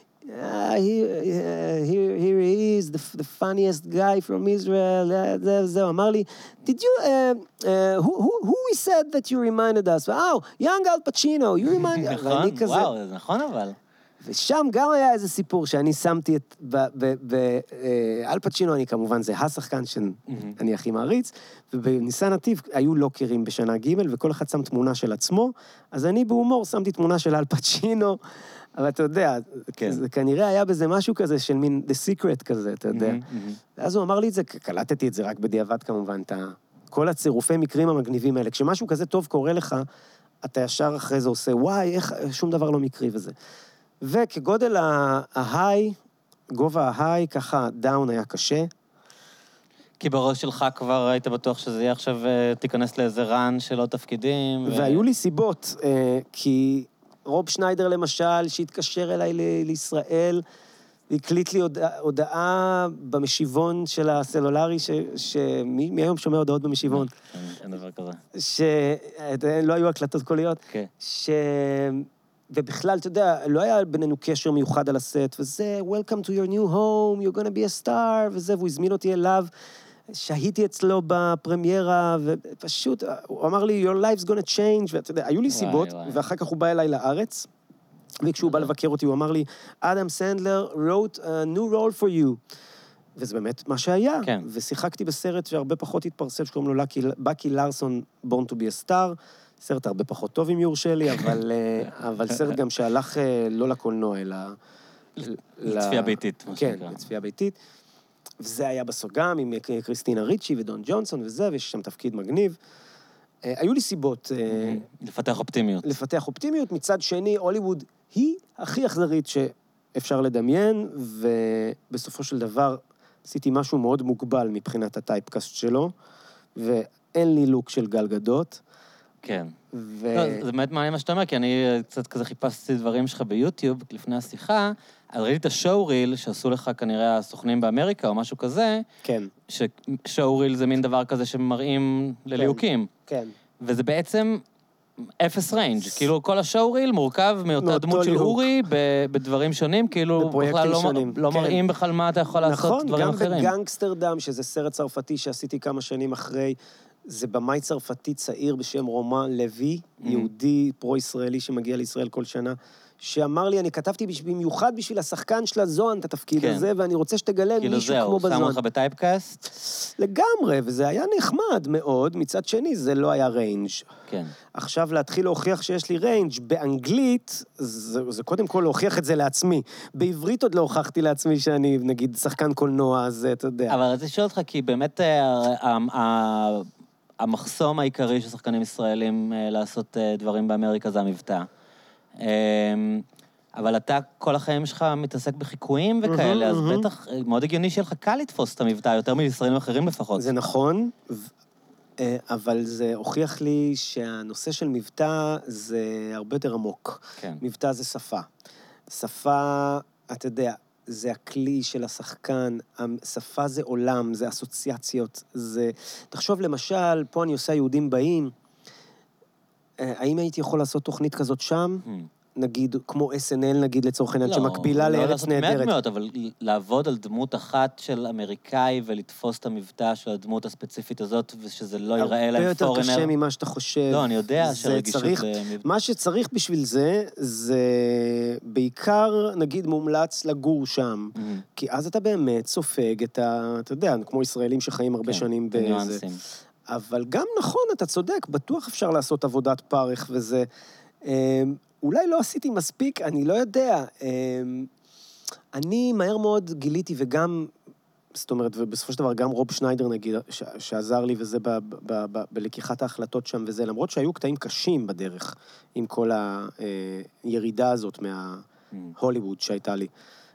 Here he is, the funniest guy from Israel. זהו, אמר לי, did you, who we said that you reminded us? Oh, young Al Pacino, you reminded us. נכון, וואו, זה נכון אבל. ושם גם היה איזה סיפור שאני שמתי את, באל פצ'ינו, אני כמובן, זה השחקן שאני הכי מעריץ, ובניסן נתיב היו לוקרים בשנה ג' וכל אחד שם תמונה של עצמו, אז אני בהומור שמתי תמונה של אל פצ'ינו, אבל אתה יודע, זה כנראה היה בזה משהו כזה של מין The Secret כזה, אתה יודע. ואז הוא אמר לי את זה, קלטתי את זה רק בדיעבד כמובן, כל הצירופי מקרים המגניבים האלה, כשמשהו כזה טוב קורה לך, אתה ישר אחרי זה עושה, וואי, איך שום דבר לא מקרי וזה. וכגודל ההיי, גובה ההיי, ככה דאון היה קשה. כי בראש שלך כבר היית בטוח שזה יהיה עכשיו, תיכנס לאיזה רן של עוד תפקידים. והיו לי סיבות, כי רוב שניידר למשל, שהתקשר אליי לישראל, הקליט לי הודעה במשיבון של הסלולרי, שמי היום שומע הודעות במשיבון? אין דבר כזה. שלא היו הקלטות קוליות. כן. ובכלל, אתה יודע, לא היה בינינו קשר מיוחד על הסט, וזה, Welcome to your new home, you're gonna be a star, וזה, והוא הזמין אותי אליו, שהיתי אצלו בפרמיירה, ופשוט, הוא אמר לי, your life's gonna change, ואתה יודע, היו לי סיבות, ואחר כך הוא בא אליי לארץ, וכשהוא בא לבקר אותי, הוא אמר לי, אדם סנדלר wrote a new role for you. וזה באמת מה שהיה. כן. ושיחקתי בסרט שהרבה פחות התפרסם, שקוראים לו בקי לארסון, Born to be a star, סרט הרבה פחות טוב אם יורשה לי, אבל סרט גם שהלך לא לקולנוע, אלא... לצפייה ביתית. כן, לצפייה ביתית. וזה היה בסוגם עם קריסטינה ריצ'י ודון ג'ונסון וזה, ויש שם תפקיד מגניב. היו לי סיבות... לפתח אופטימיות. לפתח אופטימיות. מצד שני, הוליווד היא הכי אכזרית שאפשר לדמיין, ובסופו של דבר עשיתי משהו מאוד מוגבל מבחינת הטייפקאסט שלו, ואין לי לוק של גלגדות. כן. זה באמת מעניין מה שאתה אומר, כי אני קצת כזה חיפשתי דברים שלך ביוטיוב לפני השיחה, אז ראיתי את השואו ריל שעשו לך כנראה הסוכנים באמריקה או משהו כזה, כן. ששואו ריל זה מין דבר כזה שמראים לליהוקים. כן. וזה בעצם אפס ריינג', כאילו כל השואו ריל מורכב מאותה דמות של אורי בדברים שונים, כאילו בכלל לא מראים בכלל מה אתה יכול לעשות דברים אחרים. נכון, גם בגנגסטרדם, שזה סרט צרפתי שעשיתי כמה שנים אחרי, זה במאי צרפתי צעיר בשם רומן לוי, יהודי פרו-ישראלי שמגיע לישראל כל שנה, שאמר לי, אני כתבתי במיוחד בשביל השחקן של הזוהן את התפקיד הזה, ואני רוצה שתגלה מישהו כמו בזוהן. שמו לך בטייפקאסט? לגמרי, וזה היה נחמד מאוד, מצד שני זה לא היה ריינג'. כן. עכשיו להתחיל להוכיח שיש לי ריינג' באנגלית, זה קודם כל להוכיח את זה לעצמי. בעברית עוד לא הוכחתי לעצמי שאני, נגיד, שחקן קולנוע, אז אתה יודע. אבל רציתי לשאול אותך, כי באמת המחסום העיקרי של שחקנים ישראלים לעשות דברים באמריקה זה המבטא. אבל אתה כל החיים שלך מתעסק בחיקויים וכאלה, אז בטח מאוד הגיוני שיהיה לך קל לתפוס את המבטא, יותר מישראלים אחרים לפחות. זה נכון, אבל זה הוכיח לי שהנושא של מבטא זה הרבה יותר עמוק. כן. מבטא זה שפה. שפה, אתה יודע, זה הכלי של השחקן, שפה זה עולם, זה אסוציאציות, זה... תחשוב למשל, פה אני עושה יהודים באים, האם הייתי יכול לעשות תוכנית כזאת שם? נגיד, כמו SNL, נגיד, לצורך העניין, שמקבילה לארץ נהדרת. לא לעשות מאוד, אבל לעבוד על דמות אחת של אמריקאי ולתפוס את המבטא של הדמות הספציפית הזאת, ושזה לא ייראה להם פורנר. הרבה יותר קשה ממה שאתה חושב. לא, אני יודע שרגישות זה... מה שצריך בשביל זה, זה בעיקר, נגיד, מומלץ לגור שם. כי אז אתה באמת סופג את ה... אתה יודע, כמו ישראלים שחיים הרבה שנים באיזה... אבל גם נכון, אתה צודק, בטוח אפשר לעשות עבודת פרך וזה... אולי לא עשיתי מספיק, אני לא יודע. אני מהר מאוד גיליתי, וגם, זאת אומרת, ובסופו של דבר גם רוב שניידר, נגיד, שעזר לי וזה בלקיחת ההחלטות שם וזה, למרות שהיו קטעים קשים בדרך, עם כל הירידה הזאת מההוליווד שהייתה לי.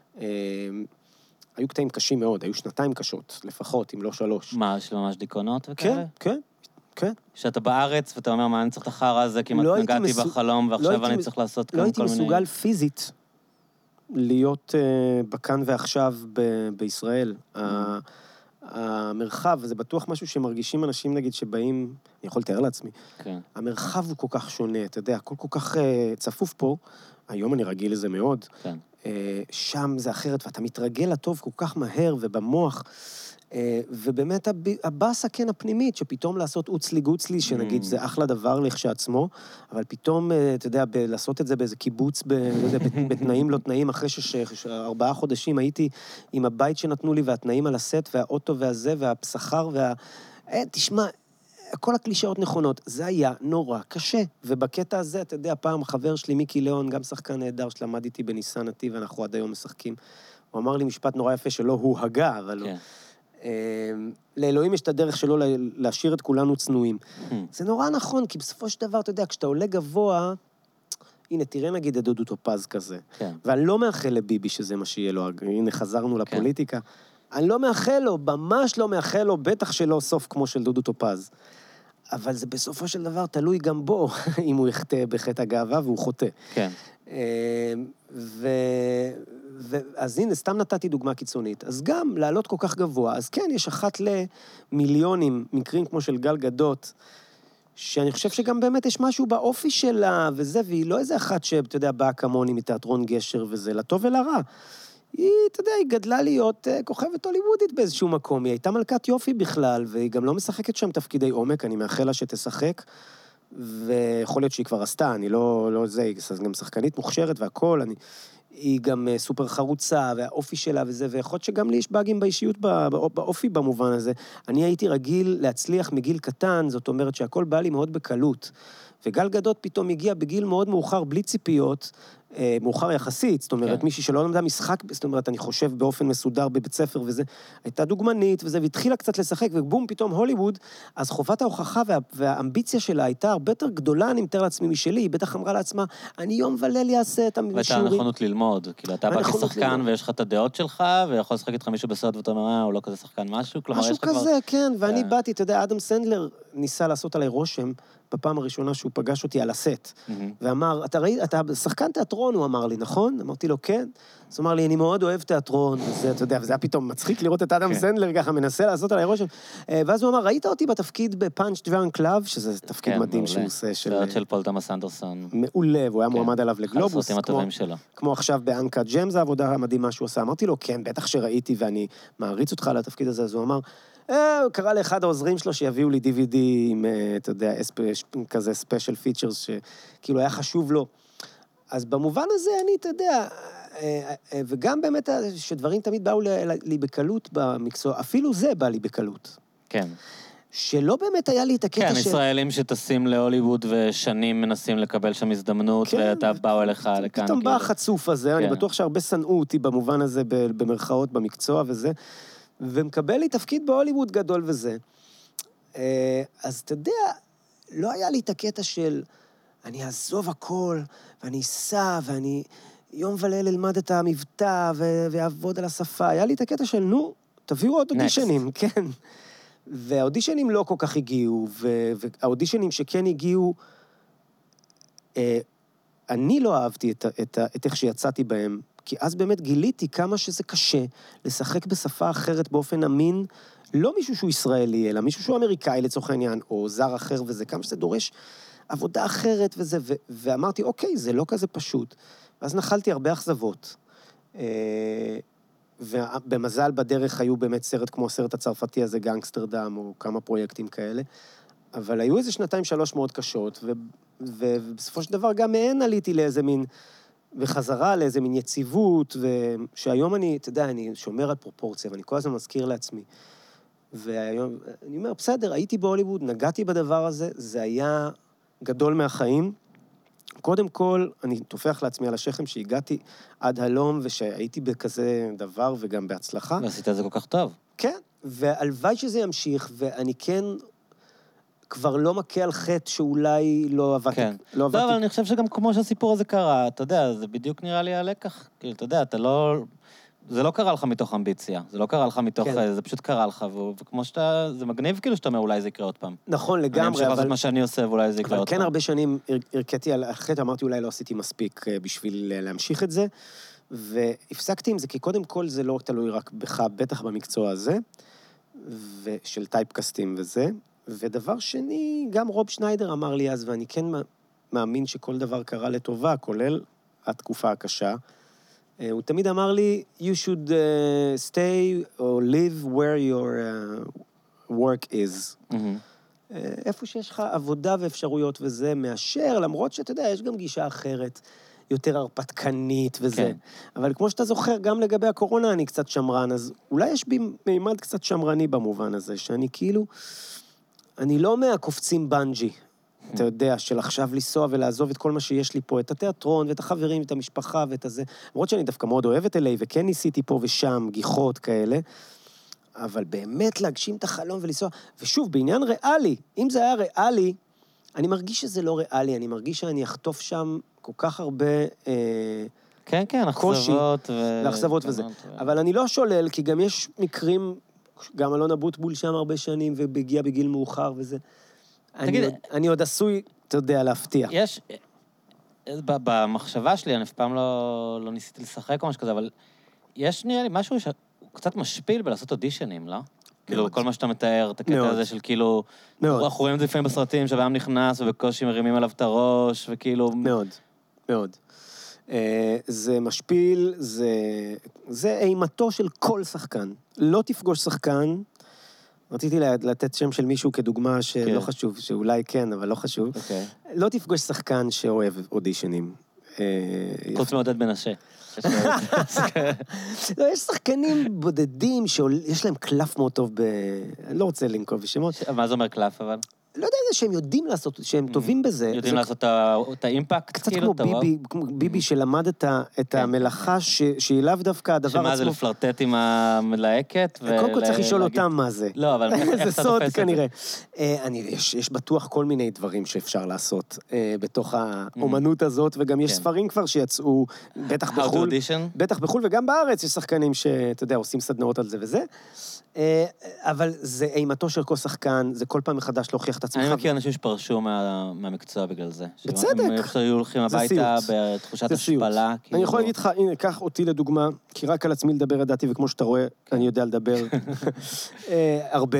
היו קטעים קשים מאוד, היו 2 קשות, לפחות, אם לא 3. מה, יש ממש דיכאונות וכאלה? כן, כן. כן. שאתה בארץ, ואתה אומר, מה, אני צריך את החרא הזה, כי נגעתי בחלום, ועכשיו אני צריך לעשות כל מיני... לא הייתי מסוגל פיזית להיות בכאן ועכשיו בישראל. המרחב, וזה בטוח משהו שמרגישים אנשים, נגיד, שבאים, אני יכול לתאר לעצמי, המרחב הוא כל כך שונה, אתה יודע, הכל כל כך צפוף פה, היום אני רגיל לזה מאוד, שם זה אחרת, ואתה מתרגל לטוב כל כך מהר ובמוח, ובאמת הבאסה כן הפנימית, שפתאום לעשות אוצלי גוצלי, שנגיד זה אחלה דבר לכשעצמו, אבל פתאום, אתה יודע, לעשות את זה באיזה קיבוץ, בתנאים לא תנאים, אחרי 4 חודשים הייתי עם הבית שנתנו לי, והתנאים על הסט, והאוטו והזה, והשכר, תשמע, כל הקלישאות נכונות, זה היה נורא קשה, ובקטע הזה, אתה יודע, פעם החבר שלי, מיקי ליאון, גם שחקן נהדר, שלמד איתי בניסן נתיב, ואנחנו עד היום משחקים, הוא אמר לי משפט נורא יפה, שלא הוא הגה, אבל הוא... לאלוהים יש את הדרך שלו להשאיר את כולנו צנועים. זה נורא נכון, כי בסופו של דבר, אתה יודע, כשאתה עולה גבוה, הנה, תראה נגיד את דודו טופז כזה. ואני לא מאחל לביבי שזה מה שיהיה לו, הנה, חזרנו לפוליטיקה, אני לא מאחל לו, ממש לא מאחל לו, בטח שלא סוף כמו של דודו טופז. אבל זה בסופו של דבר תלוי גם בו, אם הוא יחטא בחטא הגאווה, והוא חוטא. כן. אז הנה, סתם נתתי דוגמה קיצונית. אז גם לעלות כל כך גבוה, אז כן, יש אחת למיליונים, מקרים כמו של גל גדות, שאני חושב שגם באמת יש משהו באופי שלה, וזה, והיא לא איזה אחת שאתה יודע, באה כמוני מתיאטרון גשר וזה, לטוב ולרע. היא, אתה יודע, היא גדלה להיות כוכבת הוליוודית באיזשהו מקום, היא הייתה מלכת יופי בכלל, והיא גם לא משחקת שם תפקידי עומק, אני מאחל לה שתשחק, ויכול להיות שהיא כבר עשתה, אני לא זה, היא גם שחקנית מוכשרת והכל, היא גם סופר חרוצה, והאופי שלה וזה, ויכול להיות שגם לי יש באגים באישיות, באופי במובן הזה. אני הייתי רגיל להצליח מגיל קטן, זאת אומרת שהכל בא לי מאוד בקלות. וגל גדות פתאום הגיע בגיל מאוד מאוחר, בלי ציפיות, מאוחר יחסית, זאת אומרת, מישהי שלא למדה משחק, זאת אומרת, אני חושב באופן מסודר בבית ספר וזה, הייתה דוגמנית וזה, והתחילה קצת לשחק, ובום, פתאום הוליווד, אז חובת ההוכחה והאמביציה שלה הייתה הרבה יותר גדולה, אני מתאר לעצמי משלי, היא בטח אמרה לעצמה, אני יום וליל יעשה את השיעורים. והייתה נכונות ללמוד, כאילו, אתה בא כשחקן ויש לך את הדעות שלך, ויכול לשחק איתך מישהו בסרט ואתה אומר, הוא לא כזה שחקן משהו, כלומר, משהו כזה, כן, ואני באתי, אתה יודע, אדם סנדלר ניסה לעשות עליי רושם, בפעם הראשונה שהוא פגש אותי על הסט, ואמר, אתה שחקן תיאטרון, הוא אמר לי, נכון? אמרתי לו, כן. אז הוא אמר לי, אני מאוד אוהב תיאטרון, וזה, אתה יודע, וזה היה פתאום מצחיק לראות את אדם סנדלר ככה, מנסה לעשות עליי רושם. ואז הוא אמר, ראית אותי בתפקיד בפאנץ' דוורן קלאב, שזה תפקיד מדהים שהוא עושה של פול תומאס אנדרסון. מעולה, והוא היה מועמד עליו לגלובוס, כמו עכשיו באנקה ג'ם, זה העבודה המדהימה שהוא עשה. אמרתי לו, כן, בטח שראיתי, ואני מעריץ אותך על התפקיד הזה. אז הוא אמר, הוא קרא לאחד העוזרים שלו שיביאו לי DVD עם, אתה יודע, כזה ספיישל פיצ'רס שכאילו היה חשוב לו. אז במובן הזה אני, אתה יודע, וגם באמת שדברים תמיד באו לי בקלות במקצוע, אפילו זה בא לי בקלות. כן. שלא באמת היה לי את הקטע כן, ישראלים שטסים להוליווד ושנים מנסים לקבל שם הזדמנות, ואתה באו אליך לכאן. פתאום בא החצוף הזה, אני בטוח שהרבה שנאו אותי במובן הזה, במרכאות, במקצוע וזה, ומקבל לי תפקיד בהוליווד גדול וזה. אז אתה יודע, לא היה לי את הקטע של, אני אעזוב הכל, ואני אסע, ואני יום וליל אלמד את המבטא, ואעבוד על השפה. היה לי את הקטע של, נו, תביאו עוד אודישנים, כן. והאודישנים לא כל כך הגיעו, והאודישנים שכן הגיעו, אני לא אהבתי את איך שיצאתי בהם, כי אז באמת גיליתי כמה שזה קשה לשחק בשפה אחרת באופן אמין, לא מישהו שהוא ישראלי, אלא מישהו שהוא אמריקאי לצורך העניין, או זר אחר וזה, כמה שזה דורש עבודה אחרת וזה, ואמרתי, אוקיי, זה לא כזה פשוט. ואז נחלתי הרבה אכזבות. ובמזל בדרך היו באמת סרט כמו הסרט הצרפתי הזה, גנגסטרדם, או כמה פרויקטים כאלה, אבל היו איזה 2-3 מאוד קשות, ובסופו של דבר גם מהן עליתי לאיזה מין, וחזרה לאיזה מין יציבות, ושהיום אני, אתה יודע, אני שומר על פרופורציה, ואני כל הזמן מזכיר לעצמי, והיום, אני אומר, בסדר, הייתי בהוליווד, נגעתי בדבר הזה, זה היה גדול מהחיים. קודם כל, אני תופח לעצמי על השכם שהגעתי עד הלום, ושהייתי בכזה דבר וגם בהצלחה. ועשית את זה כל כך טוב. כן, והלוואי שזה ימשיך, ואני כן כבר לא מכה על חטא שאולי לא עבדתי. כן. לא, אבל אני חושב שגם כמו שהסיפור הזה קרה, אתה יודע, זה בדיוק נראה לי הלקח. כאילו, אתה יודע, זה לא קרה לך מתוך אמביציה, זה לא קרה לך מתוך, זה פשוט קרה לך, וכמו זה מגניב כאילו שאתה אומר, אולי זה יקרה עוד פעם. נכון, לגמרי, אני אמשיך לעשות מה שאני עושה, ואולי זה יקרה עוד פעם. כן, הרבה שנים הרקעתי על החטא, אמרתי, אולי לא עשיתי מספיק בשביל להמשיך את זה, והפסקתי עם זה, כי קודם כל זה לא תלוי רק בך, בטח במקצוע הזה, של טייפקסטים וזה, ודבר שני, גם רוב שניידר אמר לי אז, ואני כן מאמין שכל דבר קרה לטובה, כולל התקופה הקשה, הוא תמיד אמר לי, you should stay or live where your work is. איפה שיש לך עבודה ואפשרויות וזה מאשר, למרות שאתה יודע, יש גם גישה אחרת, יותר הרפתקנית וזה. אבל כמו שאתה זוכר, גם לגבי הקורונה אני קצת שמרן, אז אולי יש בי מימד קצת שמרני במובן הזה, שאני כאילו, אני לא מהקופצים בנג'י. אתה יודע, של עכשיו לנסוע ולעזוב את כל מה שיש לי פה, את התיאטרון ואת החברים ואת המשפחה ואת הזה. למרות שאני דווקא מאוד אוהבת אליי, וכן ניסיתי פה ושם, גיחות כאלה, אבל באמת להגשים את החלום ולנסוע. ושוב, בעניין ריאלי, אם זה היה ריאלי, אני מרגיש שזה לא ריאלי, אני מרגיש שאני אחטוף שם כל כך הרבה כן, כן, אכזבות לאכזבות וזה. אבל אני לא שולל, כי גם יש מקרים, גם אלון אבוטבול שם הרבה שנים, והגיע בגיל מאוחר וזה. תגיד, אני עוד עשוי, אתה יודע, להפתיע. יש, במחשבה שלי, אני אף פעם לא ניסיתי לשחק או משהו כזה, אבל יש נראה לי משהו שהוא קצת משפיל בלעשות אודישנים, לא? כאילו, כל מה שאתה מתאר, את הקטע הזה של כאילו, אנחנו רואים את זה לפעמים בסרטים, שבהם נכנס ובקושי מרימים עליו את הראש, וכאילו... מאוד, מאוד. זה משפיל, זה אימתו של כל שחקן. לא תפגוש שחקן, רציתי לתת שם של מישהו כדוגמה שלא חשוב, שאולי כן, אבל לא חשוב. לא תפגוש שחקן שאוהב אודישנים. חוץ מעודד מנשה. לא, יש שחקנים בודדים שיש להם קלף מאוד טוב אני לא רוצה לנקוב בשמות. מה זה אומר קלף, אבל? לא יודע איזה שהם יודעים לעשות, שהם טובים בזה. יודעים לעשות את האימפקט? קצת כמו ביבי שלמד את המלאכה, שהיא לאו דווקא הדבר עצמו. שמה זה לפלרטט עם המלהקת? קודם כל צריך לשאול אותם מה זה. לא, אבל איך אתה תופס את זה? זה סוד כנראה. יש בטוח כל מיני דברים שאפשר לעשות בתוך האומנות הזאת, וגם יש ספרים כבר שיצאו, בטח בחול. בטח בחול, וגם בארץ יש שחקנים שאתה יודע, עושים סדנאות על זה וזה. אבל זה אימתו של כל שחקן, זה כל פעם מחדש להוכיח את עצמך. אני מכיר אנשים שפרשו מהמקצוע בגלל זה. בצדק. הם היו הולכים הביתה בתחושת השפלה. אני יכול להגיד לך, הנה, קח אותי לדוגמה, כי רק על עצמי לדבר ידעתי, וכמו שאתה רואה, אני יודע לדבר הרבה.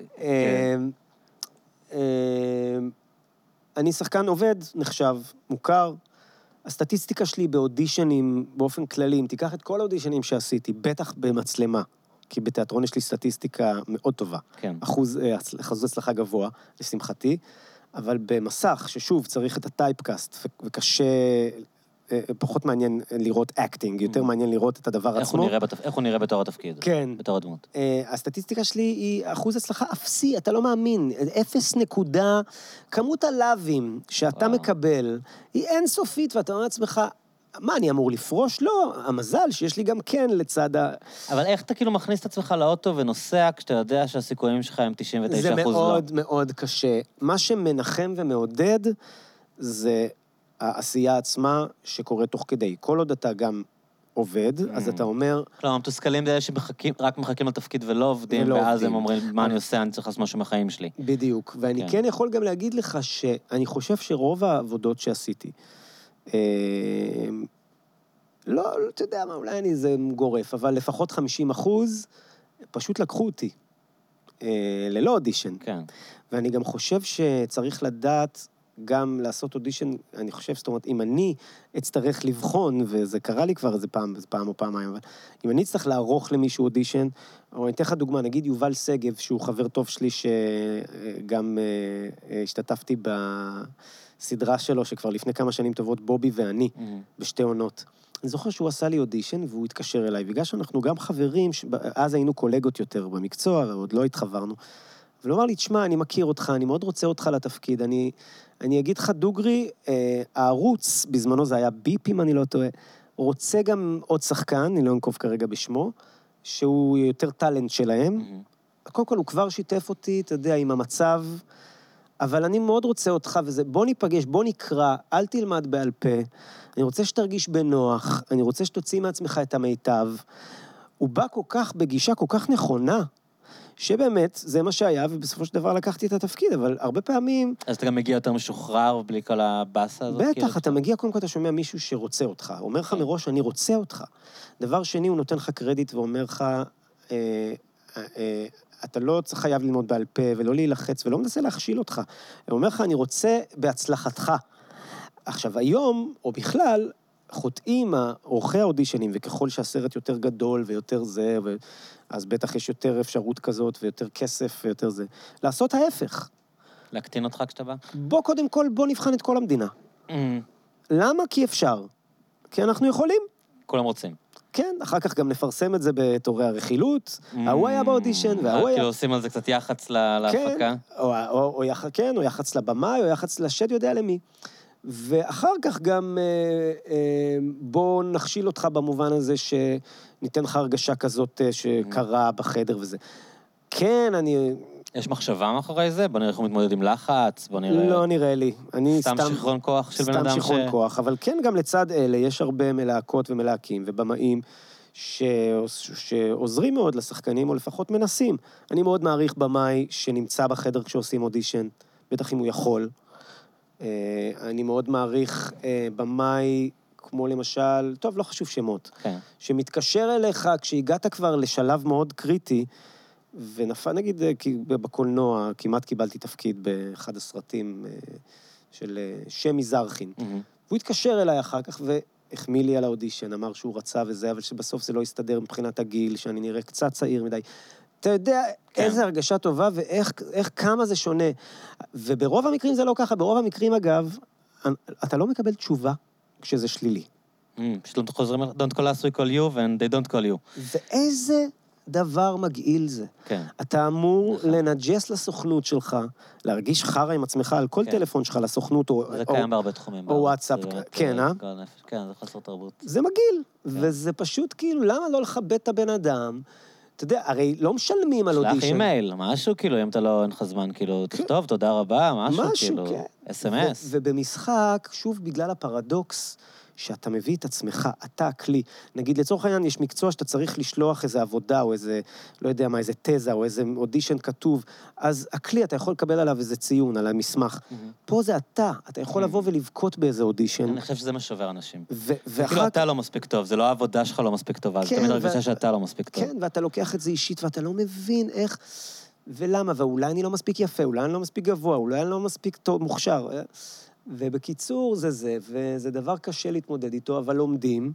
אני שחקן עובד, נחשב, מוכר. הסטטיסטיקה שלי באודישנים, באופן כללי, אם תיקח את כל האודישנים שעשיתי, בטח במצלמה, כי בתיאטרון יש לי סטטיסטיקה מאוד טובה. כן. אחוז הצלחה גבוה, לשמחתי, אבל במסך, ששוב, צריך את הטייפקאסט, וקשה, פחות מעניין לראות אקטינג, יותר מעניין לראות את הדבר עצמו. איך הוא נראה בתור התפקיד? כן. בתור הדמות. הסטטיסטיקה שלי היא אחוז הצלחה אפסי, אתה לא מאמין, 0 נקודה, כמות הלאווים שאתה מקבל, היא אינסופית, ואתה אומר לעצמך, מה, אני אמור לפרוש? לא, המזל שיש לי גם כן לצד אבל איך אתה כאילו מכניס את עצמך לאוטו ונוסע כשאתה יודע שהסיכויים שלך הם 99% לא? זה מאוד מאוד קשה. מה שמנחם ומעודד זה העשייה עצמה שקורית תוך כדי. כל עוד אתה גם עובד, אז אתה אומר... כלומר, מתוסכלים זה אלה שרק מחכים לתפקיד ולא עובדים, ואז הם אומרים, מה אני עושה, אני צריך לעשות משהו מהחיים שלי. בדיוק. ואני כן יכול גם להגיד לך שאני חושב שרוב העבודות שעשיתי, לא, אתה יודע מה, אולי אני זה גורף, אבל לפחות 50% פשוט לקחו אותי, ללא אודישן. כן. ואני גם חושב שצריך לדעת גם לעשות אודישן, אני חושב, זאת אומרת, אם אני אצטרך לבחון, וזה קרה לי כבר איזה פעם או פעמיים, אבל אם אני אצטרך לערוך למישהו אודישן, או אני אתן לך דוגמה, נגיד יובל סגב, שהוא חבר טוב שלי, שגם השתתפתי בסדרה שלו, שכבר לפני כמה שנים טובות, בובי ואני, בשתי עונות. אני זוכר שהוא עשה לי אודישן, והוא התקשר אליי, בגלל שאנחנו גם חברים, אז היינו קולגות יותר במקצוע, ועוד לא התחברנו, אבל הוא אמר לי, תשמע, אני מכיר אותך, אני מאוד רוצה אותך לתפקיד, אני אגיד לך דוגרי, הערוץ, בזמנו זה היה ביפ, אם אני לא טועה, רוצה גם עוד שחקן, אני לא אנקוב כרגע בשמו, שהוא יותר טלנט שלהם, קודם כל הוא כבר שיתף אותי, אתה יודע, עם המצב, אבל אני מאוד רוצה אותך, וזה, בוא ניפגש, בוא נקרא, אל תלמד בעל פה, אני רוצה שתרגיש בנוח, אני רוצה שתוציא מעצמך את המיטב. הוא בא כל כך, בגישה כל כך נכונה, שבאמת זה מה שהיה, ובסופו של דבר לקחתי את התפקיד, אבל הרבה פעמים... אז אתה גם מגיע יותר משוחרר, בלי כל הבאסה הזאת? בטח, אתה מגיע, קודם כל אתה שומע מישהו שרוצה אותך, אומר לך מראש, אני רוצה אותך. דבר שני, הוא נותן לך קרדיט ואומר לך, אתה לא חייב ללמוד בעל פה, ולא להילחץ, ולא מנסה להכשיל אותך. הוא אומר לך, אני רוצה בהצלחתך. עכשיו, היום, או בכלל, חוטאים עורכי האודישנים, וככל שהסרט יותר גדול ויותר זה, אז בטח יש יותר אפשרות כזאת, ויותר כסף ויותר זה. לעשות ההפך. להקטין אותך כשאתה בא? קודם כל, בוא נבחן את כל המדינה. למה? כי אפשר. כי אנחנו יכולים. כולם רוצים. כן, אחר כך גם נפרסם את זה בתורי הרכילות, ההוא היה באודישן, וההוא היה... כאילו עושים על זה קצת יחץ להפקה? כן, או יחץ לבמה, או יחץ לשד יודע למי. ואחר כך גם בוא נכשיל אותך במובן הזה שניתן לך הרגשה כזאת שקרה בחדר וזה. כן, יש מחשבה מאחורי זה? בוא נראה איך הוא מתמודד עם לחץ, בוא נראה... לא נראה לי. סתם שכרון כוח של בן אדם סתם שכרון כוח, אבל כן גם לצד אלה, יש הרבה מלהקות ומלהקים ובמאים שעוזרים מאוד לשחקנים, או לפחות מנסים. אני מאוד מעריך במאי שנמצא בחדר כשעושים אודישן, בטח אם הוא יכול. אני מאוד מעריך במאי, כמו למשל, טוב, לא חשוב שמות, שמתקשר אליך כשהגעת כבר לשלב מאוד קריטי, ונפל, נגיד, בקולנוע, כמעט קיבלתי תפקיד באחד הסרטים של שמי זרחין. והוא התקשר אליי אחר כך והחמיא לי על האודישן, אמר שהוא רצה וזה, אבל שבסוף זה לא יסתדר מבחינת הגיל, שאני נראה קצת צעיר מדי. אתה יודע איזה הרגשה טובה ואיך כמה זה שונה. וברוב המקרים זה לא ככה, ברוב המקרים אגב, אתה לא מקבל תשובה כשזה שלילי. פשוט חוזרים, don't call us, we call you, and they don't call you. ואיזה דבר מגעיל זה. כן. אתה אמור לנג'ס לסוכנות שלך, להרגיש חרה עם עצמך על כל טלפון שלך לסוכנות, זה קיים בהרבה תחומים. או וואטסאפ, כן, כן, זה חסר תרבות. זה מגעיל, וזה פשוט כאילו, למה לא לכבד את הבן אדם? אתה יודע, הרי לא משלמים על אודישן. שלח אימייל, משהו, כאילו, אם אתה לא, אין לך זמן, כאילו, תכתוב, תודה רבה, משהו, כאילו, SMS. ובמשחק, שוב, בגלל הפרדוקס, שאתה מביא את עצמך, אתה הכלי. נגיד, לצורך העניין, יש מקצוע שאתה צריך לשלוח איזו עבודה, או איזה, לא יודע מה, איזה תזה, או איזה אודישן כתוב, אז הכלי, אתה יכול לקבל עליו איזה ציון, על המסמך. פה זה אתה יכול לבוא ולבכות באיזה אודישן. אני חושב שזה מה שובר אנשים. כאילו, אתה לא מספיק טוב, זה לא העבודה שלך לא מספיק טובה, זה תמיד הרגשה שאתה לא מספיק טוב. כן, ואתה לוקח את זה אישית, ואתה לא מבין איך ולמה, ואולי אני לא מספיק יפה, אולי אני לא מספיק גבוה, אולי אני לא מספיק טוב, מוכשר. ובקיצור וזה דבר קשה להתמודד איתו, אבל לומדים,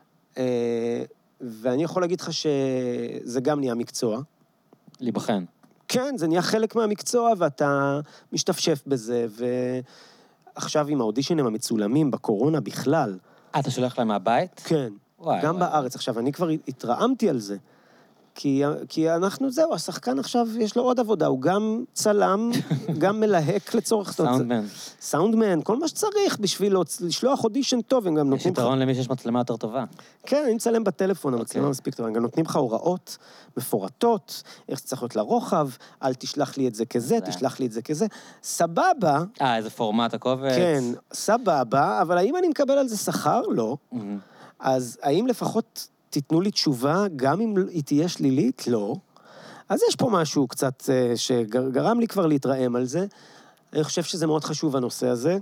ואני יכול להגיד לך שזה גם נהיה מקצוע. להיבחן. כן, זה נהיה חלק מהמקצוע, ואתה משתפשף בזה, ועכשיו עם האודישנים המצולמים בקורונה בכלל. אתה שולח להם מהבית? כן, גם בארץ. עכשיו, אני כבר התרעמתי על זה. כי אנחנו, זהו, השחקן עכשיו יש לו עוד עבודה, הוא גם צלם, גם מלהק לצורך... סאונדמן. סאונדמן, כל מה שצריך בשביל לשלוח אודישן טוב, הם גם נותנים... יש יתרון למי שיש מצלמה יותר טובה. כן, אני מצלם בטלפון, המצלמה מספיק טובה, הם גם נותנים לך הוראות מפורטות, איך זה צריך להיות לרוחב, אל תשלח לי את זה כזה, תשלח לי את זה כזה, סבבה. איזה פורמט הקובץ. כן, סבבה, אבל האם אני מקבל על זה שכר? לא. אז האם לפחות... תיתנו לי תשובה, גם אם היא תהיה שלילית? לא. אז יש פה משהו קצת שגרם לי כבר להתרעם על זה. אני חושב שזה מאוד חשוב הנושא הזה.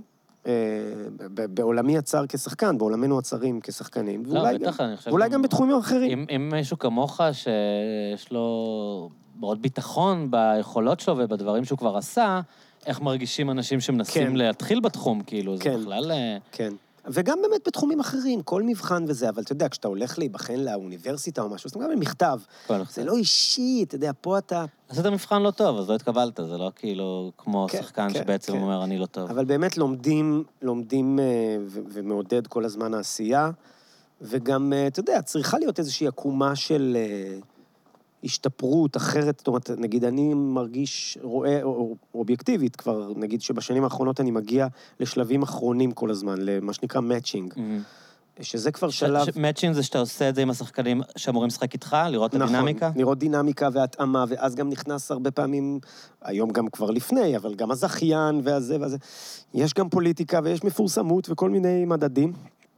בעולמי הצר כשחקן, בעולמנו הצרים כשחקנים. ואולי גם בתחומים אחרים. אם מישהו כמוך שיש לו מאוד ביטחון ביכולות שלו ובדברים שהוא כבר עשה, איך מרגישים אנשים שמנסים להתחיל בתחום, כאילו, זה בכלל... כן. וגם באמת בתחומים אחרים, כל מבחן וזה, אבל אתה יודע, כשאתה הולך להיבחן לאוניברסיטה או משהו, אז אתה מקבל מכתב. זה לא אישי, אתה יודע, פה אתה... עשית מבחן לא טוב, אז לא התקבלת, זה לא כאילו כמו שחקן שבעצם אומר, אני לא טוב. אבל באמת לומדים ומעודד כל הזמן העשייה, וגם, אתה יודע, צריכה להיות איזושהי עקומה של השתפרות אחרת, זאת אומרת, נגיד, אני מרגיש, רואה, או אובייקטיבית כבר, נגיד שבשנים האחרונות אני מגיע לשלבים אחרונים כל הזמן, למה שנקרא מאצ'ינג. שזה כבר שלב... מאצ'ינג זה שאתה עושה את זה עם השחקנים שאמורים לשחק איתך, לראות את הדינמיקה? נכון, לראות דינמיקה והתאמה, ואז גם נכנס הרבה פעמים, היום גם כבר לפני, אבל גם הזכיין והזה והזה. יש גם פוליטיקה ויש מפורסמות וכל מיני מדדים.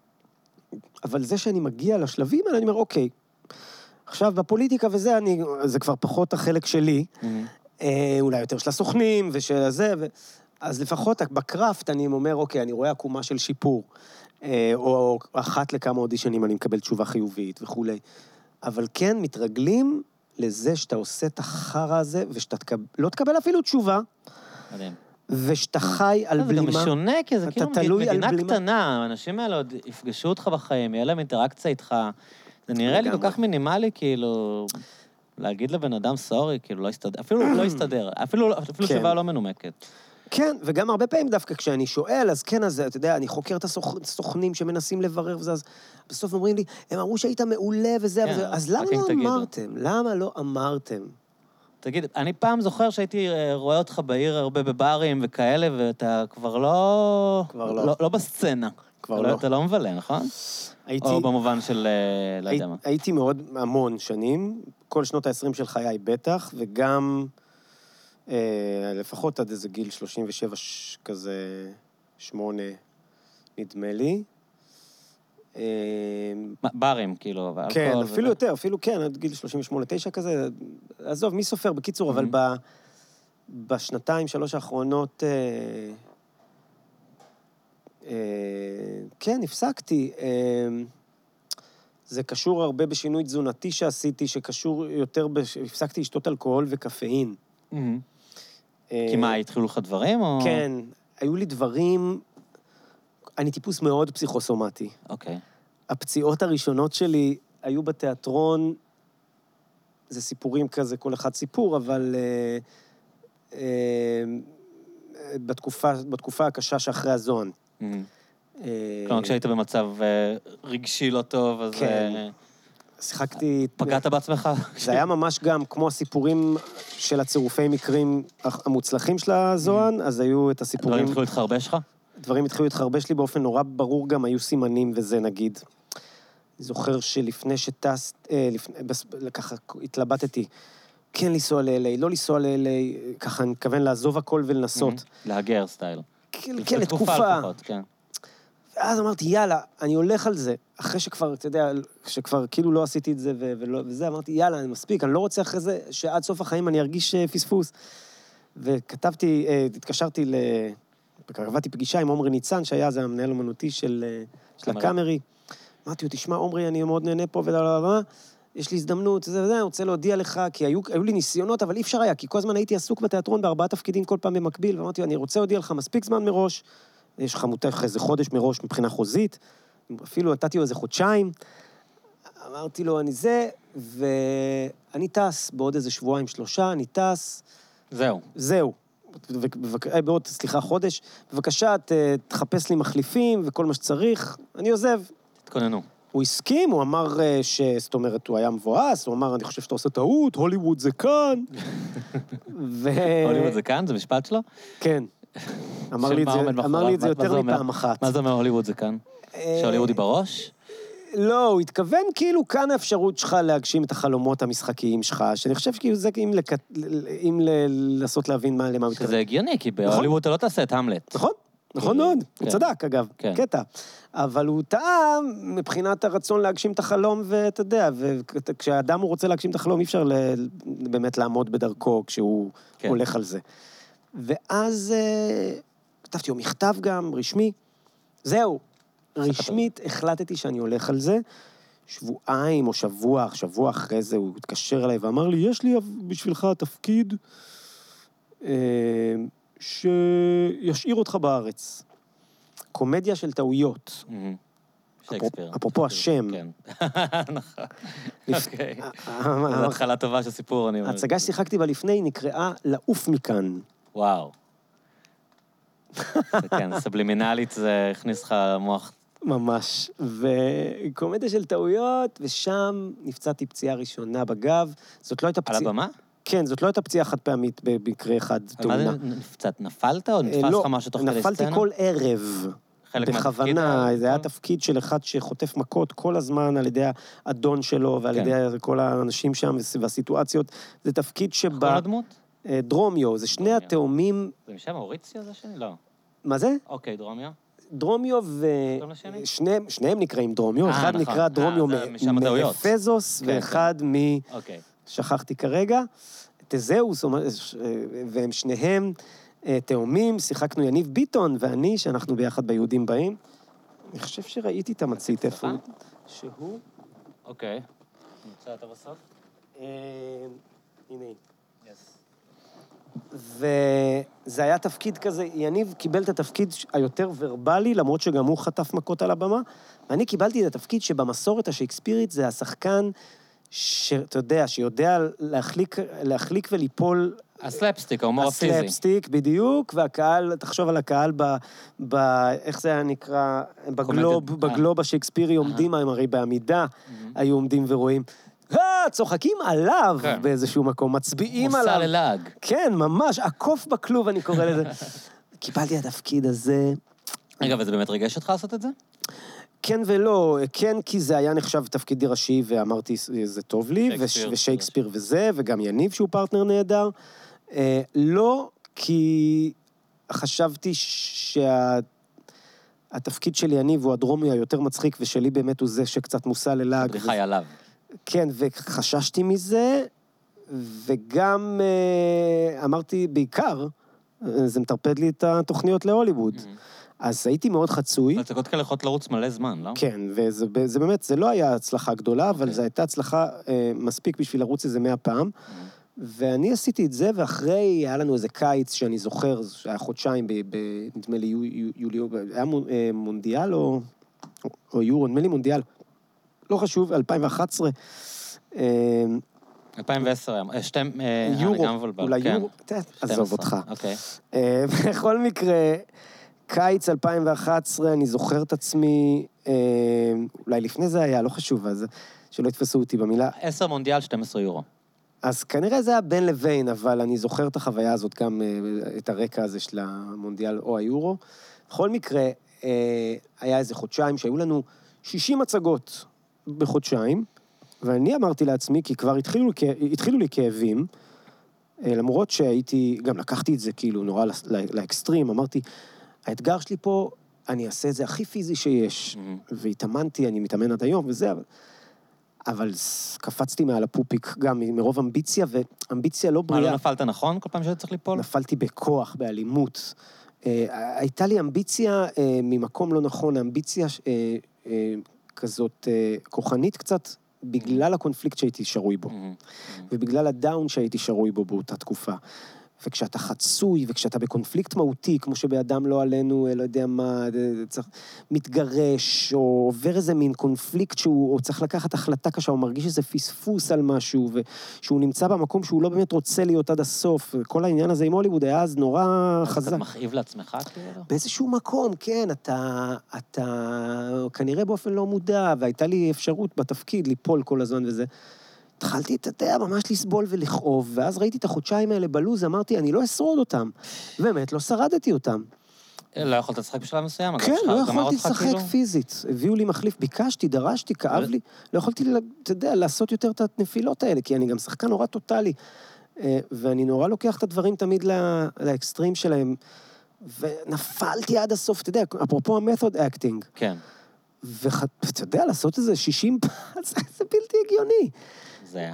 אבל זה שאני מגיע לשלבים האלה, אני אומר, אוקיי, עכשיו, בפוליטיקה וזה, זה כבר פחות החלק שלי, אולי יותר של הסוכנים ושל זה, אז לפחות בקראפט אני אומר, אוקיי, אני רואה עקומה של שיפור, או אחת לכמה אודישנים אני מקבל תשובה חיובית וכו'. אבל כן, מתרגלים לזה שאתה עושה את החרא הזה, ושאתה לא תקבל אפילו תשובה, ושאתה חי על בלימה. זה גם משונה, כי זה כאילו מדינה קטנה, האנשים האלה עוד יפגשו אותך בחיים, יהיה להם אינטראקציה איתך, זה נראה לי כל כך מינימלי, כאילו, להגיד לבן אדם סורי, כאילו, לא יסתדר, אפילו לא יסתדר, אפילו תשובה לא מנומקת. כן, וגם הרבה פעמים דווקא כשאני שואל, אז כן, אז אתה יודע, אני חוקר את הסוכנים שמנסים לברר וזה, אז בסוף אומרים לי, הם אמרו שהיית מעולה וזה, אז למה לא אמרתם? למה לא אמרתם? תגיד, אני פעם זוכר שהייתי רואה אותך בעיר הרבה בברים וכאלה, ואתה כבר לא בסצנה. כבר לא. אתה לא מבלה, נכון? או במובן של, לא יודע מה. הייתי מאוד המון שנים, כל שנות ה-20 של חיי בטח, וגם לפחות עד איזה גיל 37 כזה, 8, נדמה לי. ברים, כאילו, כן, אפילו יותר, אפילו כן, עד גיל 38-9 כזה, עזוב, מי סופר בקיצור, אבל בשנתיים, 3 האחרונות, כן, הפסקתי. זה קשור הרבה בשינוי תזונתי שעשיתי, שקשור יותר, הפסקתי לשתות אלכוהול וקפאין. כי מה, התחילו לך דברים, או? כן, היו לי דברים, אני טיפוס מאוד פסיכוסומטי. אוקיי. הפציעות הראשונות שלי היו בתיאטרון, זה סיפורים כזה, כל אחד סיפור, אבל בתקופה הקשה שאחרי הזון. כלומר, כשהיית במצב רגשי לא טוב, אז... כן. שיחקתי... פגעת בעצמך? זה היה ממש גם כמו הסיפורים של הצירופי מקרים המוצלחים של הזוהן, אז היו את הסיפורים... דברים התחילו להתחרבש לך? דברים התחילו להתחרבש לי באופן נורא ברור, גם היו סימנים וזה נגיד. אני זוכר שלפני שטס, ככה התלבטתי, כן לנסוע ל-LA, לא לנסוע ל-LA, ככה אני מתכוון לעזוב הכל ולנסות. להגר סטייל. כן, לתקופה. ואז אמרתי, יאללה, אני הולך על זה. אחרי שכבר, אתה יודע, שכבר כאילו לא עשיתי את זה וזה, אמרתי, יאללה, אני מספיק, אני לא רוצה אחרי זה שעד סוף החיים אני ארגיש פספוס. וכתבתי, התקשרתי קבעתי פגישה עם עומרי ניצן, שהיה זה המנהל אומנותי של הקאמרי. אמרתי לו, תשמע, עומרי, אני מאוד נהנה פה יש לי הזדמנות, אני רוצה להודיע לך, כי היו לי ניסיונות, אבל אי אפשר היה, כי כל הזמן הייתי עסוק בתיאטרון ב4 תפקידים כל פעם במקביל, ואמרתי לו, אני רוצה להודיע לך מספיק זמן מראש, יש לך מותך איזה חודש מראש מבחינה חוזית, אפילו נתתי לו איזה חודשיים, אמרתי לו, אני זה, ואני טס בעוד איזה 2-3, אני טס. זהו. בעוד, חודש, בבקשה, תחפש לי מחליפים וכל מה שצריך, אני עוזב. תתכוננו. הוא הסכים, הוא אמר זאת אומרת, הוא היה מבואס, הוא אמר, אני חושב שאתה עושה טעות, הוליווד זה כאן. הוליווד זה כאן? זה משפט שלו? כן. אמר לי את זה יותר מפעם אחת. מה זה אומר הוליווד זה כאן? שהוליווד היא בראש? לא, הוא התכוון כאילו כאן האפשרות שלך להגשים את החלומות המשחקיים שלך, שאני חושב שכאילו זה אם לנסות להבין למה הוא מתכוון. שזה הגיוני, כי בהוליווד אתה לא תעשה את המלט. נכון, נכון מאוד, הוא צדק אגב, קטע. אבל הוא טעם מבחינת הרצון להגשים את החלום, ואתה יודע, וכשהאדם הוא רוצה להגשים את החלום, אי אפשר באמת לעמוד בדרכו כשהוא הולך על זה. ואז כתבתי לו מכתב גם, רשמי, זהו. רשמית החלטתי שאני הולך על זה, שבועיים או שבוע אחרי זה הוא התקשר אליי ואמר לי, יש לי בשבילך תפקיד שישאיר אותך בארץ. קומדיה של טעויות. שייקספיר. אפרופו השם. כן. נכון. אוקיי. זו התחלה טובה של סיפור, אני אומר. ההצגה ששיחקתי בה לפני נקראה לעוף מכאן. וואו. כן, סבלימינלית זה הכניס לך מוח. ממש. וקומדיה של טעויות, ושם נפצעתי פציעה ראשונה בגב. זאת לא הייתה פציעה... על הבמה? כן, זאת לא הייתה פציעה חד פעמית במקרה אחד תאונה. מה זה נפצעת? נפלת או נתפס לך משהו תוך כדי סצנה? נפלתי כל ערב. בכוונה, זה היה תפקיד של אחד שחוטף מכות כל הזמן על ידי האדון שלו ועל ידי כל האנשים שם והסיטואציות. זה תפקיד שבה... כל הדמות? דרומיו, זה שני התאומים... זה משם אוריציו זה שני? לא. מה זה? אוקיי, דרומיו. דרומיו שניהם נקראים דרומיו, אחד נקרא דרומיו מאפזוס, ואחד שכחתי כרגע, תזהוס, והם שניהם תאומים, שיחקנו יניב ביטון ואני, שאנחנו ביחד ביהודים באים. אני חושב שראיתי את המצית איפה שהוא. אוקיי. נמצא אתה בסוף? הנה. וזה היה תפקיד כזה, יניב קיבל את התפקיד היותר ורבלי, למרות שגם הוא חטף מכות על הבמה, ואני קיבלתי את התפקיד שבמסורת השייקספירית זה השחקן שאתה יודע, שיודע להחליק וליפול... הסלפסטיק, ההומור הפיזי. הסלפסטיק, בדיוק, והקהל, תחשוב על הקהל איך זה היה נקרא, בגלוב השייקספירי עומדים, הם הרי בעמידה היו עומדים ורואים. צוחקים עליו באיזשהו מקום, מצביעים עליו. מוסע ללעג. כן, ממש, עקוף בכלוב, אני קורא לזה. קיבלתי התפקיד הזה. רגע, וזה באמת ריגש אותך לעשות את זה? כן ולא, כן, כי זה היה נחשב תפקידי ראשי, ואמרתי, זה טוב לי, ושייקספיר וזה, וגם יניב שהוא פרטנר נהדר. לא, כי חשבתי שהתפקיד שלי, אני והוא הדרומי היותר מצחיק, ושלי באמת הוא זה שקצת מוסע ללעג. הבדיחה היא עליו. כן, וחששתי מזה, וגם אמרתי, בעיקר, זה מטרפד לי את התוכניות להוליווד. אז הייתי מאוד חצוי. הצגות כאלה יכולות לרוץ מלא זמן, לא? כן, וזה באמת, זה לא היה הצלחה גדולה, אבל זו הייתה הצלחה מספיק בשביל לרוץ איזה 100 פעם. ואני עשיתי את זה, ואחרי, היה לנו איזה קיץ שאני זוכר, שהיה חודשיים, נדמה לי יולי, היה מונדיאל או יורו, נדמה לי מונדיאל. לא חשוב, 2011. 2010, יורו, אולי יורו, עזוב אותך. בכל מקרה, קיץ 2011, אני זוכר את עצמי, אולי לפני זה היה, לא חשוב, אז שלא יתפסו אותי במילה. 10 מונדיאל, 12 יורו. אז כנראה זה היה בין לבין, אבל אני זוכר את החוויה הזאת, גם את הרקע הזה של המונדיאל או היורו. בכל מקרה, היה איזה חודשיים שהיו לנו 60 הצגות בחודשיים, ואני אמרתי לעצמי, כי כבר התחילו לי כאבים, למרות שהייתי, גם לקחתי את זה כאילו נורא לאקסטרים, אמרתי, האתגר שלי פה, אני אעשה את זה הכי פיזי שיש, והתאמנתי, אני מתאמן עד היום וזה, אבל קפצתי מעל הפופיק גם מרוב אמביציה, ואמביציה לא בריאה. מה, לא נפלת נכון כל פעם שאתה צריך ליפול? נפלתי בכוח, באלימות. הייתה לי אמביציה ממקום לא נכון, אמביציה כזאת כוחנית קצת, בגלל הקונפליקט שהייתי שרוי בו, ובגלל הדאון שהייתי שרוי בו באותה תקופה. וכשאתה חצוי, וכשאתה בקונפליקט מהותי, כמו שבאדם לא עלינו, לא יודע מה, מתגרש, או עובר איזה מין קונפליקט שהוא צריך לקחת החלטה קשה, הוא מרגיש איזה פספוס על משהו, ושהוא נמצא במקום שהוא לא באמת רוצה להיות עד הסוף. כל העניין הזה עם הוליווד היה אז נורא חזק. אתה מכאיב לעצמך כאילו? באיזשהו מקום, כן, אתה כנראה באופן לא מודע, והייתה לי אפשרות בתפקיד ליפול כל הזמן וזה. התחלתי, אתה יודע, ממש לסבול ולכאוב, ואז ראיתי את החודשיים האלה בלוז, אמרתי, אני לא אשרוד אותם. באמת, לא שרדתי אותם. לא יכולת לשחק בשלב מסוים? כן, לא יכולתי לשחק פיזית. הביאו לי מחליף, ביקשתי, דרשתי, כאב לי. לא יכולתי, אתה יודע, לעשות יותר את הנפילות האלה, כי אני גם שחקן נורא טוטלי. ואני נורא לוקח את הדברים תמיד לאקסטרים שלהם, ונפלתי עד הסוף, אתה יודע, אפרופו המתוד אקטינג. כן. ואתה יודע, לעשות איזה 60 פעם, זה בלתי הגיוני. זה היה.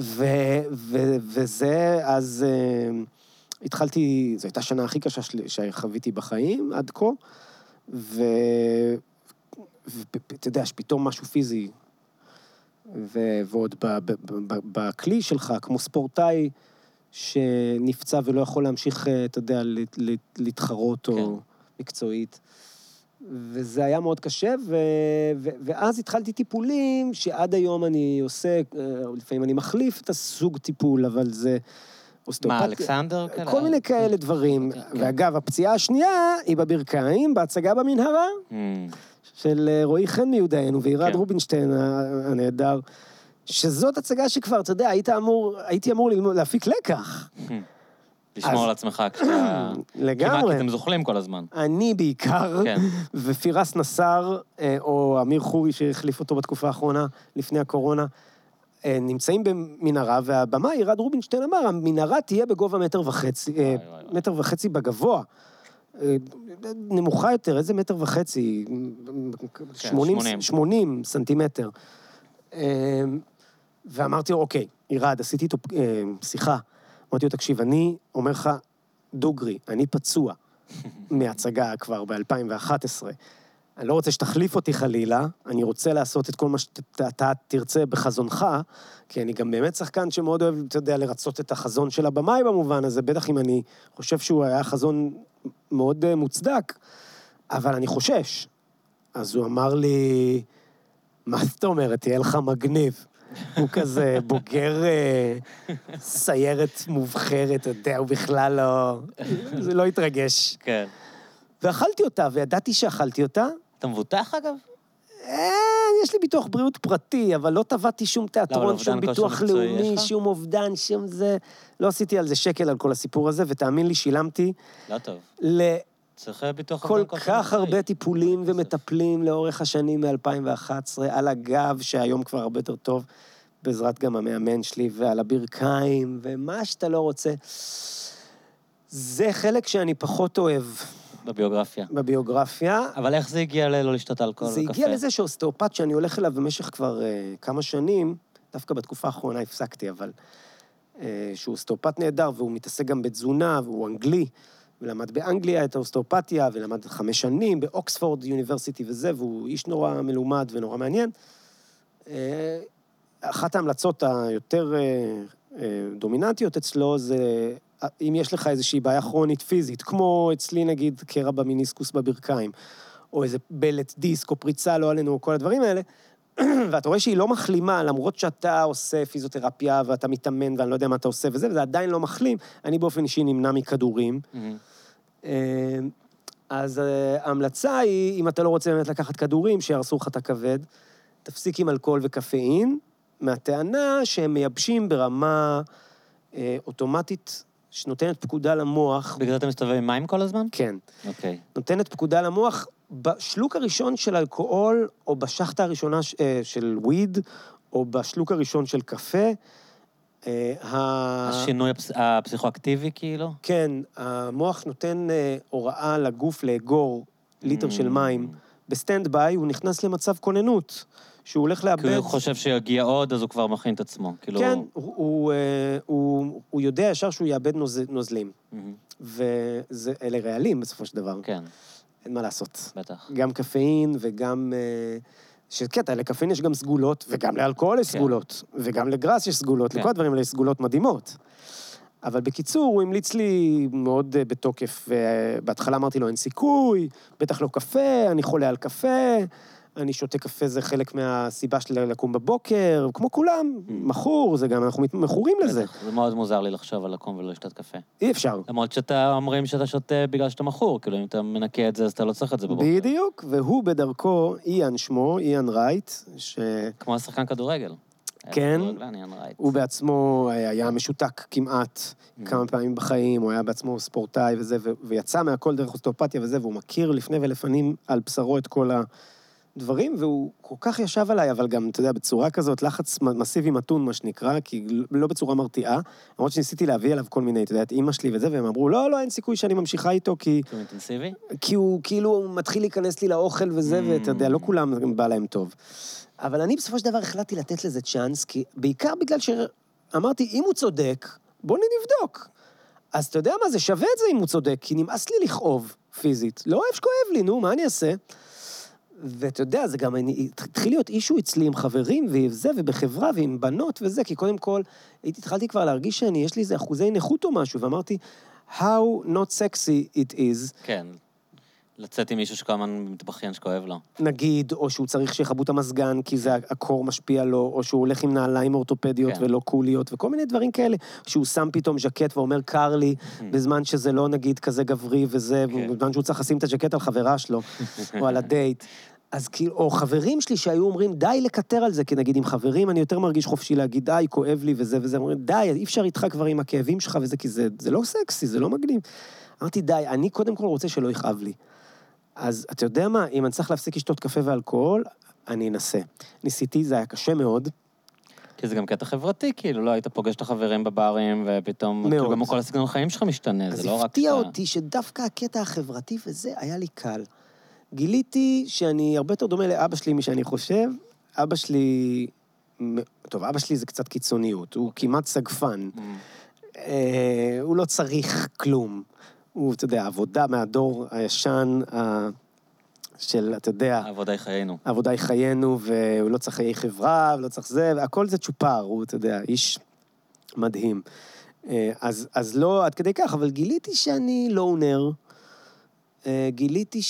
וזה, אז התחלתי, זו הייתה השנה הכי קשה שחוויתי בחיים עד כה, ואתה יודע, שפתאום משהו פיזי, ועוד בכלי שלך, כמו ספורטאי שנפצע ולא יכול להמשיך, אתה יודע, להתחרות או מקצועית. וזה היה מאוד קשה, ואז התחלתי טיפולים שעד היום אני עושה, לפעמים אני מחליף את הסוג טיפול, אבל זה אוסטאופתיה. מה, אלכסנדר? כל מיני כאלה דברים. ואגב, הפציעה השנייה היא בברכיים, בהצגה במנהרה, של רועי חן מיודענו, וירד רובינשטיין הנהדר, שזאת הצגה שכבר, אתה יודע, הייתי אמור להפיק לקח. לשמור על עצמך כשאתה... לגמרי. כמעט אתם זוכלים כל הזמן. אני בעיקר, ופירס נסר, או אמיר חורי שהחליף אותו בתקופה האחרונה, לפני הקורונה, נמצאים במנהרה, והבמה ירד רובינשטיין אמר, המנהרה תהיה בגובה 1.5 מטר בגבוה. נמוכה יותר, איזה 1.5 מטר? 80 סנטימטר. ואמרתי לו, אוקיי, ירד, עשיתי איתו שיחה, אמרתי לו, תקשיב, אני אומר לך, דוגרי, אני פצוע מהצגה כבר ב-2011. אני לא רוצה שתחליף אותי חלילה, אני רוצה לעשות את כל מה שאתה תרצה בחזונך, כי אני גם באמת שחקן שמאוד אוהב, אתה יודע, לרצות את החזון של הבמאי במובן הזה, בטח אם אני חושב שהוא היה חזון מאוד מוצדק, אבל אני חושש. אז הוא אמר לי, מה זאת אומרת, תהיה לך מגניב. הוא כזה בוגר סיירת מובחרת, אתה יודע, הוא בכלל לא... זה לא התרגש. כן. ואכלתי אותה, וידעתי שאכלתי אותה. אתה מבוטח, אגב? יש לי ביטוח בריאות פרטי, אבל לא טבעתי שום תיאטרון, שום ביטוח לאומי, שום אובדן, שום זה... לא עשיתי על זה שקל על כל הסיפור הזה, ותאמין לי, שילמתי... לא טוב. צריך ביטוח כל כך הרבה טיפולים ומטפלים לאורך השנים מ-2011, על הגב, שהיום כבר הרבה יותר טוב, בעזרת גם המאמן שלי, ועל הברכיים, ומה שאתה לא רוצה. זה חלק שאני פחות אוהב. בביוגרפיה. אבל איך זה הגיע לא לשתות אלכוהול וקפה? זה הגיע לזה שאוסטאופט שאני הולך אליו במשך כבר כמה שנים, דווקא בתקופה האחרונה הפסקתי, אבל שהוא אוסטאופט נהדר, והוא מתעסק גם בתזונה, והוא אנגלי, ולמד באנגליה את האוסטאופתיה, ולמד 5 שנים באוקספורד יוניברסיטי וזה, והוא איש נורא מלומד ונורא מעניין. אחת ההמלצות היותר דומיננטיות אצלו זה, אם יש לך איזושהי בעיה כרונית פיזית, כמו אצלי נגיד קרע במיניסקוס בברכיים, או איזה בלט דיסק או פריצה לא עלינו, או כל הדברים האלה, ואתה רואה שהיא לא מחלימה, למרות שאתה עושה פיזיותרפיה ואתה מתאמן ואני לא יודע מה אתה עושה וזה עדיין לא מחלים, אני באופן אישי נמנע מכדורים. אז ההמלצה היא, אם אתה לא רוצה באמת לקחת כדורים שירסו לך את הכבד, תפסיק עם אלכוהול וקפאין, מהטענה שהם מייבשים ברמה אוטומטית, שנותנת פקודה למוח. בגלל אתה מסתובב עם מים כל הזמן? כן. אוקיי. נותנת פקודה למוח, בשלוק הראשון של אלכוהול, או בשחטה הראשונה של וויד, או בשלוק הראשון של קפה, השינוי הפסיכואקטיבי כאילו? כן, המוח נותן הוראה לגוף לאגור ליטר של מים, בסטנד ביי הוא נכנס למצב כוננות, שהוא הולך לאבד... כי הוא חושב שיגיע עוד, אז הוא כבר מכין את עצמו. כן, הוא יודע ישר שהוא יאבד נוזלים. ואלה ריאלים בסופו של דבר. כן. אין מה לעשות. בטח. גם קפאין וגם... שקטע, לקפאין יש גם סגולות, וגם לאלכוהול יש סגולות, וגם לגרס יש סגולות, לכל הדברים האלה יש סגולות מדהימות. אבל בקיצור, הוא המליץ לי מאוד בתוקף, ובהתחלה אמרתי לו, אין סיכוי, בטח לא קפה, אני חולה על קפה, אני שותה קפה, זה חלק מהסיבה שלי לקום בבוקר, כמו כולם, מכור, זה גם, אנחנו מכורים לזה. זה מאוד מוזר לי לחשוב על לקום ולא לשתות קפה. אי אפשר. למרות שאתה אומרים שאתה שותה בגלל שאתה מכור, כאילו אם אתה מנקה את זה, אז אתה לא צריך את זה בבוקר. בדיוק, והוא בדרכו, איאן שמו, איאן רייט, כמו השחקן כדורגל. כן, הוא בעצמו היה משותק כמעט כמה פעמים בחיים, הוא היה בעצמו ספורטאי וזה, ויצא מהכל דרך אוסטאופתיה וזה, והוא מכיר לפני ולפנים על בשרו את כל הדברים, והוא כל כך ישב עליי, אבל גם, אתה יודע, בצורה כזאת, לחץ מסיבי מתון, מה שנקרא, כי לא בצורה מרתיעה, למרות שניסיתי להביא עליו כל מיני, אתה יודע, את אמא שלי וזה, והם אמרו, לא, לא, אין סיכוי שאני ממשיכה איתו, כי... הוא אינטנסיבי? כי הוא כאילו מתחיל להיכנס לי לאוכל וזה, ואתה יודע, לא כולם בא להם טוב. אבל אני בסופו של דבר החלטתי לתת לזה צ'אנס, כי בעיקר בגלל שאמרתי, אם הוא צודק, בוא נבדוק. אז אתה יודע מה, זה שווה את זה אם הוא צודק, כי נמאס לי לכאוב פיזית. לא אוהב שכואב לי, נו, מה אני אעשה? ואתה יודע, זה גם, התחיל להיות אישו אצלי עם חברים, וזה, ובחברה, ועם בנות וזה, כי קודם כל, התחלתי כבר להרגיש יש לי איזה אחוזי נכות או משהו, ואמרתי, how not sexy it is. כן. לצאת עם מישהו שכל הזמן מתבכיין שכואב לו. נגיד, או שהוא צריך שיחבו את המזגן, כי זה הקור משפיע לו, או שהוא הולך עם נעליים אורתופדיות ולא קוליות, וכל מיני דברים כאלה, שהוא שם פתאום ז'קט ואומר, קר לי, בזמן שזה לא נגיד כזה גברי וזה, בזמן שהוא צריך לשים את הז'קט על חברה שלו, או על הדייט. אז כאילו, או חברים שלי שהיו אומרים, די לקטר על זה, כי נגיד עם חברים אני יותר מרגיש חופשי להגיד, די, כואב לי וזה וזה, אומרים, די, אי אפשר איתך כבר עם הכאבים שלך וזה, כי זה לא סקסי, זה לא מגניב. אמרתי, די, אני קודם כל רוצה שלא יכאב לי. אז אתה יודע מה, אם אני צריך להפסיק לשתות קפה ואלכוהול, אני אנסה. ניסיתי, זה היה קשה מאוד. כי זה גם קטע חברתי, כאילו, לא היית פוגש את החברים בברים, ופתאום, כאילו, גם כל הסגנון החיים שלך משתנה, זה לא רק... אז הפתיע אותי שדווקא הקטע החברתי וזה היה לי קל. גיליתי שאני הרבה יותר דומה לאבא שלי משאני חושב. אבא שלי, טוב, אבא שלי זה קצת קיצוניות, הוא כמעט סגפן. הוא לא צריך כלום. הוא, אתה יודע, עבודה מהדור הישן של, אתה יודע... העבודה היא חיינו. העבודה היא חיינו, והוא לא צריך חיי חברה, ולא צריך זה, והכל זה צ'ופר, הוא, אתה יודע, איש מדהים. אז לא עד כדי כך, אבל גיליתי שאני לונר, גיליתי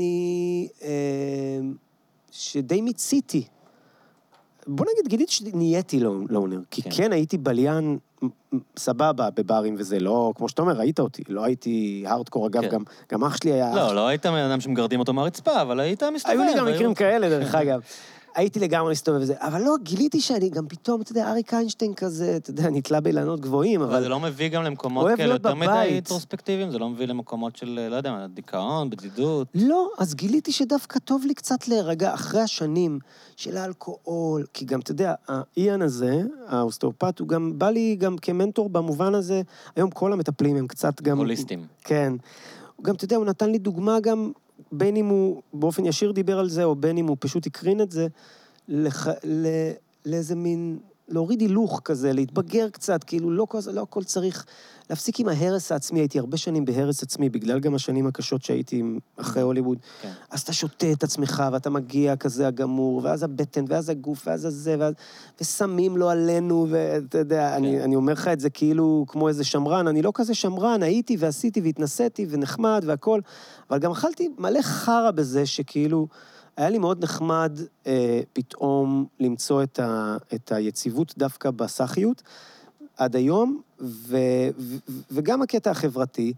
שדי מיציתי. בוא נגיד, גיליתי שנהייתי לונר, כי כן הייתי בליין סבבה בברים וזה, לא, כמו שאתה אומר, ראית אותי, לא הייתי הארדקור, אגב, גם אח שלי היה... לא היית אדם שמגרדים אותו מהרצפה, אבל היית מסתובב. היו לי גם מקרים כאלה, דרך אגב. הייתי לגמרי להסתובב בזה, אבל לא, גיליתי שאני גם פתאום, אתה יודע, אריק איינשטיין כזה, אתה יודע, נתלה באילנות גבוהים, אבל זה לא מביא גם למקומות כאלה יותר מדי פרוספקטיביים, זה לא מביא למקומות של, לא יודע, דיכאון, בדידות. לא, אז גיליתי שדווקא טוב לי קצת להירגע אחרי השנים של האלכוהול, כי גם, אתה יודע, האיין הזה, האוסטאופט, הוא גם בא לי גם כמנטור במובן הזה, היום כל המטפלים הם קצת גם... הוליסטים. כן. גם, אתה יודע, הוא נתן לי דוגמה גם, בין אם הוא באופן ישיר דיבר על זה, או בין אם הוא פשוט הקרין את זה, לאיזה מין, להוריד הילוך כזה, להתבגר קצת, כאילו לא הכל צריך, להפסיק עם ההרס העצמי, הייתי הרבה שנים בהרס עצמי, בגלל גם השנים הקשות שהייתי אחרי הוליווד, כן. אז אתה שותה את עצמך, ואתה מגיע כזה הגמור, ואז הבטן, ואז הגוף, ואז הזה, ושמים לו עלינו, ואתה יודע, כן. אני אומר לך את זה כאילו כמו איזה שמרן, אני לא כזה שמרן, הייתי ועשיתי והתנסיתי ונחמד והכל, אבל גם אכלתי מלא חרה בזה שכאילו, היה לי מאוד נחמד פתאום למצוא את היציבות דווקא בסחיות, עד היום, וגם הקטע החברתי,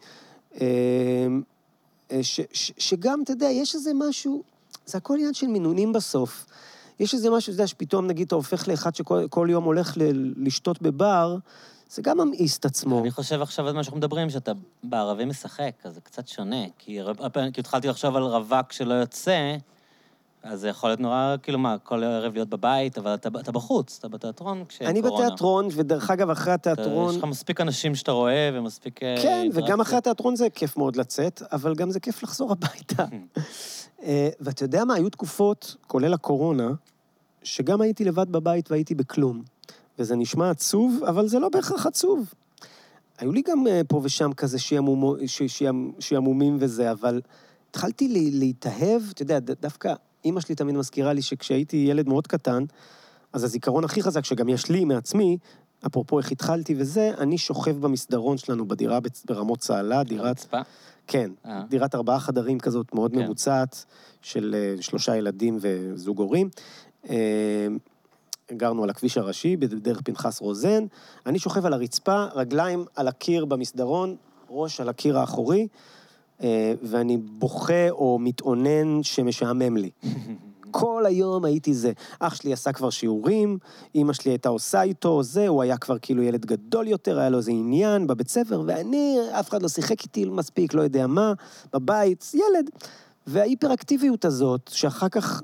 שגם, אתה יודע, יש איזה משהו, זה הכל עניין של מינונים בסוף, יש איזה משהו, אתה יודע, שפתאום נגיד אתה הופך לאחד שכל יום הולך לשתות בבר, זה גם ממאיס את עצמו. אני חושב עכשיו על מה שאנחנו מדברים, שאתה בערבי משחק, אז זה קצת שונה, כי התחלתי לחשוב על רווק שלא יוצא, אז זה יכול להיות נורא, כאילו מה, כל ערב להיות בבית, אבל אתה בחוץ, אתה בתיאטרון כשקורונה. אני בתיאטרון, ודרך אגב, אחרי התיאטרון... יש לך מספיק אנשים שאתה רואה, ומספיק... כן, וגם אחרי התיאטרון זה כיף מאוד לצאת, אבל גם זה כיף לחזור הביתה. ואתה יודע מה, היו תקופות, כולל הקורונה, שגם הייתי לבד בבית והייתי בכלום. וזה נשמע עצוב, אבל זה לא בהכרח עצוב. היו לי גם פה ושם כזה שיעמומים וזה, אבל התחלתי להתאהב, אתה יודע, דווקא... אמא שלי תמיד מזכירה לי שכשהייתי ילד מאוד קטן, אז הזיכרון הכי חזק שגם יש לי מעצמי, אפרופו איך התחלתי וזה, אני שוכב במסדרון שלנו בדירה ברמות צהלה, דירת... כן, דירת 4 חדרים כזאת מאוד ממוצעת, של 3 ילדים וזוג הורים. גרנו על הכביש הראשי, בדרך פנחס רוזן. אני שוכב על הרצפה, רגליים על הקיר במסדרון, ראש על הקיר האחורי, ואני בוכה או מתעונן שמשעמם לי. כל היום הייתי זה. אח שלי עשה כבר שיעורים, אמא שלי הייתה עושה איתו, זה, הוא היה כבר כאילו ילד גדול יותר, היה לו איזה עניין בבית ספר, ואני, אף אחד לא שיחק איתי מספיק, לא יודע מה, בבית, ילד. וההיפראקטיביות הזאת, שאחר כך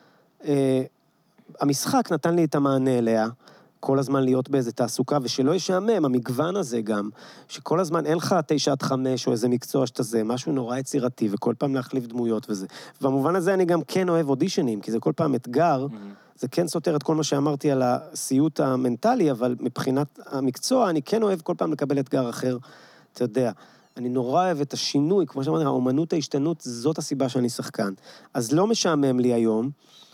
המשחק נתן לי את המענה אליה, כל הזמן להיות באיזה תעסוקה, ושלא ישעמם, המגוון הזה גם, שכל הזמן אין לך 9-5 או איזה מקצוע שאתה זה, משהו נורא יצירתי, וכל פעם להחליף דמויות וזה. ובמובן הזה אני גם כן אוהב אודישנים, כי זה כל פעם אתגר, זה כן סותר את כל מה שאמרתי על הסיוט המנטלי, אבל מבחינת המקצוע, אני כן אוהב כל פעם לקבל אתגר אחר, אתה יודע. אני נורא אוהב את השינוי, כמו שאמרתי, האומנות ההשתנות, זאת הסיבה שאני שחקן. אז לא משעמם לי היום,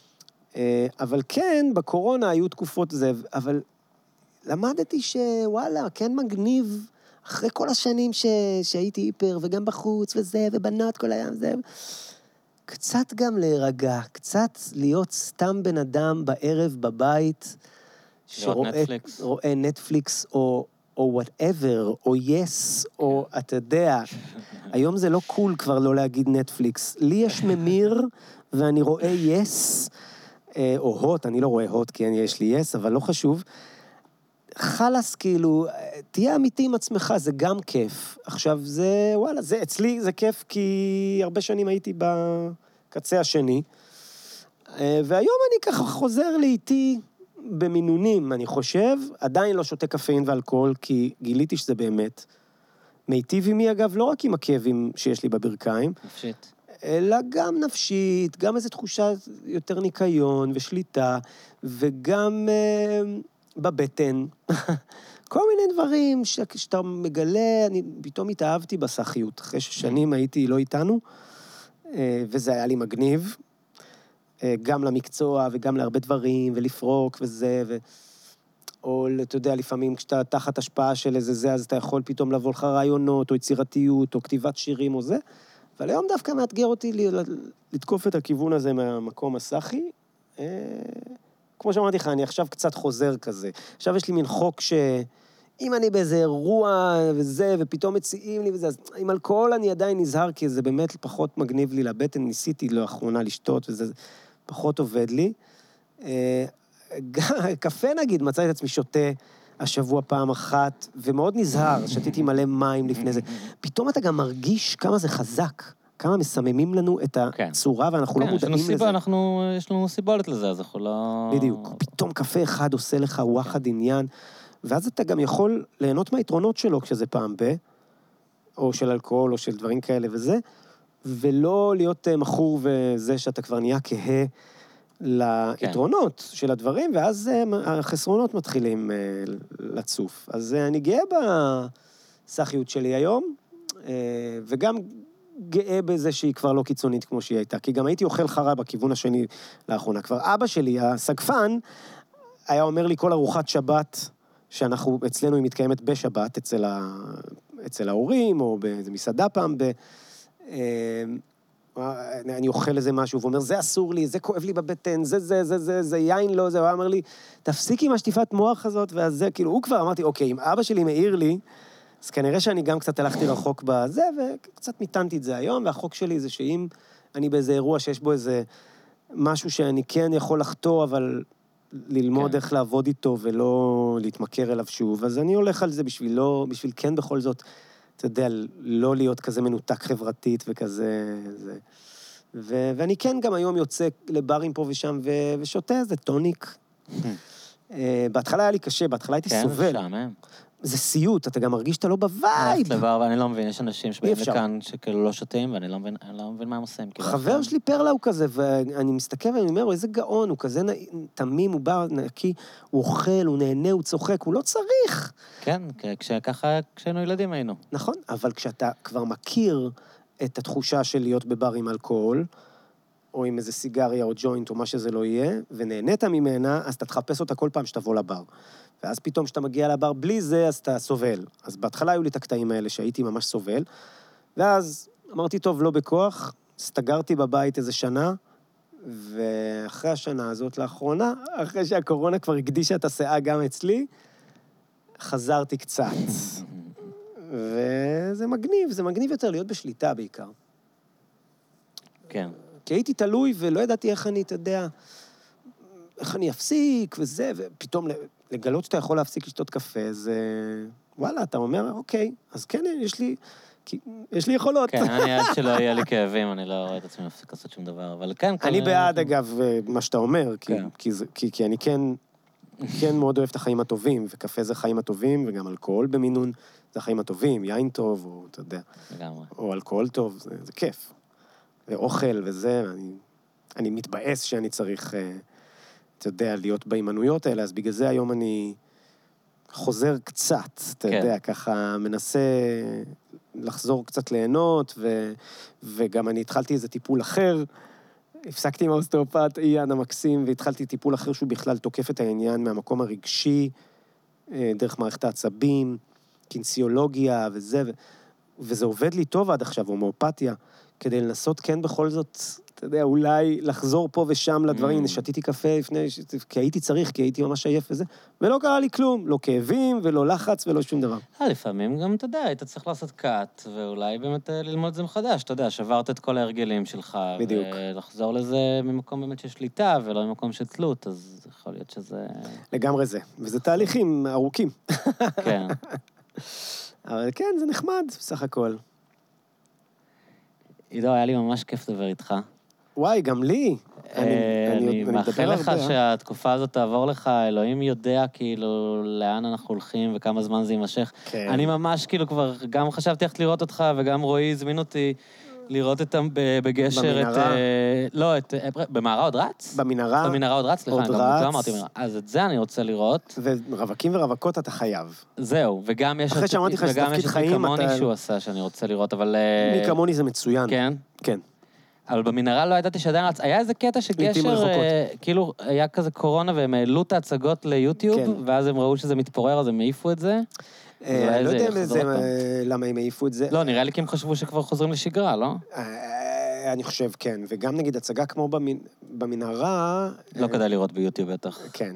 אבל כן, בקורונה היו תקופות זה, אבל למדתי שוואלה, כן מגניב, אחרי כל השנים שהייתי היפר, וגם בחוץ וזה, ובנות כל היום זה, קצת גם להירגע, קצת להיות סתם בן אדם בערב בבית, שרואה נטפליקס, או whatever, או yes, או אתה יודע, היום זה לא קול כבר לא להגיד נטפליקס, לי יש ממיר, ואני רואה yes, או הוט, אני לא רואה הוט כי יש לי יס, אבל לא חשוב. חלס, כאילו, תהיה אמיתי עם עצמך, זה גם כיף. עכשיו, זה, וואלה, זה, אצלי זה כיף, כי הרבה שנים הייתי בקצה השני, והיום אני ככה חוזר לאיתי במינונים, אני חושב, עדיין לא שותה קפאין ואלכוהול, כי גיליתי שזה באמת מיטיב עימי, אגב, לא רק עם הכאבים שיש לי בברכיים, נפשית. אלא גם נפשית, גם איזו תחושה יותר ניקיון ושליטה, וגם בבטן. כל מיני דברים שאתה מגלה, אני פתאום התאהבתי בסחיות, אחרי ששנים הייתי לא איתנו, וזה היה לי מגניב, גם למקצוע וגם להרבה דברים, ולפרוק וזה, או אתה יודע, לפעמים כשאתה תחת השפעה של איזה זה, אז אתה יכול פתאום לבוא לך רעיונות, או יצירתיות, או כתיבת שירים או זה, אבל היום דווקא מאתגר אותי לתקוף את הכיוון הזה מהמקום הסחי. כמו שאמרתי לך, אני עכשיו קצת חוזר כזה. עכשיו יש לי מין חוק שאם אני באיזה אירוע וזה, ופתאום מציעים לי וזה, אז עם אלכוהול אני עדיין נזהר, כי זה באמת פחות מגניב לי לבטן, ניסיתי לאחרונה לשתות, וזה פחות עובד לי. קפה נגיד, מצאתי את עצמי שותה השבוע פעם אחת, ומאוד נזהר, שתיתי מלא מים לפני זה. פתאום אתה גם מרגיש כמה זה חזק, כמה מסממים לנו את הצורה, ואנחנו לא מודעים לזה. יש לנו סיבולת לזה, אז אנחנו לא... בדיוק. פתאום קפה אחד עושה לך וואחד עניין, ואז אתה גם יכול ליהנות מהיתרונות שלו כשזה פעם או של אלכוהול, או של דברים כאלה וזה, ולא להיות מכור וזה שאתה כבר נהיה כהה ליתרונות של הדברים, ואז החסרונות מתחילים לצוף. אז אני גאה בסחיות שלי היום, וגם גאה בזה שהיא כבר לא קיצונית כמו שהיא הייתה, כי גם הייתי אוכל חרה בכיוון השני לאחרונה. כבר אבא שלי, הסגפן, היה אומר לי כל ארוחת שבת, אצלנו היא מתקיימת בשבת, אצל ההורים, או באיזו מסעדה פעם, אני אוכל איזה משהו, ואומר, זה אסור לי, זה כואב לי בבטן, זה יין לא, זה, הוא אומר לי, תפסיק עם השטיפת מוח הזאת, ואז זה, כאילו, הוא כבר אמרתי, אוקיי, אם אבא שלי מעיר לי, אז כנראה שאני גם קצת הלכתי רחוק בזה, וקצת מיתנתי את זה היום, והחוק שלי זה שאם אני באיזה אירוע שיש בו איזה משהו שאני כן יכול לחתור, אבל ללמוד איך לעבוד איתו, ולא להתמכר אליו שוב, אז אני הולך על זה בשביל כן בכל זאת, אתה יודע, לא להיות כזה מנותק חברתית וכזה, ואני כן גם היום יוצא לברים פה ושם, ושותה איזה טוניק. בהתחלה היה לי קשה, בהתחלה הייתי סובל. כן, משעמם. זה סיוט, אתה גם מרגיש שאתה לא בווייב. ואני לא מבין, יש אנשים שבאים לכאן שכאילו לא שותים, ואני לא מבין מה הם עושים. חבר שלי פרלה הוא כזה, ואני מסתכל ואני אומר, איזה גאון, הוא כזה תמים, הוא בא נקי, הוא אוכל, הוא נהנה, הוא צוחק, הוא לא צריך. כן, ככה כשהיינו ילדים היינו. נכון, אבל כשאתה כבר מכיר את התחושה של להיות בבר עם אלכוהול, או עם איזה סיגריה או ג'וינט או מה שזה לא יהיה, ונהנית ממנה, אז אתה תחפש אותה כל פעם שתבוא לבר. ואז פתאום כשאתה מגיע לבר בלי זה, אז אתה סובל. אז בהתחלה היו לי את הקטעים האלה שהייתי ממש סובל, ואז אמרתי, טוב, לא בכוח, סתגרתי בבית איזה שנה, ואחרי השנה הזאת לאחרונה, אחרי שהקורונה כבר הקדישה את הסאה גם אצלי, חזרתי קצת. וזה מגניב, זה מגניב יותר להיות בשליטה בעיקר. כן. כי הייתי תלוי ולא ידעתי איך אני, אתה יודע, איך אני אפסיק וזה, ופתאום לגלות שאתה יכול להפסיק לשתות קפה, זה, וואלה, אתה אומר, אוקיי, אז כן, יש לי יכולות. כן, אני עד שלא יהיה לי כאבים, אני לא רואה את עצמי להפסיק לעשות שום דבר, אבל כן. אני בעד, אגב, מה שאתה אומר, כי אני כן מאוד אוהב את החיים הטובים, וקפה זה חיים הטובים, וגם אלכוהול במינון, זה החיים הטובים, יין טוב, או אתה יודע, או אלכוהול טוב, זה כיף. ואוכל וזה, אני מתבאס שאני צריך, אתה יודע, להיות באימנויות האלה, אז בגלל זה היום אני חוזר קצת, אתה יודע, ככה מנסה לחזור קצת ליהנות, וגם אני התחלתי איזה טיפול אחר, הפסקתי עם האוסטאופת איין המקסים, והתחלתי טיפול אחר שהוא בכלל תוקף את העניין מהמקום הרגשי, דרך מערכת העצבים, קינסיולוגיה וזה עובד לי טוב עד עכשיו, הומאופתיה, כדי לנסות כן בכל זאת, אתה יודע, אולי לחזור פה ושם לדברים, שתיתי קפה לפני, כי הייתי צריך, כי הייתי ממש עייף וזה, ולא קרה לי כלום, לא כאבים ולא לחץ ולא שום דבר. לפעמים גם, אתה יודע, היית צריך לעשות קאט, ואולי באמת ללמוד את זה מחדש, אתה יודע, שברת את כל ההרגלים שלך, בדיוק. ולחזור לזה ממקום באמת של שליטה, ולא ממקום של תלות, אז יכול להיות שזה... לגמרי זה, וזה תהליכים ארוכים. כן. אבל כן, זה נחמד, בסך הכל. עידו, היה לי ממש כיף לדבר איתך. וואי, גם לי. אני מאחל לך שהתקופה הזאת תעבור לך, אלוהים יודע כאילו לאן אנחנו הולכים וכמה זמן זה יימשך. אני ממש כאילו כבר גם חשבתי איך לראות אותך, וגם רועי הזמין אותי לראות אותם בגשר את... לא, במערה עוד רץ? במנהרה. במנהרה עוד רץ, סליחה, גם אמרתי, אז את זה אני רוצה לראות. ורווקים ורווקות אתה חייב. זהו, וגם יש... אחרי שאמרתי לך שתפקיד חיים, מי כמוני שהוא עשה שאני רוצה לראות, אבל... מי כמוני זה מצוין. כן? כן. אבל במנהרה לא ידעתי שעדיין רץ. היה איזה קטע שגשר, כאילו, היה כזה קורונה, והם העלו את ההצגות ליוטיוב, ואז הם ראו שזה מתפורר, אז הם מעיפו את זה. לא יודע למה הם העיפו את זה. לא, נראה לי כי הם חשבו שכבר חוזרים לשגרה, לא? אני חושב, כן. וגם נגיד הצגה כמו במנהרה... לא כדאי לראות ביוטיוב בטח. כן.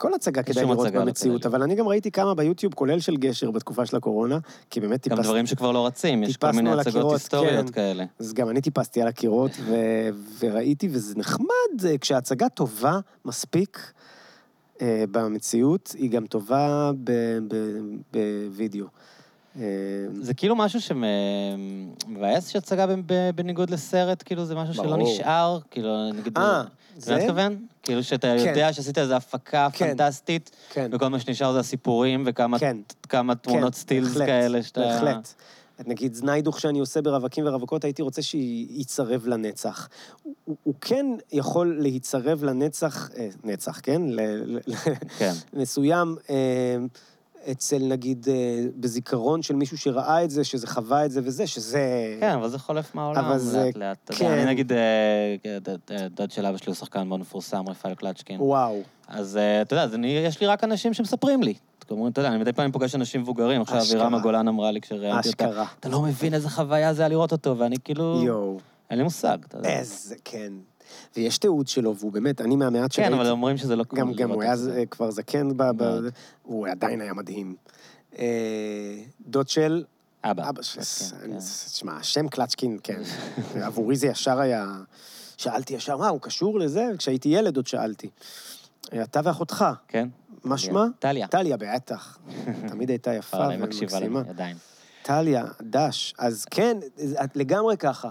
כל הצגה כדאי לראות במציאות, אבל אני גם ראיתי כמה ביוטיוב, כולל של גשר בתקופה של הקורונה, כי באמת טיפסנו... גם דברים שכבר לא רצים, יש כל מיני הצגות היסטוריות כאלה. אז גם אני טיפסתי על הקירות, וראיתי, וזה נחמד, כשההצגה טובה מספיק במציאות, היא גם טובה בווידאו. זה כאילו משהו שמבאס שהצגה בניגוד לסרט, כאילו זה משהו שלא נשאר, כאילו נגיד... זה מתכוון? כאילו שאתה יודע שעשית איזו הפקה פנטסטית, וכל מה שנשאר זה הסיפורים, וכמה תמונות סטילס כאלה שאתה... בהחלט. נגיד זניידוך שאני עושה ברווקים ורווקות, הייתי רוצה שיצרב לנצח. הוא כן יכול להיצרב לנצח, נצח, כן? מסוים... אצל, נגיד, בזיכרון של מישהו שראה את זה, שזה חווה את זה וזה, שזה... כן, אבל זה חולף מהעולם לאט לאט. כן. אני נגיד, דוד של אבא שלי הוא שחקן מאוד מפורסם, רפאל קלצ'קין. וואו. אז אתה יודע, יש לי רק אנשים שמספרים לי. כלומר, אתה יודע, אני מדי פעם פוגש אנשים מבוגרים, עכשיו אבירם הגולן אמרה לי כשראיינתי אותה, אתה לא מבין איזה חוויה זה היה לראות אותו, ואני כאילו... אין לי מושג, אתה יודע. איזה, כן. ויש תיעוד שלו, והוא באמת, אני מהמעט שראיתי... כן, אבל אומרים שזה לא... גם הוא היה כבר זקן, הוא עדיין היה מדהים. דוד של... אבא. תשמע, השם קלצ'קין, כן. עבורי זה ישר היה... שאלתי ישר, מה, הוא קשור לזה? כשהייתי ילד עוד שאלתי. אתה ואחותך. כן. מה שמה? טליה. טליה, בטח. תמיד הייתה יפה ומקסימה. עדיין. טליה, דש. אז כן, לגמרי ככה.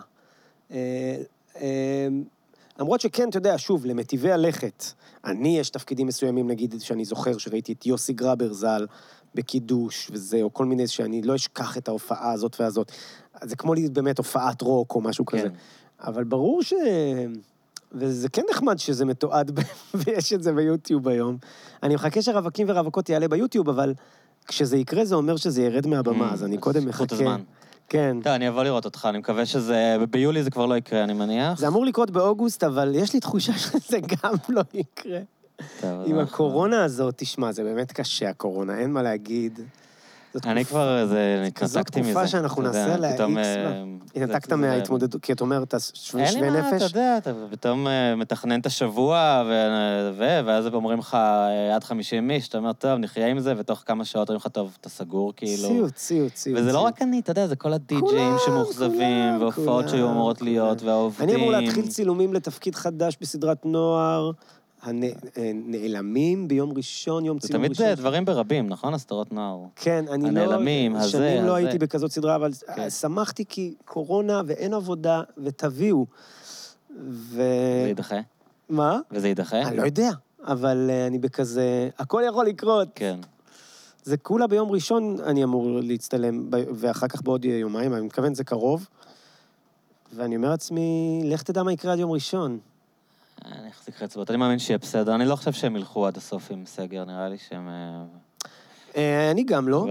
למרות שכן, אתה יודע, שוב, למטיבי הלכת, יש תפקידים מסוימים, נגיד, שאני זוכר, שראיתי את יוסי גרבר ז"ל בקידוש וזה, או כל מיני שאני לא אשכח את ההופעה הזאת והזאת. זה כמו לי באמת הופעת רוק או משהו כזה. אבל ברור וזה כן נחמד שזה מתועד, ויש את זה ביוטיוב היום. אני מחכה שרווקים ורווקות יעלה ביוטיוב, אבל כשזה יקרה זה אומר שזה ירד מהבמה, אז אני קודם מחכה. כן. טוב, אני אבוא לראות אותך, אני מקווה שזה... ביולי זה כבר לא יקרה, אני מניח. זה אמור לקרות באוגוסט, אבל יש לי תחושה שזה גם לא יקרה. עם הקורונה הזאת, תשמע, זה באמת קשה, הקורונה, אין מה להגיד. אני כבר, התנתקתי מזה. כזאת תקופה שאנחנו נעשה לה איקס. התנתקת מההתמודדות, כי את אומרת, שווה נפש. אין לי מה, אתה יודע, אתה פתאום מתכנן את השבוע, ואז אומרים לך עד 50 איש, אתה אומר, טוב, נחיה עם זה, ותוך כמה שעות אומרים לך, טוב, אתה סגור, כאילו. ציוט. וזה לא רק אני, אתה יודע, זה כל הדי-ג'אים שמוחזבים, והופעות שהיו אמורות להיות, והעובדים. אני אמור להתחיל צילומים לתפקיד חדש בסדרת נוער, הנעלמים ביום ראשון, יום צילום ראשון. זה תמיד דברים ברבים, נכון? הסדרות נוער. כן, אני הנעלמים, הזה. שנים לא הייתי בכזאת סדרה, אבל שמחתי כי קורונה ואין עבודה, ותביאו. זה יידחה? מה? וזה יידחה? אני לא יודע, אבל אני בכזה, הכל יכול לקרות. כן. זה כולה ביום ראשון אני אמור להצטלם, ואחר כך בעוד יומיים, אני מתכוון, זה קרוב. ואני אומר לעצמי, לך תדע מה יקרה עד יום ראשון. אני אחזיק חצבות, אני מאמין שיהיה בסדר, אני לא חושב שהם ילכו עד הסוף עם סגר, נראה לי שהם... אני גם לא,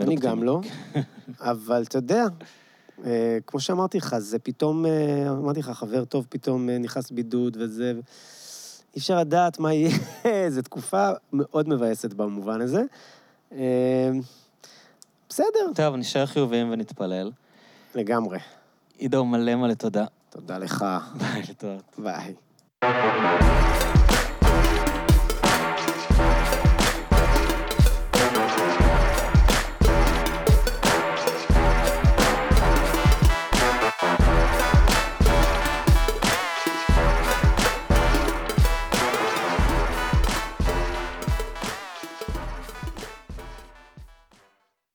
אבל אתה יודע, כמו שאמרתי לך, זה פתאום, אמרתי לך, חבר טוב פתאום נכנס בידוד וזה, אי אפשר לדעת מה יהיה, זו תקופה מאוד מבאסת במובן הזה. בסדר. טוב, נשאר חיוביים ונתפלל. לגמרי. עידו, מלא תודה. תודה לך. ביי, לתודה. ביי.